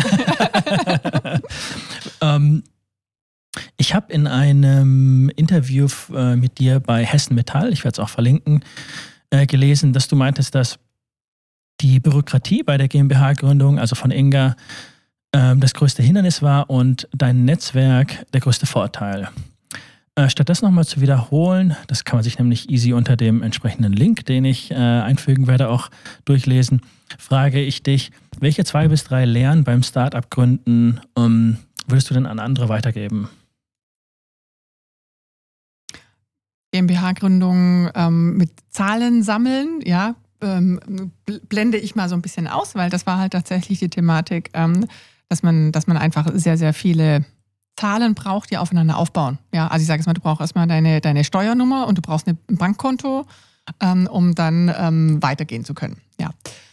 ähm, ich habe in einem Interview äh, mit dir bei Hessen Metall, ich werde es auch verlinken, äh, gelesen, dass du meintest, dass die Bürokratie bei der GmbH-Gründung, also von Inga, äh, das größte Hindernis war und dein Netzwerk der größte Vorteil. Äh, statt das nochmal zu wiederholen, das kann man sich nämlich easy unter dem entsprechenden Link, den ich äh, einfügen werde, auch durchlesen, frage ich dich, welche zwei bis drei Lehren beim Startup-Gründen ähm, würdest du denn an andere weitergeben? GmbH-Gründung ähm, mit Zahlen sammeln, ja, ähm, blende ich mal so ein bisschen aus, weil das war halt tatsächlich die Thematik, ähm, dass man, dass man einfach sehr, sehr viele Zahlen braucht, die aufeinander aufbauen. Ja, also ich sage jetzt mal, du brauchst erstmal deine, deine Steuernummer und du brauchst ein Bankkonto, ähm, um dann ähm, weitergehen zu können. Ja.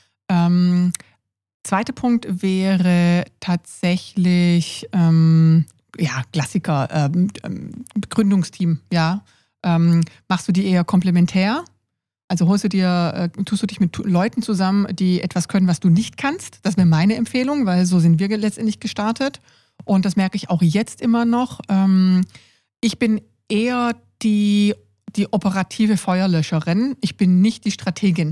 Ähm, zweiter Punkt wäre tatsächlich, ähm, ja, Klassiker, ähm, Gründungsteam, ja. Ähm, machst du die eher komplementär? Also holst du dir, äh, tust du dich mit Leuten zusammen, die etwas können, was du nicht kannst? Das wäre meine Empfehlung, weil so sind wir letztendlich gestartet. Und das merke ich auch jetzt immer noch. Ähm, ich bin eher die, die operative Feuerlöscherin. Ich bin nicht die Strategin.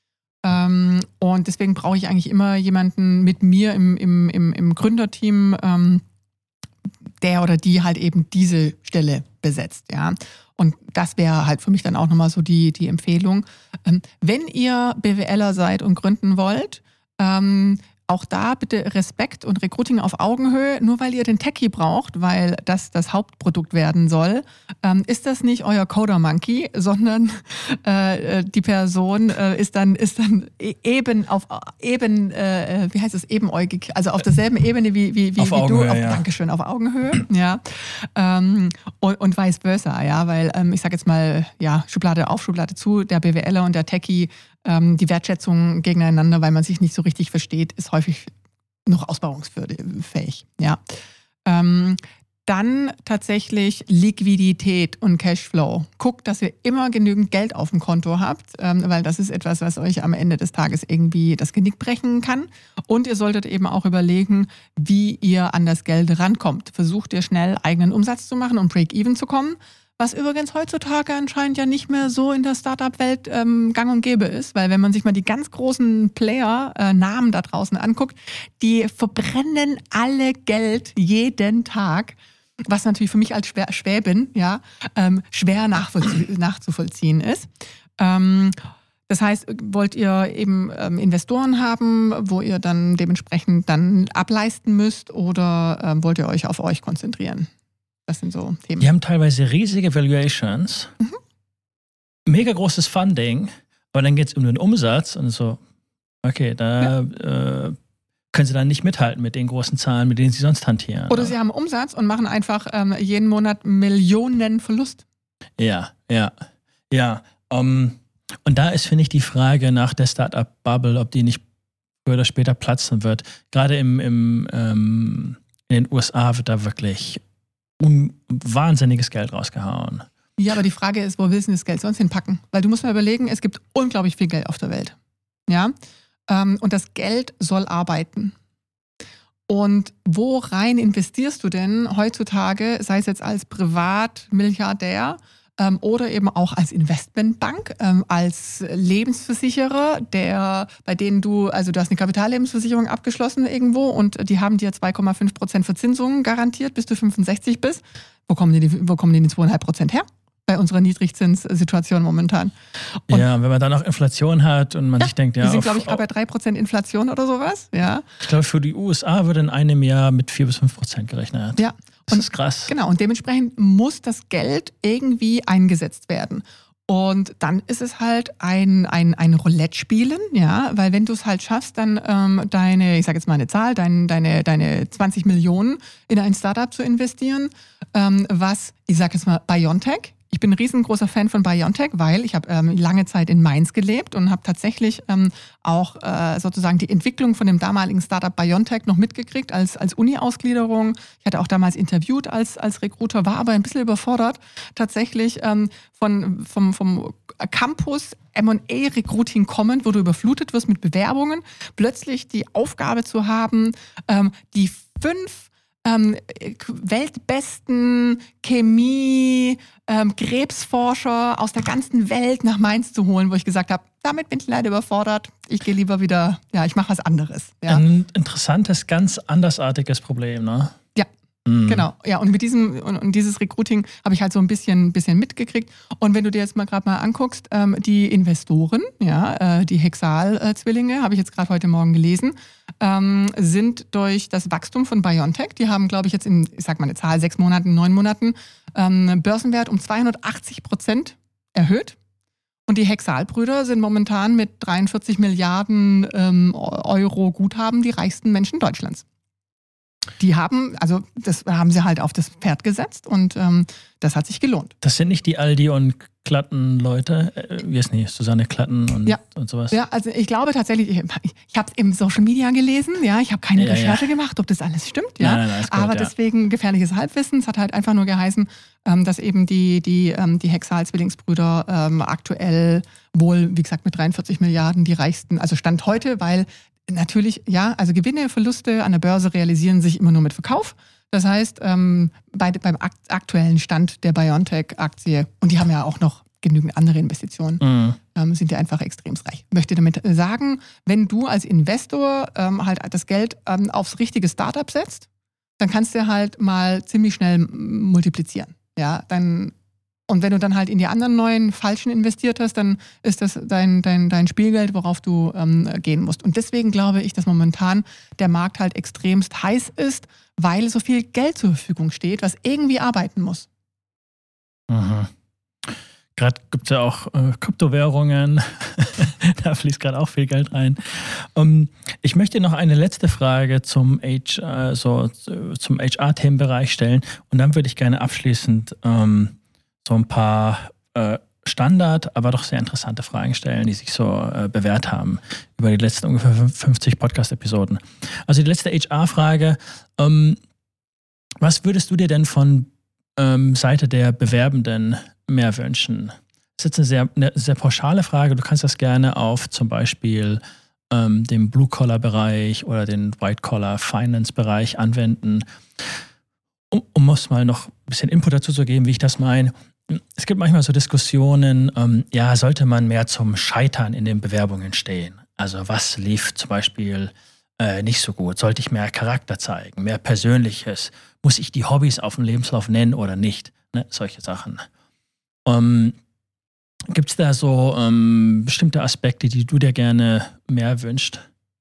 Ähm, und deswegen brauche ich eigentlich immer jemanden mit mir im, im, im, im Gründerteam, ähm, der oder die halt eben diese Stelle besetzt, ja. Und das wäre halt für mich dann auch nochmal so die, die Empfehlung. Ähm, wenn ihr BWLer seid und gründen wollt, ähm, auch da bitte Respekt und Recruiting auf Augenhöhe. Nur weil ihr den Techie braucht, weil das das Hauptprodukt werden soll, ähm, ist das nicht euer Coder-Monkey, sondern äh, die Person äh, ist dann ist dann eben auf eben äh, wie heißt es ebenäugig, also auf derselben Ebene wie wie wie, auf wie Augenhöhe, du. Auf, ja. Dankeschön, auf Augenhöhe, ja. Ähm, und, und vice versa, ja, weil ähm, ich sage jetzt mal ja Schublade auf, Schublade zu. Der BWLer und der Techie, ähm, die Wertschätzung gegeneinander, weil man sich nicht so richtig versteht, ist häufig noch ausbauungsfähig. Ja. Ähm, dann tatsächlich Liquidität und Cashflow. Guckt, dass ihr immer genügend Geld auf dem Konto habt, ähm, weil das ist etwas, was euch am Ende des Tages irgendwie das Genick brechen kann. Und ihr solltet eben auch überlegen, wie ihr an das Geld rankommt. Versucht ihr schnell eigenen Umsatz zu machen und Break-Even zu kommen. Was übrigens heutzutage anscheinend ja nicht mehr so in der Startup-Welt ähm, gang und gäbe ist, weil wenn man sich mal die ganz großen Player-Namen äh, da draußen anguckt, die verbrennen alle Geld jeden Tag, was natürlich für mich als Schwä- Schwäbin ja, ähm, schwer nachvollzie- nachzuvollziehen ist. Ähm, das heißt, wollt ihr eben ähm, Investoren haben, wo ihr dann dementsprechend dann ableisten müsst oder ähm, wollt ihr euch auf euch konzentrieren? Das sind so Themen. Die haben teilweise riesige Valuations, mhm. mega großes Funding, aber dann geht es um den Umsatz und so, okay, da ja. äh, können sie dann nicht mithalten mit den großen Zahlen, mit denen sie sonst hantieren. Oder sie haben Umsatz und machen einfach ähm, jeden Monat Millionen Verlust. Ja, ja, ja. Um, und da ist, finde ich, die Frage nach der Startup-Bubble, ob die nicht früher oder später platzen wird. Gerade im, im, ähm, in den U S A wird da wirklich un- wahnsinniges Geld rausgehauen. Ja, aber die Frage ist, wo willst du das Geld sonst hinpacken? Weil du musst mal überlegen, es gibt unglaublich viel Geld auf der Welt. Ja? Ähm, und das Geld soll arbeiten. Und wo rein investierst du denn heutzutage, sei es jetzt als Privatmilliardär ähm, oder eben auch als Investmentbank, ähm, als Lebensversicherer, der, bei denen du, also du hast eine Kapitallebensversicherung abgeschlossen irgendwo und die haben dir zwei Komma fünf Prozent Verzinsung garantiert, bis du fünfundsechzig bist. Wo kommen die, wo kommen die, die zwei Komma fünf Prozent her? bei unserer Niedrigzinssituation momentan. Und ja, wenn man dann noch Inflation hat und man ja, sich denkt, ja. Wir sind, glaube ich, gerade bei drei Prozent Inflation oder sowas. Ja. Ich glaube, für die U S A wird in einem Jahr mit vier bis fünf Prozent gerechnet. Ja. Das und, ist krass. Genau, und dementsprechend muss das Geld irgendwie eingesetzt werden. Und dann ist es halt ein, ein, ein Roulette-Spielen, ja, weil wenn du es halt schaffst, dann ähm, deine, ich sage jetzt mal eine Zahl, dein, deine, deine zwanzig Millionen in ein Startup zu investieren, ähm, was, ich sage jetzt mal BioNTech. Ich bin ein riesengroßer Fan von BioNTech, weil ich habe ähm, lange Zeit in Mainz gelebt und habe tatsächlich ähm, auch äh, sozusagen die Entwicklung von dem damaligen Startup BioNTech noch mitgekriegt als, als Uni-Ausgliederung. Ich hatte auch damals interviewt als, als Recruiter, war aber ein bisschen überfordert, tatsächlich ähm, von, vom, vom Campus M und A-Recruiting kommend, wo du überflutet wirst mit Bewerbungen, plötzlich die Aufgabe zu haben, ähm, die fünf Ähm, weltbesten Chemie, ähm, Krebsforscher aus der ganzen Welt nach Mainz zu holen, wo ich gesagt habe, damit bin ich leider überfordert. Ich gehe lieber wieder, ja, ich mache was anderes. Ja. Ein interessantes, ganz andersartiges Problem, ne? Ja. Mhm. Genau, ja, und mit diesem und, und dieses Recruiting habe ich halt so ein bisschen, bisschen mitgekriegt. Und wenn du dir jetzt mal gerade mal anguckst, ähm, die Investoren, ja, äh, die Hexal-Zwillinge, habe ich jetzt gerade heute Morgen gelesen, ähm, sind durch das Wachstum von BioNTech, die haben, glaube ich, jetzt in, ich sag mal eine Zahl, sechs Monaten, neun Monaten, ähm, Börsenwert um zweihundertachtzig Prozent erhöht. Und die Hexal-Brüder sind momentan mit dreiundvierzig Milliarden ähm, Euro Guthaben die reichsten Menschen Deutschlands. Die haben, also das haben sie halt auf das Pferd gesetzt und ähm, das hat sich gelohnt. Das sind nicht die Aldi und Klatten-Leute, äh, wie ist nicht, Susanne Klatten und, ja. und sowas? Ja, also ich glaube tatsächlich, ich, ich habe es im Social Media gelesen, ja, ich habe keine ja, Recherche ja. gemacht, ob das alles stimmt, ja. Nein, nein, nein, gut, aber ja. deswegen gefährliches Halbwissen. Es hat halt einfach nur geheißen, ähm, dass eben die, die, ähm, die Hexal-Zwillingsbrüder ähm, aktuell wohl, wie gesagt, mit dreiundvierzig Milliarden die reichsten, also Stand heute, weil natürlich, ja, also Gewinne, Verluste an der Börse realisieren sich immer nur mit Verkauf. Das heißt, ähm, bei, beim aktuellen Stand der BioNTech-Aktie, und die haben ja auch noch genügend andere Investitionen, mhm. ähm, sind ja einfach extrem reich. Ich möchte damit sagen, wenn du als Investor ähm, halt das Geld ähm, aufs richtige Startup setzt, dann kannst du halt mal ziemlich schnell multiplizieren. Ja, dann Und wenn du dann halt in die anderen neuen Falschen investiert hast, dann ist das dein, dein, dein Spielgeld, worauf du ähm, gehen musst. Und deswegen glaube ich, dass momentan der Markt halt extremst heiß ist, weil so viel Geld zur Verfügung steht, was irgendwie arbeiten muss. Mhm. Gerade gibt es ja auch äh, Kryptowährungen, da fließt gerade auch viel Geld rein. Um, ich möchte noch eine letzte Frage zum H, äh, so, zum H R-Themenbereich stellen und dann würde ich gerne abschließend ähm, so ein paar äh, Standard, aber doch sehr interessante Fragen stellen, die sich so äh, bewährt haben über die letzten ungefähr fünfzig Podcast-Episoden. Also die letzte H R-Frage, ähm, was würdest du dir denn von ähm, Seite der Bewerbenden mehr wünschen? Das ist jetzt eine sehr, eine sehr pauschale Frage. Du kannst das gerne auf zum Beispiel ähm, den Blue-Collar-Bereich oder den White-Collar-Finance-Bereich anwenden. Um, um es mal noch ein bisschen Input dazu zu geben, wie ich das meine. Es gibt manchmal so Diskussionen, ähm, ja, sollte man mehr zum Scheitern in den Bewerbungen stehen? Also was lief zum Beispiel äh, nicht so gut? Sollte ich mehr Charakter zeigen, mehr Persönliches? Muss ich die Hobbys auf dem Lebenslauf nennen oder nicht? Ne? Solche Sachen. Ähm, gibt es da so ähm, bestimmte Aspekte, die du dir gerne mehr wünschst?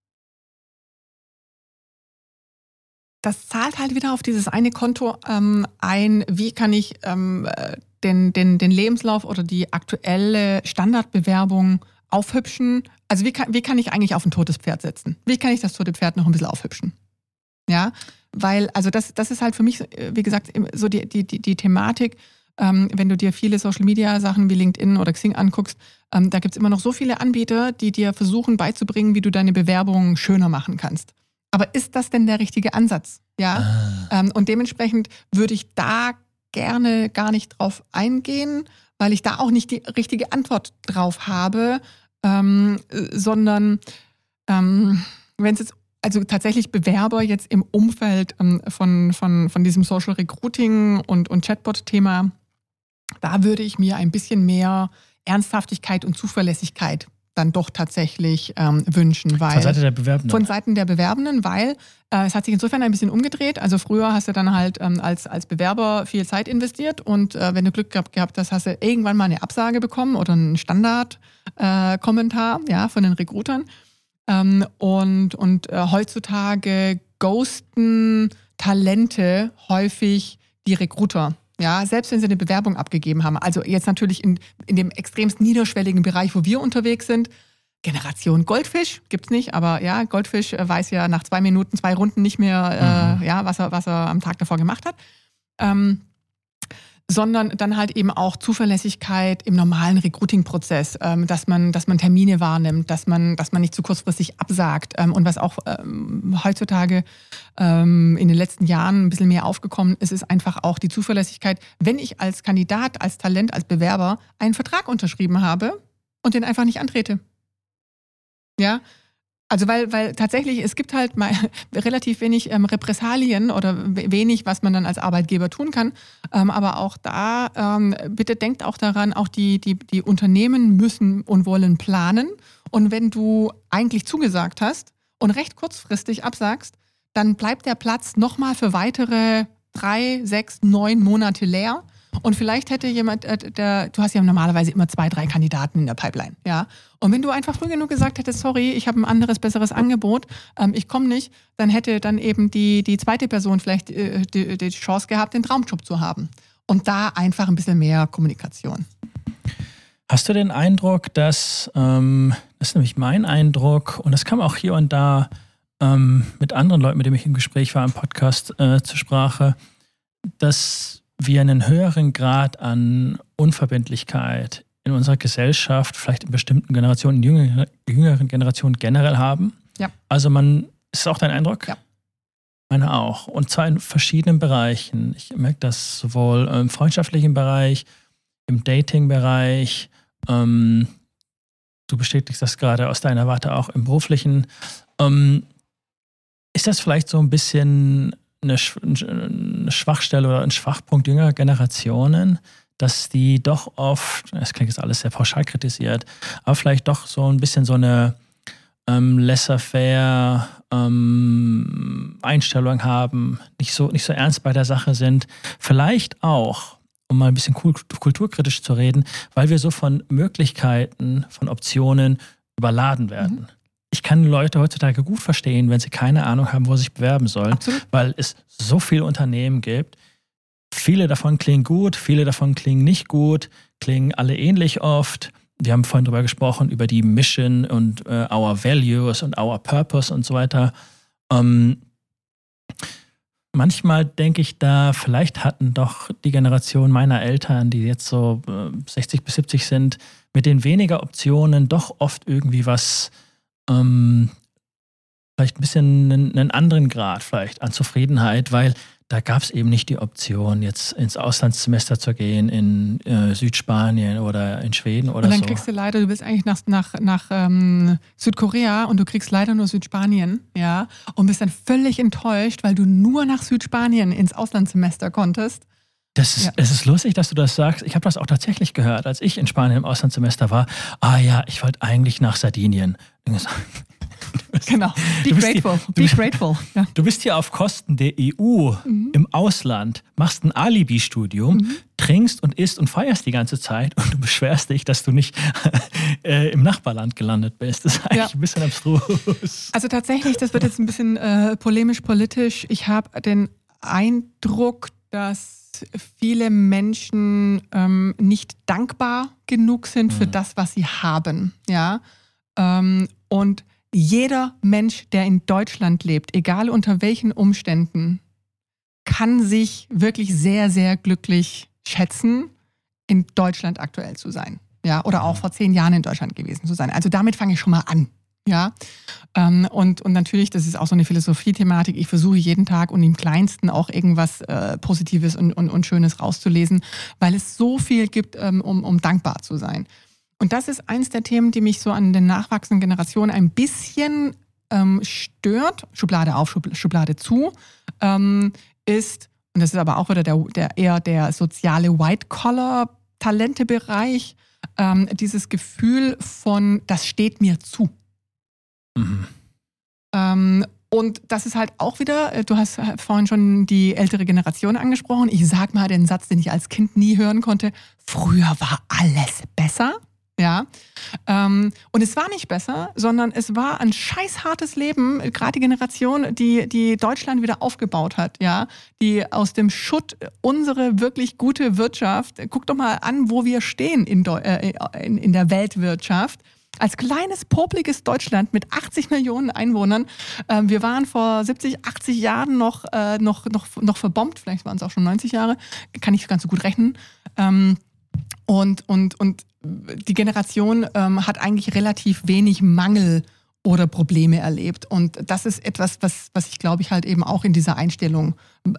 Das zahlt halt wieder auf dieses eine Konto ähm, ein, wie kann ich ähm, den, den, den Lebenslauf oder die aktuelle Standardbewerbung aufhübschen. Also wie kann, wie kann ich eigentlich auf ein totes Pferd setzen? Wie kann ich das tote Pferd noch ein bisschen aufhübschen? Ja, weil, also das, das ist halt für mich, wie gesagt, so die, die, die, die Thematik, ähm, wenn du dir viele Social-Media-Sachen wie LinkedIn oder Xing anguckst, ähm, da gibt es immer noch so viele Anbieter, die dir versuchen beizubringen, wie du deine Bewerbung schöner machen kannst. Aber ist das denn der richtige Ansatz? Ja. Ah. Ähm, und dementsprechend würde ich da gerne gar nicht drauf eingehen, weil ich da auch nicht die richtige Antwort drauf habe, ähm, sondern ähm, wenn es jetzt, also tatsächlich Bewerber jetzt im Umfeld ähm, von, von, von diesem Social Recruiting und, und Chatbot-Thema, da würde ich mir ein bisschen mehr Ernsthaftigkeit und Zuverlässigkeit dann doch tatsächlich ähm, wünschen. Weil, von Seiten der Bewerbenden? Von Seiten der Bewerbenden, weil äh, es hat sich insofern ein bisschen umgedreht. Also früher hast du dann halt ähm, als, als Bewerber viel Zeit investiert und äh, wenn du Glück gehabt, gehabt hast, hast du irgendwann mal eine Absage bekommen oder einen Standardkommentar äh, ja, von den Recruitern. Ähm, und und äh, heutzutage ghosten Talente häufig die Recruiter. Ja, selbst wenn sie eine Bewerbung abgegeben haben. Also jetzt natürlich in, in dem extremst niederschwelligen Bereich, wo wir unterwegs sind. Generation Goldfisch gibt's nicht, aber ja, Goldfisch weiß ja nach zwei Minuten, zwei Runden nicht mehr, mhm. äh, ja, was er, was er am Tag davor gemacht hat. Ähm, sondern dann halt eben auch Zuverlässigkeit im normalen Recruiting-Prozess, ähm, dass man, dass man Termine wahrnimmt, dass man, dass man nicht zu kurzfristig absagt. Ähm, und was auch ähm, heutzutage ähm, in den letzten Jahren ein bisschen mehr aufgekommen ist, ist einfach auch die Zuverlässigkeit, wenn ich als Kandidat, als Talent, als Bewerber einen Vertrag unterschrieben habe und den einfach nicht antrete. Ja, also weil, weil tatsächlich, es gibt halt mal relativ wenig ähm, Repressalien oder wenig, was man dann als Arbeitgeber tun kann. Ähm, aber auch da, ähm, bitte denkt auch daran, auch die, die, die Unternehmen müssen und wollen planen. Und wenn du eigentlich zugesagt hast und recht kurzfristig absagst, dann bleibt der Platz nochmal für weitere drei, sechs, neun Monate leer. Und vielleicht hätte jemand, äh, der, du hast ja normalerweise immer zwei, drei Kandidaten in der Pipeline, ja. Und wenn du einfach früh genug gesagt hättest, sorry, ich habe ein anderes, besseres Angebot, ähm, ich komme nicht, dann hätte dann eben die, die zweite Person vielleicht äh, die, die Chance gehabt, den Traumjob zu haben. Und da einfach ein bisschen mehr Kommunikation. Hast du den Eindruck, dass, ähm, das ist nämlich mein Eindruck, und das kam auch hier und da ähm, mit anderen Leuten, mit denen ich im Gespräch war, im Podcast äh, zur Sprache, dass wir einen höheren Grad an Unverbindlichkeit in unserer Gesellschaft, vielleicht in bestimmten Generationen, in jüngeren, jüngeren Generationen generell haben. Ja. Also man, ist das auch dein Eindruck? Ja. Meine auch. Und zwar in verschiedenen Bereichen. Ich merke das sowohl im freundschaftlichen Bereich, im Dating-Bereich. Ähm, du bestätigst das gerade aus deiner Warte auch im beruflichen. Ähm, ist das vielleicht so ein bisschen eine Schwachstelle oder ein Schwachpunkt jüngerer Generationen, dass die doch oft, das klingt jetzt alles sehr pauschal kritisiert, aber vielleicht doch so ein bisschen so eine ähm, laissez-faire ähm, Einstellung haben, nicht so, nicht so ernst bei der Sache sind. Vielleicht auch, um mal ein bisschen kulturkritisch zu reden, weil wir so von Möglichkeiten, von Optionen überladen werden. Mhm. Ich kann Leute heutzutage gut verstehen, wenn sie keine Ahnung haben, wo sie sich bewerben sollen, Absolut. Weil es so viele Unternehmen gibt. Viele davon klingen gut, viele davon klingen nicht gut, klingen alle ähnlich oft. Wir haben vorhin darüber gesprochen, über die Mission und äh, our values und our purpose und so weiter. Ähm, manchmal denke ich da, vielleicht hatten doch die Generation meiner Eltern, die jetzt so äh, sechzig bis siebzig sind, mit den weniger Optionen doch oft irgendwie was Ähm, vielleicht ein bisschen einen, einen anderen Grad vielleicht an Zufriedenheit, weil da gab es eben nicht die Option, jetzt ins Auslandssemester zu gehen in äh, Südspanien oder in Schweden oder so. Und dann so. kriegst du leider, du willst eigentlich nach, nach, nach ähm, Südkorea und du kriegst leider nur Südspanien, ja, und bist dann völlig enttäuscht, weil du nur nach Südspanien ins Auslandssemester konntest. Das ist, ja. Es ist lustig, dass du das sagst. Ich habe das auch tatsächlich gehört, als ich in Spanien im Auslandssemester war. Ah ja, ich wollte eigentlich nach Sardinien. Genau, be grateful. Hier, be grateful. Ja. Du bist hier auf Kosten der E U mhm. im Ausland, machst ein Alibi-Studium, mhm. trinkst und isst und feierst die ganze Zeit und du beschwerst dich, dass du nicht äh, im Nachbarland gelandet bist. Das ist eigentlich ja. ein bisschen abstrus. Also tatsächlich, das wird jetzt ein bisschen äh, polemisch-politisch. Ich habe den Eindruck, dass viele Menschen ähm, nicht dankbar genug sind für mhm. das, was sie haben. Ja? Ähm, und jeder Mensch, der in Deutschland lebt, egal unter welchen Umständen, kann sich wirklich sehr, sehr glücklich schätzen, in Deutschland aktuell zu sein. Ja? Oder auch vor zehn Jahren in Deutschland gewesen zu sein. Also damit fange ich schon mal an. Ja, ähm, und, und natürlich, das ist auch so eine Philosophie-Thematik, ich versuche jeden Tag und im Kleinsten auch irgendwas äh, Positives und, und, und Schönes rauszulesen, weil es so viel gibt, ähm, um, um dankbar zu sein. Und das ist eins der Themen, die mich so an den nachwachsenden Generationen ein bisschen ähm, stört, Schublade auf, Schublade zu, ähm, ist, und das ist aber auch wieder der, der eher der soziale White-Collar-Talente-Bereich, ähm, dieses Gefühl von, das steht mir zu. Mhm. Ähm, und das ist halt auch wieder, du hast vorhin schon die ältere Generation angesprochen. Ich sag mal den Satz, den ich als Kind nie hören konnte. Früher war alles besser. Ja, ähm, und es war nicht besser, sondern es war ein scheißhartes Leben, gerade die Generation, die, die Deutschland wieder aufgebaut hat, ja, die aus dem Schutt unsere wirklich gute Wirtschaft, guck doch mal an, wo wir stehen in, Deu- äh, in, in der Weltwirtschaft. Als kleines, popliges Deutschland mit achtzig Millionen Einwohnern. Ähm, wir waren vor siebzig, achtzig Jahren noch, äh, noch, noch, noch verbombt, vielleicht waren es auch schon neunzig Jahre, kann ich ganz so gut rechnen. Ähm, und, und, und die Generation ähm, hat eigentlich relativ wenig Mangel oder Probleme erlebt. Und das ist etwas, was, was ich glaube ich halt eben auch in dieser Einstellung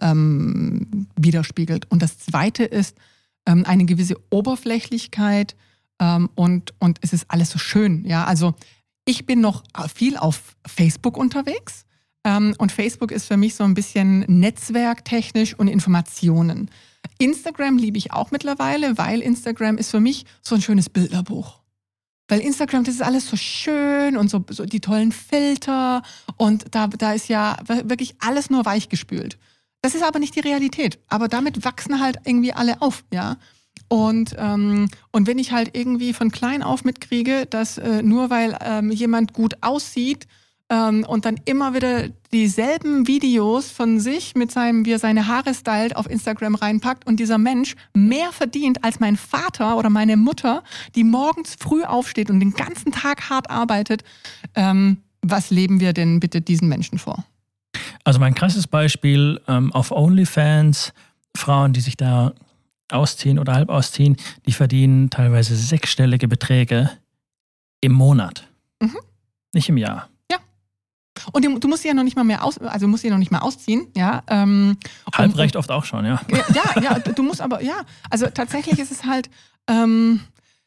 ähm, widerspiegelt. Und das Zweite ist ähm, eine gewisse Oberflächlichkeit ähm, und, und es ist alles so schön. Ja, also ich bin noch viel auf Facebook unterwegs ähm, und Facebook ist für mich so ein bisschen netzwerktechnisch und Informationen. Instagram liebe ich auch mittlerweile, weil Instagram ist für mich so ein schönes Bilderbuch. Weil Instagram, das ist alles so schön und so, so die tollen Filter und da, da ist ja wirklich alles nur weichgespült. Das ist aber nicht die Realität. Aber damit wachsen halt irgendwie alle auf, ja. Und, ähm, und wenn ich halt irgendwie von klein auf mitkriege, dass äh, nur weil ähm, jemand gut aussieht, Ähm, und dann immer wieder dieselben Videos von sich mit seinem, wie er seine Haare stylt, auf Instagram reinpackt und dieser Mensch mehr verdient als mein Vater oder meine Mutter, die morgens früh aufsteht und den ganzen Tag hart arbeitet. Ähm, was leben wir denn bitte diesen Menschen vor? Also mein krasses Beispiel ähm, auf OnlyFans, Frauen, die sich da ausziehen oder halb ausziehen, die verdienen teilweise sechsstellige Beträge im Monat. Mhm. Nicht im Jahr. Und du musst sie ja noch nicht mal mehr aus, also musst sie noch nicht mal ausziehen, ja. Ähm, Halb und, reicht oft auch schon, ja. Ja, ja, du musst aber, ja, also tatsächlich ist es halt, ähm,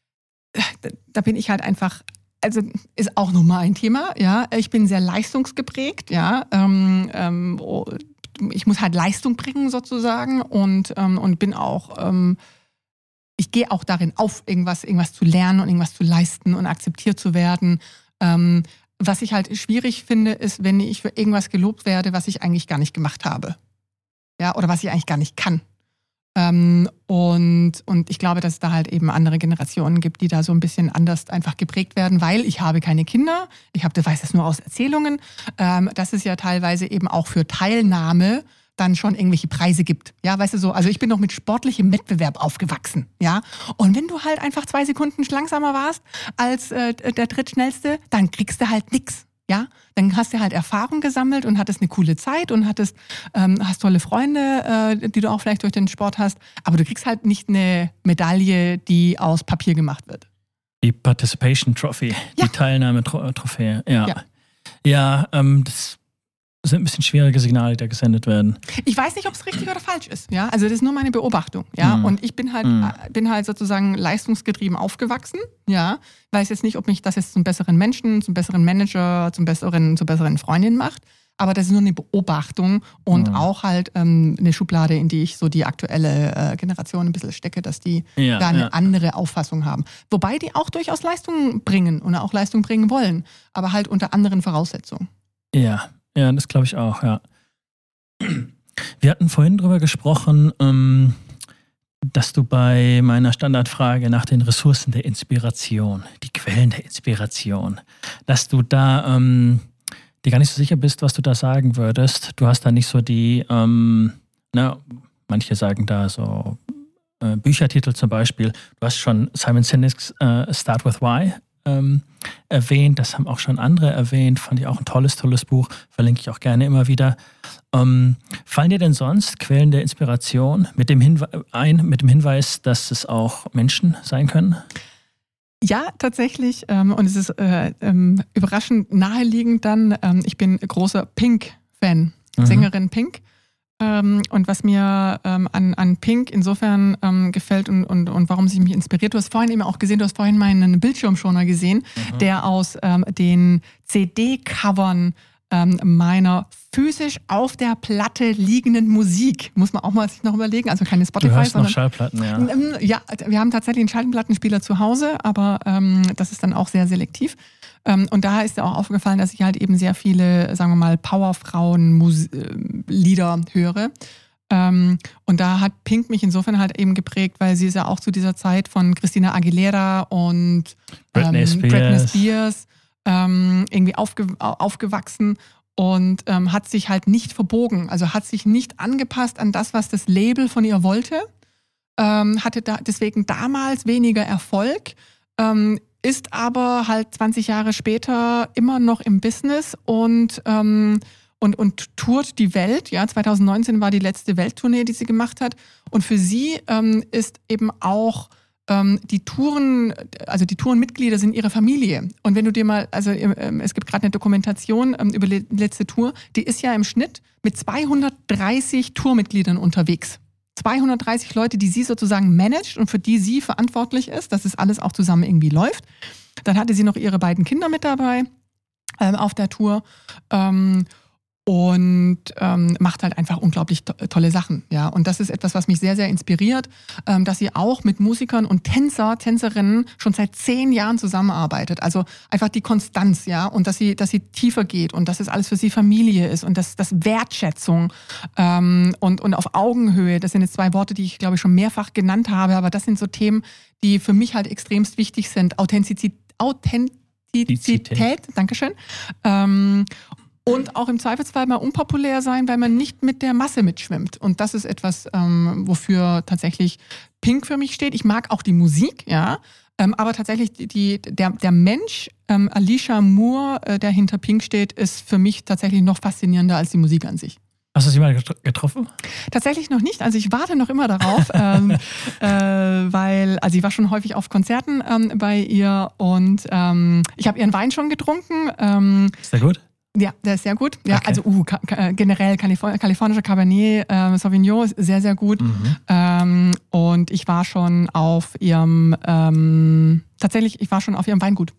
da, da bin ich halt einfach, also ist auch nochmal ein Thema, ja. Ich bin sehr leistungsgeprägt, ja. Ähm, ähm, ich muss halt Leistung bringen sozusagen und, ähm, und bin auch, ähm, ich gehe auch darin auf, irgendwas, irgendwas zu lernen und irgendwas zu leisten und akzeptiert zu werden. Ähm, Was ich halt schwierig finde, ist, wenn ich für irgendwas gelobt werde, was ich eigentlich gar nicht gemacht habe. Ja, oder was ich eigentlich gar nicht kann. Ähm, und, und ich glaube, dass es da halt eben andere Generationen gibt, die da so ein bisschen anders einfach geprägt werden, weil ich habe keine Kinder. Ich habe, weiß das nur aus Erzählungen. Ähm, dass es ja teilweise eben auch für Teilnahme dann schon irgendwelche Preise gibt. Ja, weißt du so, also ich bin noch mit sportlichem Wettbewerb aufgewachsen, ja. Und wenn du halt einfach zwei Sekunden langsamer warst als äh, der Drittschnellste, dann kriegst du halt nix, ja. Dann hast du halt Erfahrung gesammelt und hattest eine coole Zeit und hattest, ähm, hast tolle Freunde, äh, die du auch vielleicht durch den Sport hast, aber du kriegst halt nicht eine Medaille, die aus Papier gemacht wird. Die Participation Trophy, ja. Die Teilnahme-Trophäe, ja. Ja, ja ähm, das sind ein bisschen schwierige Signale, die da gesendet werden. Ich weiß nicht, ob es richtig oder falsch ist. Ja? Also das ist nur meine Beobachtung. Ja? Mm. Und ich bin halt, mm. bin halt sozusagen leistungsgetrieben aufgewachsen. Ja? Weiß jetzt nicht, ob mich das jetzt zum besseren Menschen, zum besseren Manager, zum besseren, zur besseren Freundin macht. Aber das ist nur eine Beobachtung und mm. auch halt ähm, eine Schublade, in die ich so die aktuelle äh, Generation ein bisschen stecke, dass die ja, da eine ja. andere Auffassung haben. Wobei die auch durchaus Leistung bringen und auch Leistung bringen wollen. Aber halt unter anderen Voraussetzungen. Ja. Ja, das glaube ich auch, ja. Wir hatten vorhin drüber gesprochen, ähm, dass du bei meiner Standardfrage nach den Ressourcen der Inspiration, die Quellen der Inspiration, dass du da ähm, dir gar nicht so sicher bist, was du da sagen würdest. Du hast da nicht so die, ähm, na, manche sagen da so äh, Büchertitel zum Beispiel. Du hast schon Simon Sinek's äh, Start with Why Ähm, erwähnt, das haben auch schon andere erwähnt, fand ich auch ein tolles, tolles Buch, verlinke ich auch gerne immer wieder. Ähm, fallen dir denn sonst Quellen der Inspiration mit dem Hinwe- ein, mit dem Hinweis, dass es auch Menschen sein können? Ja, tatsächlich. Ähm, und es ist äh, ähm, überraschend naheliegend dann. Ähm, ich bin großer Pink-Fan, mhm. Sängerin Pink. Ähm, und was mir ähm, an, an Pink insofern ähm, gefällt und, und, und warum sie mich inspiriert, du hast vorhin eben auch gesehen, du hast vorhin meinen Bildschirmschoner gesehen, mhm. der aus ähm, den C D-Covern ähm, meiner physisch auf der Platte liegenden Musik. Muss man auch mal sich noch überlegen. Also keine Spotify, du hast sondern... noch Schallplatten, ja. Ähm, ja, wir haben tatsächlich einen Schallplattenspieler zu Hause, aber ähm, das ist dann auch sehr selektiv. Ähm, und da ist ja auch aufgefallen, dass ich halt eben sehr viele, sagen wir mal, Powerfrauen-Lieder höre. Ähm, und da hat Pink mich insofern halt eben geprägt, weil sie ist ja auch zu dieser Zeit von Christina Aguilera und Britney ähm, Spears, Britney Spears ähm, irgendwie aufge aufgewachsen und ähm, hat sich halt nicht verbogen, also hat sich nicht angepasst an das, was das Label von ihr wollte, ähm, hatte da deswegen damals weniger Erfolg, ähm, ist aber halt zwanzig Jahre später immer noch im Business und ähm, Und, und tourt die Welt. Ja, zwanzig neunzehn war die letzte Welttournee, die sie gemacht hat. Und für sie ähm, ist eben auch ähm, die Touren, also die Tourenmitglieder sind ihre Familie. Und wenn du dir mal, also ähm, es gibt gerade eine Dokumentation ähm, über die letzte Tour, die ist ja im Schnitt mit zweihundertdreißig Tourmitgliedern unterwegs. zweihundertdreißig Leute, die sie sozusagen managt und für die sie verantwortlich ist, dass es alles auch zusammen irgendwie läuft. Dann hatte sie noch ihre beiden Kinder mit dabei ähm, auf der Tour. Ähm, Und ähm, macht halt einfach unglaublich to- tolle Sachen. Ja. Und das ist etwas, was mich sehr, sehr inspiriert, ähm, dass sie auch mit Musikern und Tänzer, Tänzerinnen schon seit zehn Jahren zusammenarbeitet. Also einfach die Konstanz, ja, und dass sie, dass sie tiefer geht und dass es alles für sie Familie ist und dass das Wertschätzung ähm, und, und auf Augenhöhe, das sind jetzt zwei Worte, die ich, glaube ich, schon mehrfach genannt habe, aber das sind so Themen, die für mich halt extremst wichtig sind. Authentizität, Authentizität, Dankeschön. Ähm, Und auch im Zweifelsfall mal unpopulär sein, weil man nicht mit der Masse mitschwimmt. Und das ist etwas, ähm, wofür tatsächlich Pink für mich steht. Ich mag auch die Musik, ja. Ähm, aber tatsächlich die, der, der Mensch, ähm, Alicia Moore, äh, der hinter Pink steht, ist für mich tatsächlich noch faszinierender als die Musik an sich. Hast du sie mal getroffen? Tatsächlich noch nicht. Also ich warte noch immer darauf, ähm, äh, weil, also ich war schon häufig auf Konzerten ähm, bei ihr und ähm, ich habe ihren Wein schon getrunken. Ähm, ist der gut? Ja, der ist sehr gut. Ja, okay. also uh, ka- ka- generell Californ- kalifornischer Cabernet äh, Sauvignon ist sehr, sehr gut. Mhm. Ähm, und ich war schon auf ihrem, ähm, tatsächlich, ich war schon auf ihrem Weingut.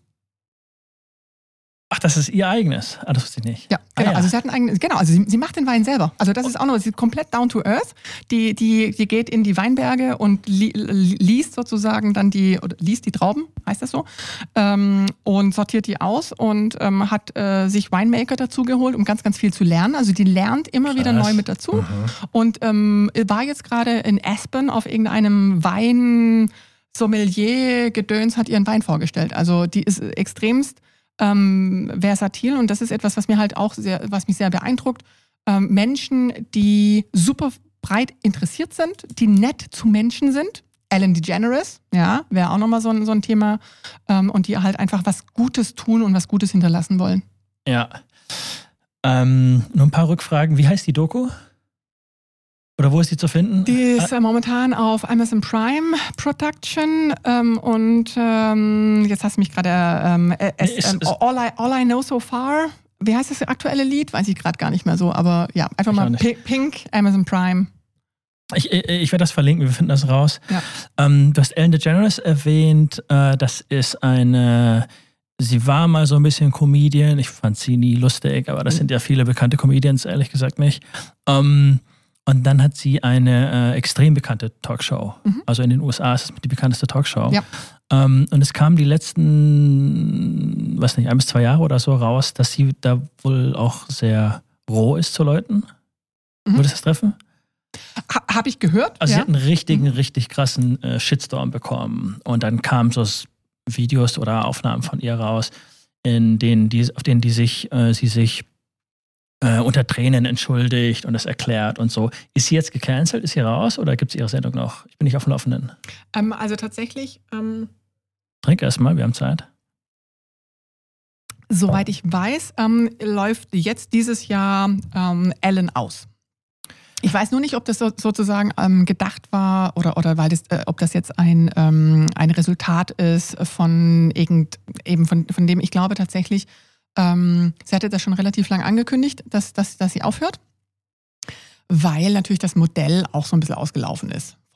Ach, das ist ihr eigenes? Ah, das wusste ich nicht. Ja, genau. Ah, ja. Also sie hat ein eigenes, genau, also sie, sie macht den Wein selber. Also das ist auch noch, sie ist komplett down to earth. Die, die, die geht in die Weinberge und li, liest sozusagen dann die, oder liest die Trauben, heißt das so, ähm, und sortiert die aus und ähm, hat äh, sich Winemaker dazu geholt, um ganz, ganz viel zu lernen. Also die lernt immer Krass. wieder neu mit dazu. Mhm. Und ähm, war jetzt gerade in Aspen auf irgendeinem Wein Sommelier-Gedöns, hat ihren Wein vorgestellt. Also die ist extremst Ähm, versatil und das ist etwas, was mir halt auch sehr, was mich sehr beeindruckt. Ähm, Menschen, die super breit interessiert sind, die nett zu Menschen sind. Ellen DeGeneres, ja, wäre auch nochmal so ein, so ein Thema. Ähm, und die halt einfach was Gutes tun und was Gutes hinterlassen wollen. Ja. Ähm, nur ein paar Rückfragen. Wie heißt die Doku? Oder wo ist die zu finden? Die ist äh, momentan auf Amazon Prime Production ähm, und ähm, jetzt hast du mich gerade ähm, äh, es, Nee, ist- ähm, ist- all, I, all I Know So Far. Wie heißt das aktuelle Lied? Weiß ich gerade gar nicht mehr so, aber ja, einfach Ich mal auch nicht. Pi- Pink, Amazon Prime. Ich, ich, ich werde das verlinken, wir finden das raus. Ja. Ähm, du hast Ellen DeGeneres erwähnt. Äh, das ist eine... Sie war mal so ein bisschen Comedian. Ich fand sie nie lustig, aber das sind ja viele bekannte Comedians, ehrlich gesagt nicht. Ähm, und dann hat sie eine äh, extrem bekannte Talkshow. Mhm. Also in den U S A ist es die bekannteste Talkshow. Ja. Ähm, und es kam die letzten, weiß nicht, ein bis zwei Jahre oder so raus, dass sie da wohl auch sehr roh ist zu Leuten. Mhm. Würdest du das treffen? Ha, Habe ich gehört. Also ja. sie hat einen richtigen, richtig krassen äh, Shitstorm bekommen. Und dann kamen so s- Videos oder Aufnahmen von ihr raus, in denen die, auf denen die sich, äh, sie sich äh, unter Tränen entschuldigt und das erklärt und so. Ist sie jetzt gecancelt? Ist sie raus oder gibt es ihre Sendung noch? Ich bin nicht auf dem Laufenden. Ähm, also tatsächlich, ähm, Trink erstmal, wir haben Zeit. soweit ich weiß, ähm, läuft jetzt dieses Jahr ähm, Ellen aus. Ich weiß nur nicht, ob das so, sozusagen ähm, gedacht war oder, oder weil das, äh, ob das jetzt ein, ähm, ein Resultat ist von irgend, eben von, von dem, ich glaube tatsächlich, ähm, sie hatte das schon relativ lang angekündigt, dass, dass, dass sie aufhört, weil natürlich das Modell auch so ein bisschen ausgelaufen ist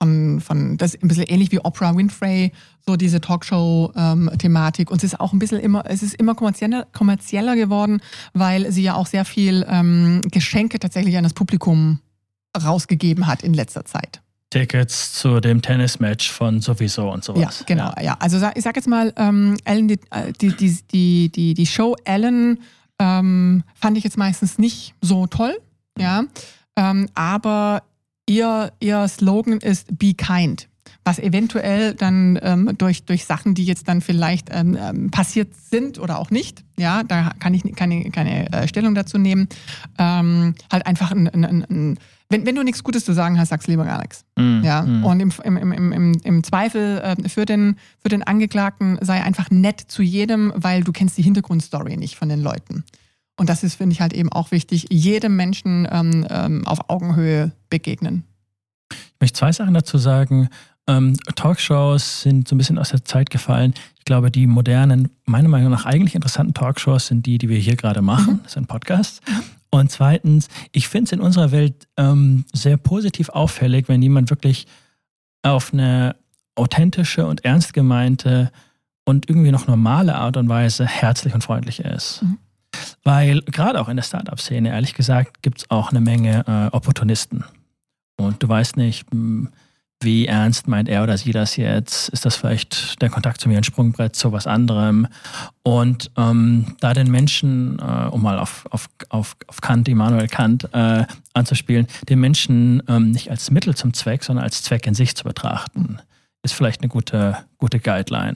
von, von, das ist ein bisschen ähnlich wie Oprah Winfrey, so diese Talkshow-Thematik. Und es ist auch ein bisschen immer, es ist immer kommerzieller, kommerzieller geworden, weil sie ja auch sehr viel ähm, Geschenke tatsächlich an das Publikum rausgegeben hat in letzter Zeit. Tickets zu dem Tennismatch von sowieso und sowas. Ja, genau, ja. ja. Also ich sag jetzt mal, ähm, Ellen, die, die, die, die, die Show Ellen ähm, fand ich jetzt meistens nicht so toll, ja. Ähm, aber ihr, ihr Slogan ist Be Kind, was eventuell dann ähm, durch, durch Sachen, die jetzt dann vielleicht ähm, passiert sind oder auch nicht, ja, da kann ich keine, keine äh, Stellung dazu nehmen, ähm, halt einfach ein, ein, ein, ein Wenn, wenn du nichts Gutes zu sagen hast, sagst lieber gar nichts. Mm, ja? Mm. Und im, im, im, im, im Zweifel äh, für, den, für den Angeklagten sei einfach nett zu jedem, weil du kennst die Hintergrundstory nicht von den Leuten. Und das ist, finde ich, halt eben auch wichtig, jedem Menschen ähm, ähm, auf Augenhöhe begegnen. Ich möchte zwei Sachen dazu sagen. Ähm, Talkshows sind so ein bisschen aus der Zeit gefallen. Ich glaube, die modernen, meiner Meinung nach eigentlich interessanten Talkshows sind die, die wir hier gerade machen. Das sind Podcasts. Und zweitens, ich finde es in unserer Welt ähm, sehr positiv auffällig, wenn jemand wirklich auf eine authentische und ernst gemeinte und irgendwie noch normale Art und Weise herzlich und freundlich ist. Mhm. Weil gerade auch in der Startup-Szene, ehrlich gesagt, gibt es auch eine Menge äh, Opportunisten. Und du weißt nicht, wie ernst meint er oder sie das jetzt? Ist das vielleicht der Kontakt zu mir ein Sprungbrett zu was anderem? Und ähm, da den Menschen, äh, um mal auf, auf, auf, auf Kant, Immanuel Kant äh, anzuspielen, den Menschen ähm, nicht als Mittel zum Zweck, sondern als Zweck in sich zu betrachten, ist vielleicht eine gute, gute Guideline.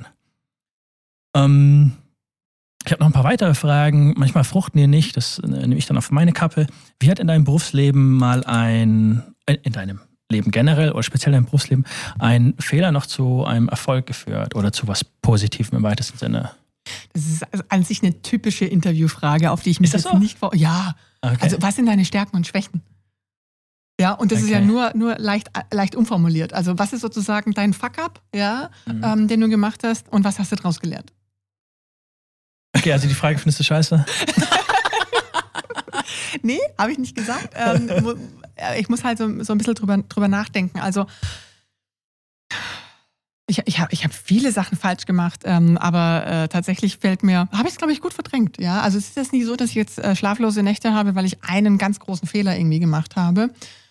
Ähm, ich habe noch ein paar weitere Fragen. Manchmal fruchten die nicht, das nehme ich dann auf meine Kappe. Wie hat in deinem Berufsleben mal ein, in deinem Leben generell oder speziell im Berufsleben ein Fehler noch zu einem Erfolg geführt oder zu was Positivem im weitesten Sinne? Das ist an sich eine typische Interviewfrage, auf die ich mich jetzt so? nicht vor... Ja, okay. Also was sind deine Stärken und Schwächen? Ja, und das okay. ist ja nur, nur leicht, leicht umformuliert. Also was ist sozusagen dein Fuck-up, ja, mhm. ähm, den du gemacht hast und was hast du daraus gelernt? Okay, also die Frage findest du scheiße? Nee, habe ich nicht gesagt. Ähm, ich muss halt so, so ein bisschen drüber, drüber nachdenken. Also ich, ich habe ich hab viele Sachen falsch gemacht, ähm, aber äh, tatsächlich fällt mir, habe ich es, glaube ich, gut verdrängt. Ja? Also es ist jetzt nicht so, dass ich jetzt äh, schlaflose Nächte habe, weil ich einen ganz großen Fehler irgendwie gemacht habe,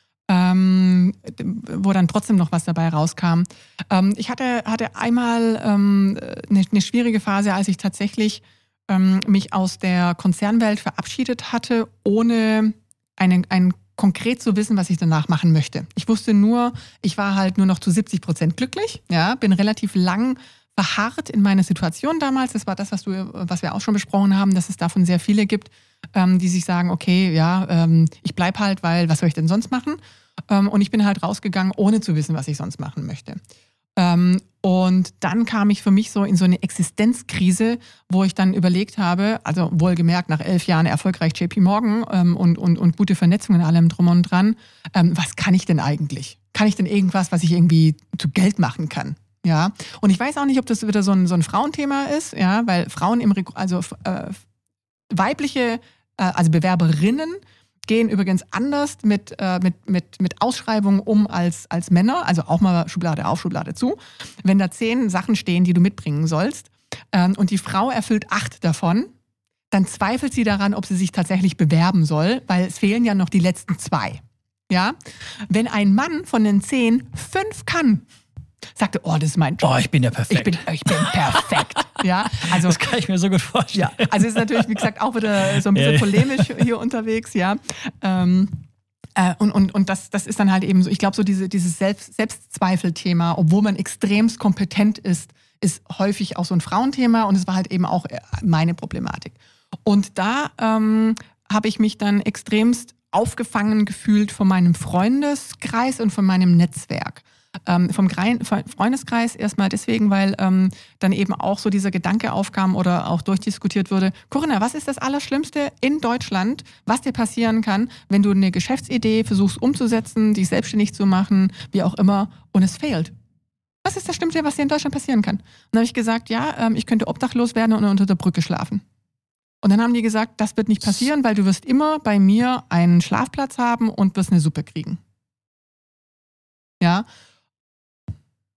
ähm, wo dann trotzdem noch was dabei rauskam. Ähm, ich hatte, hatte einmal ähm, eine, eine schwierige Phase, als ich tatsächlich ähm, mich aus der Konzernwelt verabschiedet hatte, ohne einen, einen konkret zu wissen, was ich danach machen möchte. Ich wusste nur, ich war halt nur noch zu siebzig Prozent glücklich, ja, bin relativ lang verharrt in meiner Situation damals. Das war das, was du, was wir auch schon besprochen haben, dass es davon sehr viele gibt, ähm, die sich sagen, okay, ja, ähm, ich bleib halt, weil was soll ich denn sonst machen? Ähm, und ich bin halt rausgegangen, ohne zu wissen, was ich sonst machen möchte. Ähm, und dann kam ich für mich so in so eine Existenzkrise, wo ich dann überlegt habe, also wohlgemerkt nach elf Jahren erfolgreich J P Morgan ähm, und, und, und gute Vernetzungen allem drum und dran, ähm, was kann ich denn eigentlich? Kann ich denn irgendwas, was ich irgendwie zu Geld machen kann? Ja, und ich weiß auch nicht, ob das wieder so ein, so ein Frauenthema ist, ja, weil Frauen im, also äh, weibliche, äh, also Bewerberinnen gehen übrigens anders mit, äh, mit, mit, mit Ausschreibungen um als, als Männer, also auch mal Schublade auf, Schublade zu. Wenn da zehn Sachen stehen, die du mitbringen sollst, ähm, und die Frau erfüllt acht davon, dann zweifelt sie daran, ob sie sich tatsächlich bewerben soll, weil es fehlen ja noch die letzten zwei. Ja? Wenn ein Mann von den zehn fünf kann, sagte, oh, das ist mein Job. Oh, ich bin ja perfekt. Ich bin, ich bin perfekt. Ja, also, das kann ich mir so gut vorstellen. Ja, also ist natürlich, wie gesagt, auch wieder so ein bisschen polemisch hier unterwegs, ja. Ähm, äh, und und, und das, das ist dann halt eben so, ich glaube, so diese, dieses Selbst, Selbstzweifel-Thema, obwohl man extremst kompetent ist, ist häufig auch so ein Frauenthema und es war halt eben auch meine Problematik. Und da ähm, habe ich mich dann extremst aufgefangen gefühlt von meinem Freundeskreis und von meinem Netzwerk. Ähm, vom Freundeskreis erstmal deswegen, weil ähm, dann eben auch so dieser Gedanke aufkam oder auch durchdiskutiert wurde, Corinna, was ist das Allerschlimmste in Deutschland, was dir passieren kann, wenn du eine Geschäftsidee versuchst umzusetzen, dich selbstständig zu machen, wie auch immer, und es fehlt? Was ist das Schlimmste, was dir in Deutschland passieren kann? Und dann habe ich gesagt, ja, ähm, ich könnte obdachlos werden und unter der Brücke schlafen. Und dann haben die gesagt, das wird nicht passieren, weil du wirst immer bei mir einen Schlafplatz haben und wirst eine Suppe kriegen. Ja.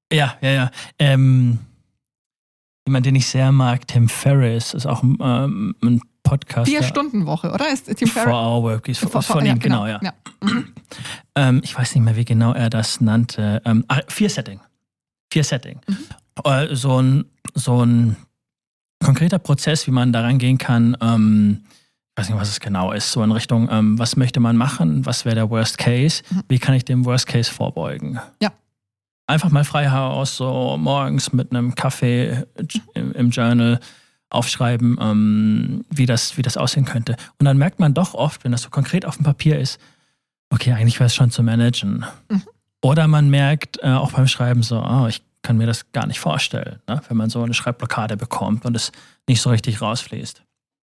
Ja, ja, ja. Ähm, jemand, den ich sehr mag, Tim Ferriss, ist auch ähm, ein Podcaster. Vier-Stunden-Woche, oder? Ist Tim Ferriss? For Our Work, ist von, von ja, ihm, genau, genau ja. ja. Mhm. Ähm, ich weiß nicht mehr, wie genau er das nannte. Ähm, ah, Vier-Setting. Vier-Setting. Mhm. Äh, so ein, so ein konkreter Prozess, wie man da rangehen kann, ähm, ich weiß nicht, was es genau ist, so in Richtung, ähm, was möchte man machen, was wäre der Worst Case, mhm. wie kann ich dem Worst Case vorbeugen? Ja. Einfach mal frei heraus, so morgens mit einem Kaffee im, im Journal aufschreiben, ähm, wie, das, wie das aussehen könnte. Und dann merkt man doch oft, wenn das so konkret auf dem Papier ist, okay, eigentlich wäre es schon zu managen. Mhm. Oder man merkt äh, auch beim Schreiben so, oh, ich kann mir das gar nicht vorstellen, ne? Wenn man so eine Schreibblockade bekommt und es nicht so richtig rausfließt.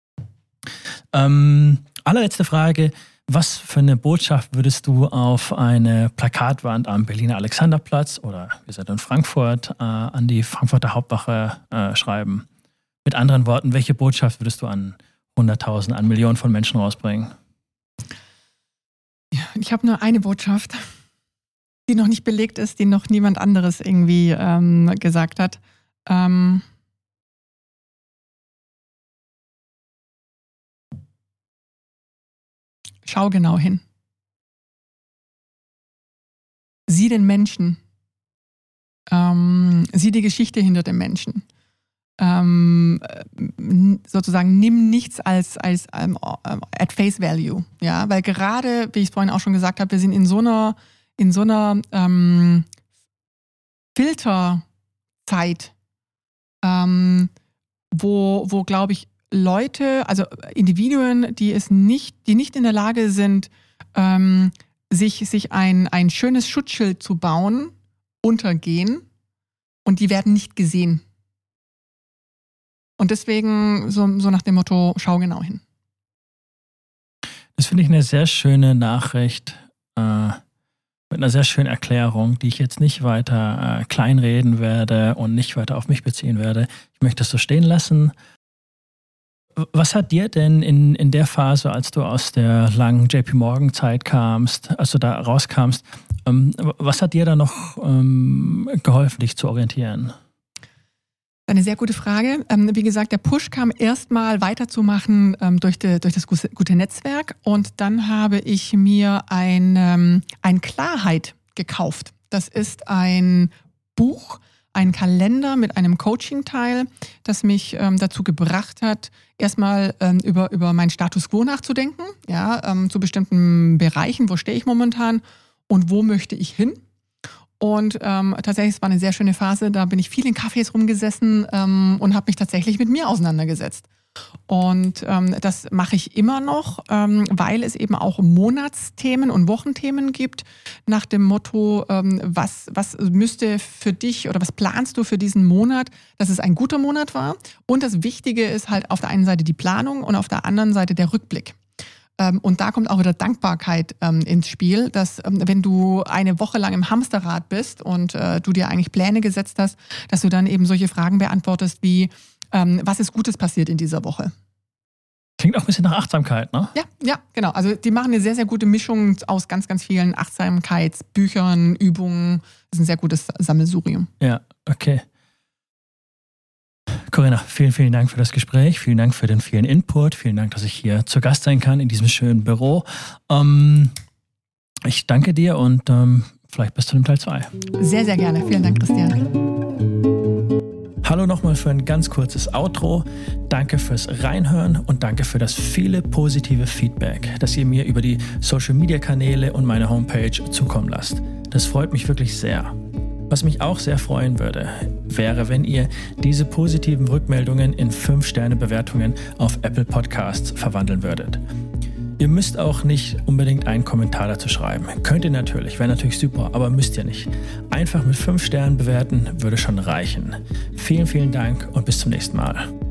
Ähm, allerletzte Frage, was für eine Botschaft würdest du auf eine Plakatwand am Berliner Alexanderplatz oder wir sind in Frankfurt äh, an die Frankfurter Hauptwache äh, schreiben? Mit anderen Worten, welche Botschaft würdest du an hunderttausend, an Millionen von Menschen rausbringen? Ja, ich habe nur eine Botschaft, die noch nicht belegt ist, die noch niemand anderes irgendwie ähm, gesagt hat. Ähm Schau genau hin. Sieh den Menschen. Ähm, sieh die Geschichte hinter dem Menschen. Ähm, sozusagen nimm nichts als, als um, at face value. Ja? Weil gerade, wie ich es vorhin auch schon gesagt habe, wir sind in so einer, in so einer ähm, Filterzeit, ähm, wo, wo glaube ich, Leute, also Individuen, die es nicht, die nicht in der Lage sind, ähm, sich, sich ein, ein schönes Schutzschild zu bauen, untergehen und die werden nicht gesehen. Und deswegen so, so nach dem Motto, schau genau hin. Das finde ich eine sehr schöne Nachricht, äh, mit einer sehr schönen Erklärung, die ich jetzt nicht weiter äh, kleinreden werde und nicht weiter auf mich beziehen werde. Ich möchte es so stehen lassen. Was hat dir denn in, in der Phase, als du aus der langen J P Morgan Zeit kamst, als du da rauskamst, ähm, was hat dir da noch ähm, geholfen, dich zu orientieren? Eine sehr gute Frage. Ähm, wie gesagt, der Push kam erstmal weiterzumachen ähm, durch, de, durch das gute Netzwerk und dann habe ich mir ein, ähm, ein Klarheit gekauft. Das ist ein Buch, ein Kalender mit einem Coaching-Teil, das mich ähm, dazu gebracht hat, erstmal ähm, über, über meinen Status Quo nachzudenken, ja, ähm, zu bestimmten Bereichen, wo stehe ich momentan und wo möchte ich hin. Und ähm, tatsächlich, es war eine sehr schöne Phase, da bin ich viel in Cafés rumgesessen ähm, und habe mich tatsächlich mit mir auseinandergesetzt. Und ähm, das mache ich immer noch, ähm, weil es eben auch Monatsthemen und Wochenthemen gibt, nach dem Motto, ähm, was, was müsste für dich oder was planst du für diesen Monat, dass es ein guter Monat war. Und das Wichtige ist halt auf der einen Seite die Planung und auf der anderen Seite der Rückblick. Ähm, und da kommt auch wieder Dankbarkeit ähm, ins Spiel, dass ähm, wenn du eine Woche lang im Hamsterrad bist und äh, du dir eigentlich Pläne gesetzt hast, dass du dann eben solche Fragen beantwortest wie, ähm, was ist Gutes passiert in dieser Woche? Klingt auch ein bisschen nach Achtsamkeit, ne? Ja, ja, genau. Also die machen eine sehr, sehr gute Mischung aus ganz, ganz vielen Achtsamkeitsbüchern, Übungen. Das ist ein sehr gutes Sammelsurium. Ja, okay. Corinna, vielen, vielen Dank für das Gespräch. Vielen Dank für den vielen Input. Vielen Dank, dass ich hier zu Gast sein kann in diesem schönen Büro. Ähm, ich danke dir und ähm, vielleicht bis zu dem Teil zwei. Sehr, sehr gerne. Vielen Dank, Christian. Hallo nochmal für ein ganz kurzes Outro. Danke fürs Reinhören und danke für das viele positive Feedback, das ihr mir über die Social-Media-Kanäle und meine Homepage zukommen lasst. Das freut mich wirklich sehr. Was mich auch sehr freuen würde, wäre, wenn ihr diese positiven Rückmeldungen in fünf Sterne Bewertungen auf Apple Podcasts verwandeln würdet. Ihr müsst auch nicht unbedingt einen Kommentar dazu schreiben. Könnt ihr natürlich, wäre natürlich super, aber müsst ihr nicht. Einfach mit fünf Sternen bewerten würde schon reichen. Vielen, vielen Dank und bis zum nächsten Mal.